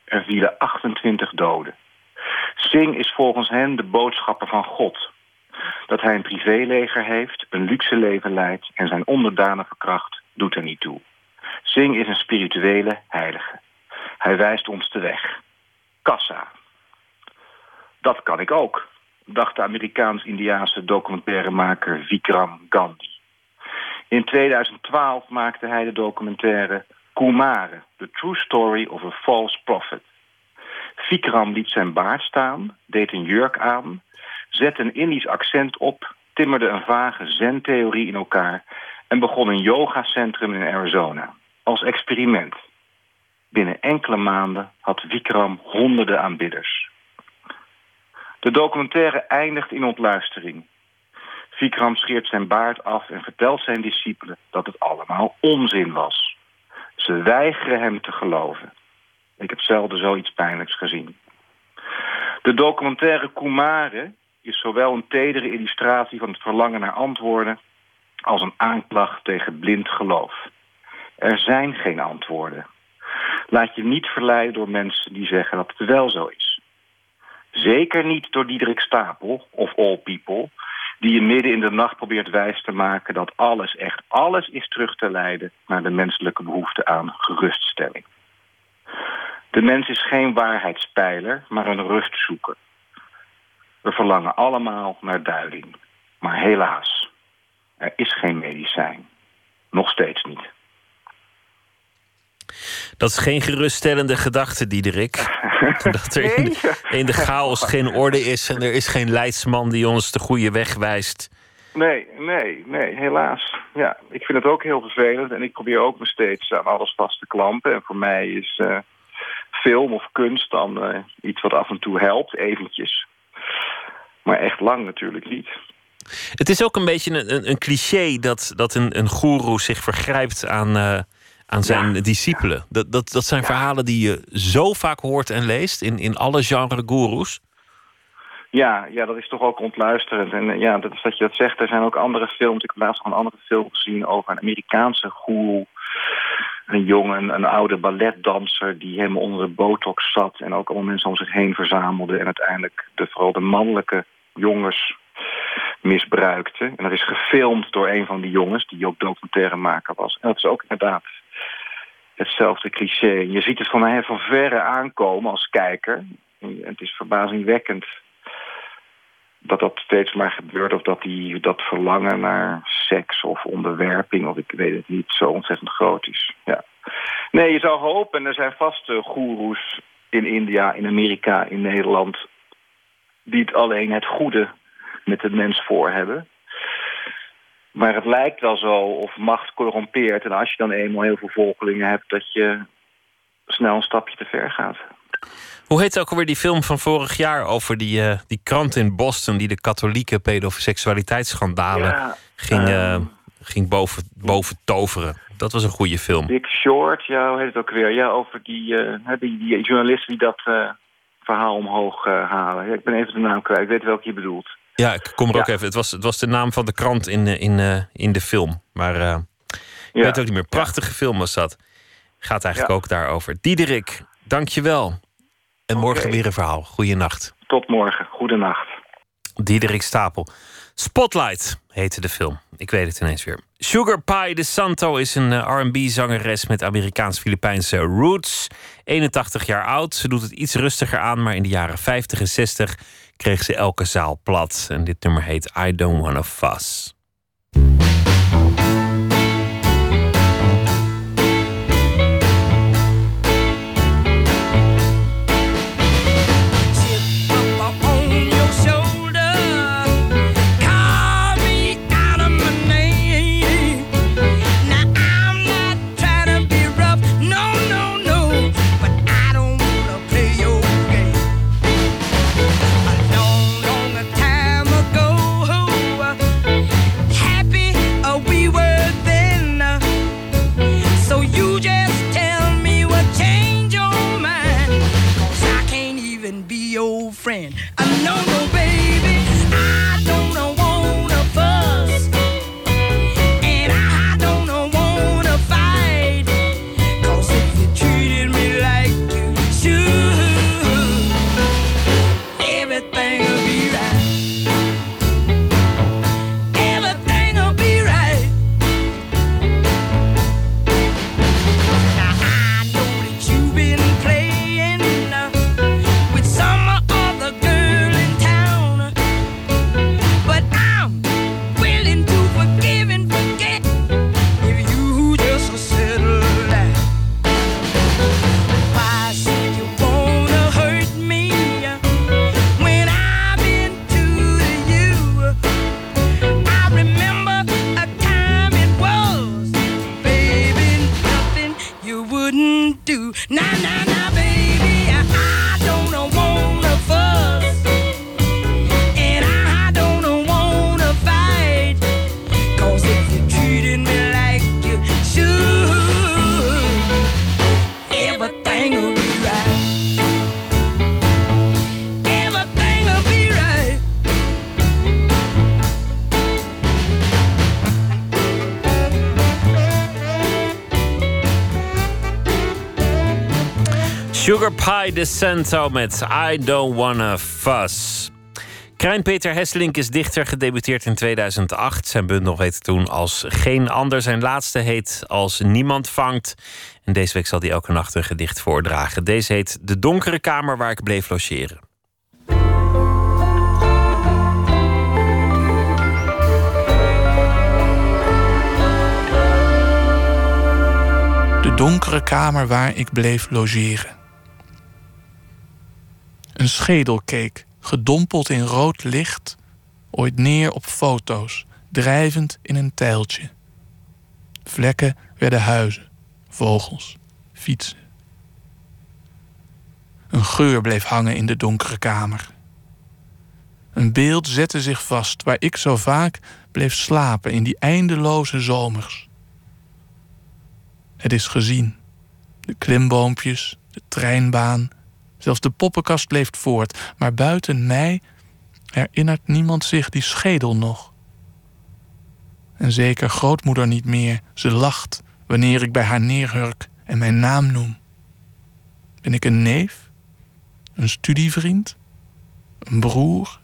S19: Er vielen achtentwintig doden. Singh is volgens hen de boodschapper van God. Dat hij een privéleger heeft, een luxe leven leidt en zijn onderdanen verkracht, doet er niet toe. Singh is een spirituele heilige. Hij wijst ons de weg. Kassa. Dat kan ik ook, dacht de Amerikaans-Indiaanse documentairemaker Vikram Gandhi. In tweeduizend twaalf maakte hij de documentaire Kumare, The True Story of a False Prophet. Vikram liet zijn baard staan, deed een jurk aan, zette een Indisch accent op, timmerde een vage zen-theorie in elkaar en begon een yogacentrum in Arizona. Als experiment. Binnen enkele maanden had Vikram honderden aanbidders. De documentaire eindigt in ontluistering. Vikram scheert zijn baard af en vertelt zijn discipelen dat het allemaal onzin was. Ze weigeren hem te geloven. Ik heb zelden zoiets pijnlijks gezien. De documentaire Kumare is zowel een tedere illustratie van het verlangen naar antwoorden als een aanklacht tegen blind geloof. Er zijn geen antwoorden. Laat je niet verleiden door mensen die zeggen dat het wel zo is. Zeker niet door Diederik Stapel of All People, die je midden in de nacht probeert wijs te maken dat alles, echt alles, is terug te leiden naar de menselijke behoefte aan geruststelling. De mens is geen waarheidspeiler, maar een rustzoeker. We verlangen allemaal naar duiding. Maar helaas, er is geen medicijn. Nog steeds niet.
S3: Dat is geen geruststellende gedachte, Diederik. Dat er in de, in de chaos geen orde is en er is geen leidsman die ons de goede weg wijst.
S19: Nee, nee, nee, helaas. Ja, ik vind het ook heel vervelend en ik probeer ook me steeds aan alles vast te klampen. En voor mij is uh, film of kunst dan uh, iets wat af en toe helpt, eventjes. Maar echt lang natuurlijk niet.
S3: Het is ook een beetje een, een, een cliché dat, dat een, een goeroe zich vergrijpt aan, uh, aan zijn ja. discipelen. Dat, dat, dat zijn ja. verhalen die je zo vaak hoort en leest in, in alle genre goeroes.
S19: Ja, ja, dat is toch ook ontluisterend. En uh, ja, dat is dat je dat zegt. Er zijn ook andere films. Ik heb laatst nog een andere film gezien over een Amerikaanse goeroe. Een jongen, een oude balletdanser die helemaal onder de botox zat en ook allemaal mensen om zich heen verzamelde en uiteindelijk de, vooral de mannelijke jongens misbruikte. En dat is gefilmd door een van die jongens die ook documentairemaker was. En dat is ook inderdaad hetzelfde cliché. Je ziet het van mij van verre aankomen als kijker. En het is verbazingwekkend dat dat steeds maar gebeurt, of dat die, dat verlangen naar seks of onderwerping, of ik weet het niet, zo ontzettend groot is. Ja. Nee, je zou hopen, en er zijn vast uh, goeroes in India, in Amerika, in Nederland, die het alleen het goede met de mens voor hebben. Maar het lijkt wel zo, of macht corrompeert, en als je dan eenmaal heel veel volgelingen hebt, dat je snel een stapje te ver gaat.
S3: Hoe heet ook alweer die film van vorig jaar over die, uh, die krant in Boston die de katholieke pedoseksualiteitsschandalen ja, ging, uh, um, ging boven, boven toveren? Dat was een goede film.
S19: Big Short, ja, hoe heet het ook weer? Ja, over die, uh, die, die journalisten die dat uh, verhaal omhoog uh, halen. Ja, ik ben even de naam kwijt, ik weet welke je bedoelt.
S3: Ja, ik kom er ja. ook even. Het was, het was de naam van de krant in, in, uh, in de film. Maar uh, ik ja. weet ook niet meer. Prachtige film was dat. Gaat eigenlijk ja. ook daarover. Diederik, dank je wel. En morgen okay. weer een verhaal. Goeienacht.
S19: Tot morgen. Goedenacht.
S3: Diederik Stapel. Spotlight heette de film. Ik weet het ineens weer. Sugar Pie de Santo is een R en B-zangeres met Amerikaans-Filipijnse roots. eenentachtig jaar oud. Ze doet het iets rustiger aan, maar in de jaren vijftig en zestig kreeg ze elke zaal plat. En dit nummer heet I Don't Wanna Fuss. Sugar Pie DeSanto met I Don't Wanna Fuss. Krijn Peter Hesselink is dichter, gedebuteerd in tweeduizend acht. Zijn bundel heette toen Als Geen Ander. Zijn laatste heet Als Niemand Vangt. En deze week zal hij elke nacht een gedicht voordragen. Deze heet De Donkere Kamer waar ik bleef logeren.
S20: De donkere kamer waar ik bleef logeren. Een schedel keek, gedompeld in rood licht, ooit neer op foto's, drijvend in een tijltje. Vlekken werden huizen, vogels, fietsen. Een geur bleef hangen in de donkere kamer. Een beeld zette zich vast waar ik zo vaak bleef slapen in die eindeloze zomers. Het is gezien. De klimboompjes, de treinbaan, zelfs de poppenkast leeft voort. Maar buiten mij herinnert niemand zich die schedel nog. En zeker grootmoeder niet meer. Ze lacht wanneer ik bij haar neerhurk en mijn naam noem. Ben ik een neef? Een studievriend? Een broer?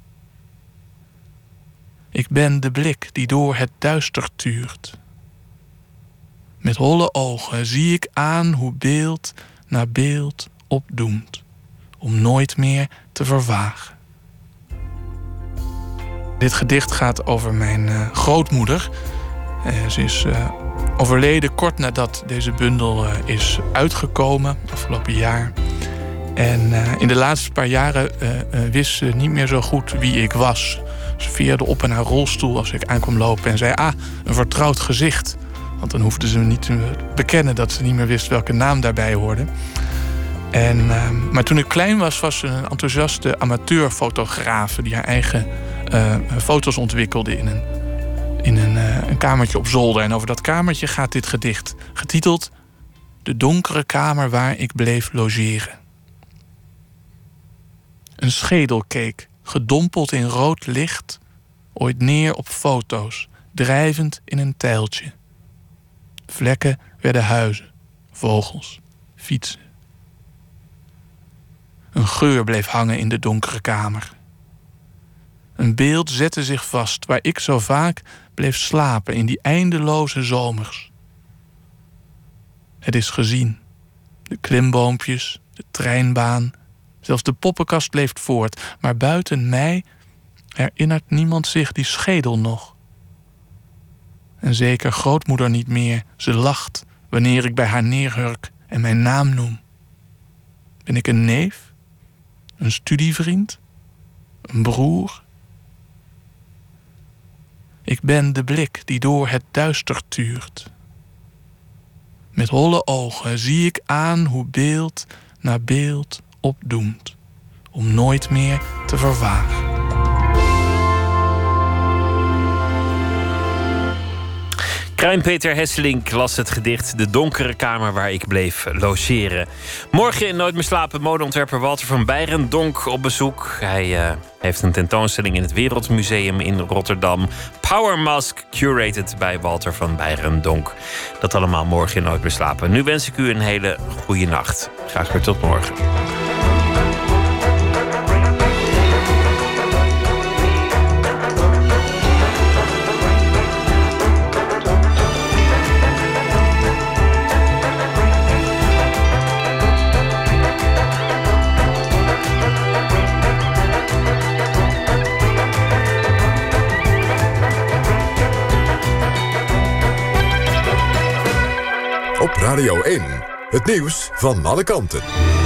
S20: Ik ben de blik die door het duister tuurt. Met holle ogen zie ik aan hoe beeld na beeld opdoemt, om nooit meer te vervagen. Dit gedicht gaat over mijn uh, grootmoeder. Uh, ze is uh, overleden kort nadat deze bundel uh, is uitgekomen, afgelopen jaar. En uh, in de laatste paar jaren uh, uh, wist ze niet meer zo goed wie ik was. Ze veerde op in haar rolstoel als ik aankwam lopen en zei: ah, een vertrouwd gezicht. Want dan hoefde ze me niet te bekennen dat ze niet meer wist welke naam daarbij hoorde. En, uh, maar toen ik klein was, was ze een enthousiaste amateurfotografe die haar eigen uh, foto's ontwikkelde in, een, in een, uh, een kamertje op zolder. En over dat kamertje gaat dit gedicht, getiteld De donkere kamer waar ik bleef logeren. Een schedel keek, gedompeld in rood licht, ooit neer op foto's, drijvend in een tijltje. Vlekken werden huizen, vogels, fietsen. Een geur bleef hangen in de donkere kamer. Een beeld zette zich vast waar ik zo vaak bleef slapen in die eindeloze zomers. Het is gezien. De klimboompjes, de treinbaan, zelfs de poppenkast leeft voort. Maar buiten mij herinnert niemand zich die schedel nog. En zeker grootmoeder niet meer. Ze lacht wanneer ik bij haar neerhurk en mijn naam noem. Ben ik een neef? Een studievriend? Een broer? Ik ben de blik die door het duister tuurt. Met holle ogen zie ik aan hoe beeld na beeld opdoemt, om nooit meer te vervagen.
S3: Krijn Peter Hesselink las het gedicht De donkere kamer waar ik bleef logeren. Morgen in Nooit meer slapen modeontwerper Walter van Beirendonck op bezoek. Hij uh, heeft een tentoonstelling in het Wereldmuseum in Rotterdam. Power Mask, curated bij Walter van Beirendonck. Dat allemaal morgen in Nooit meer slapen. Nu wens ik u een hele goede nacht. Graag weer tot morgen.
S1: Op Radio één, het nieuws van alle kanten.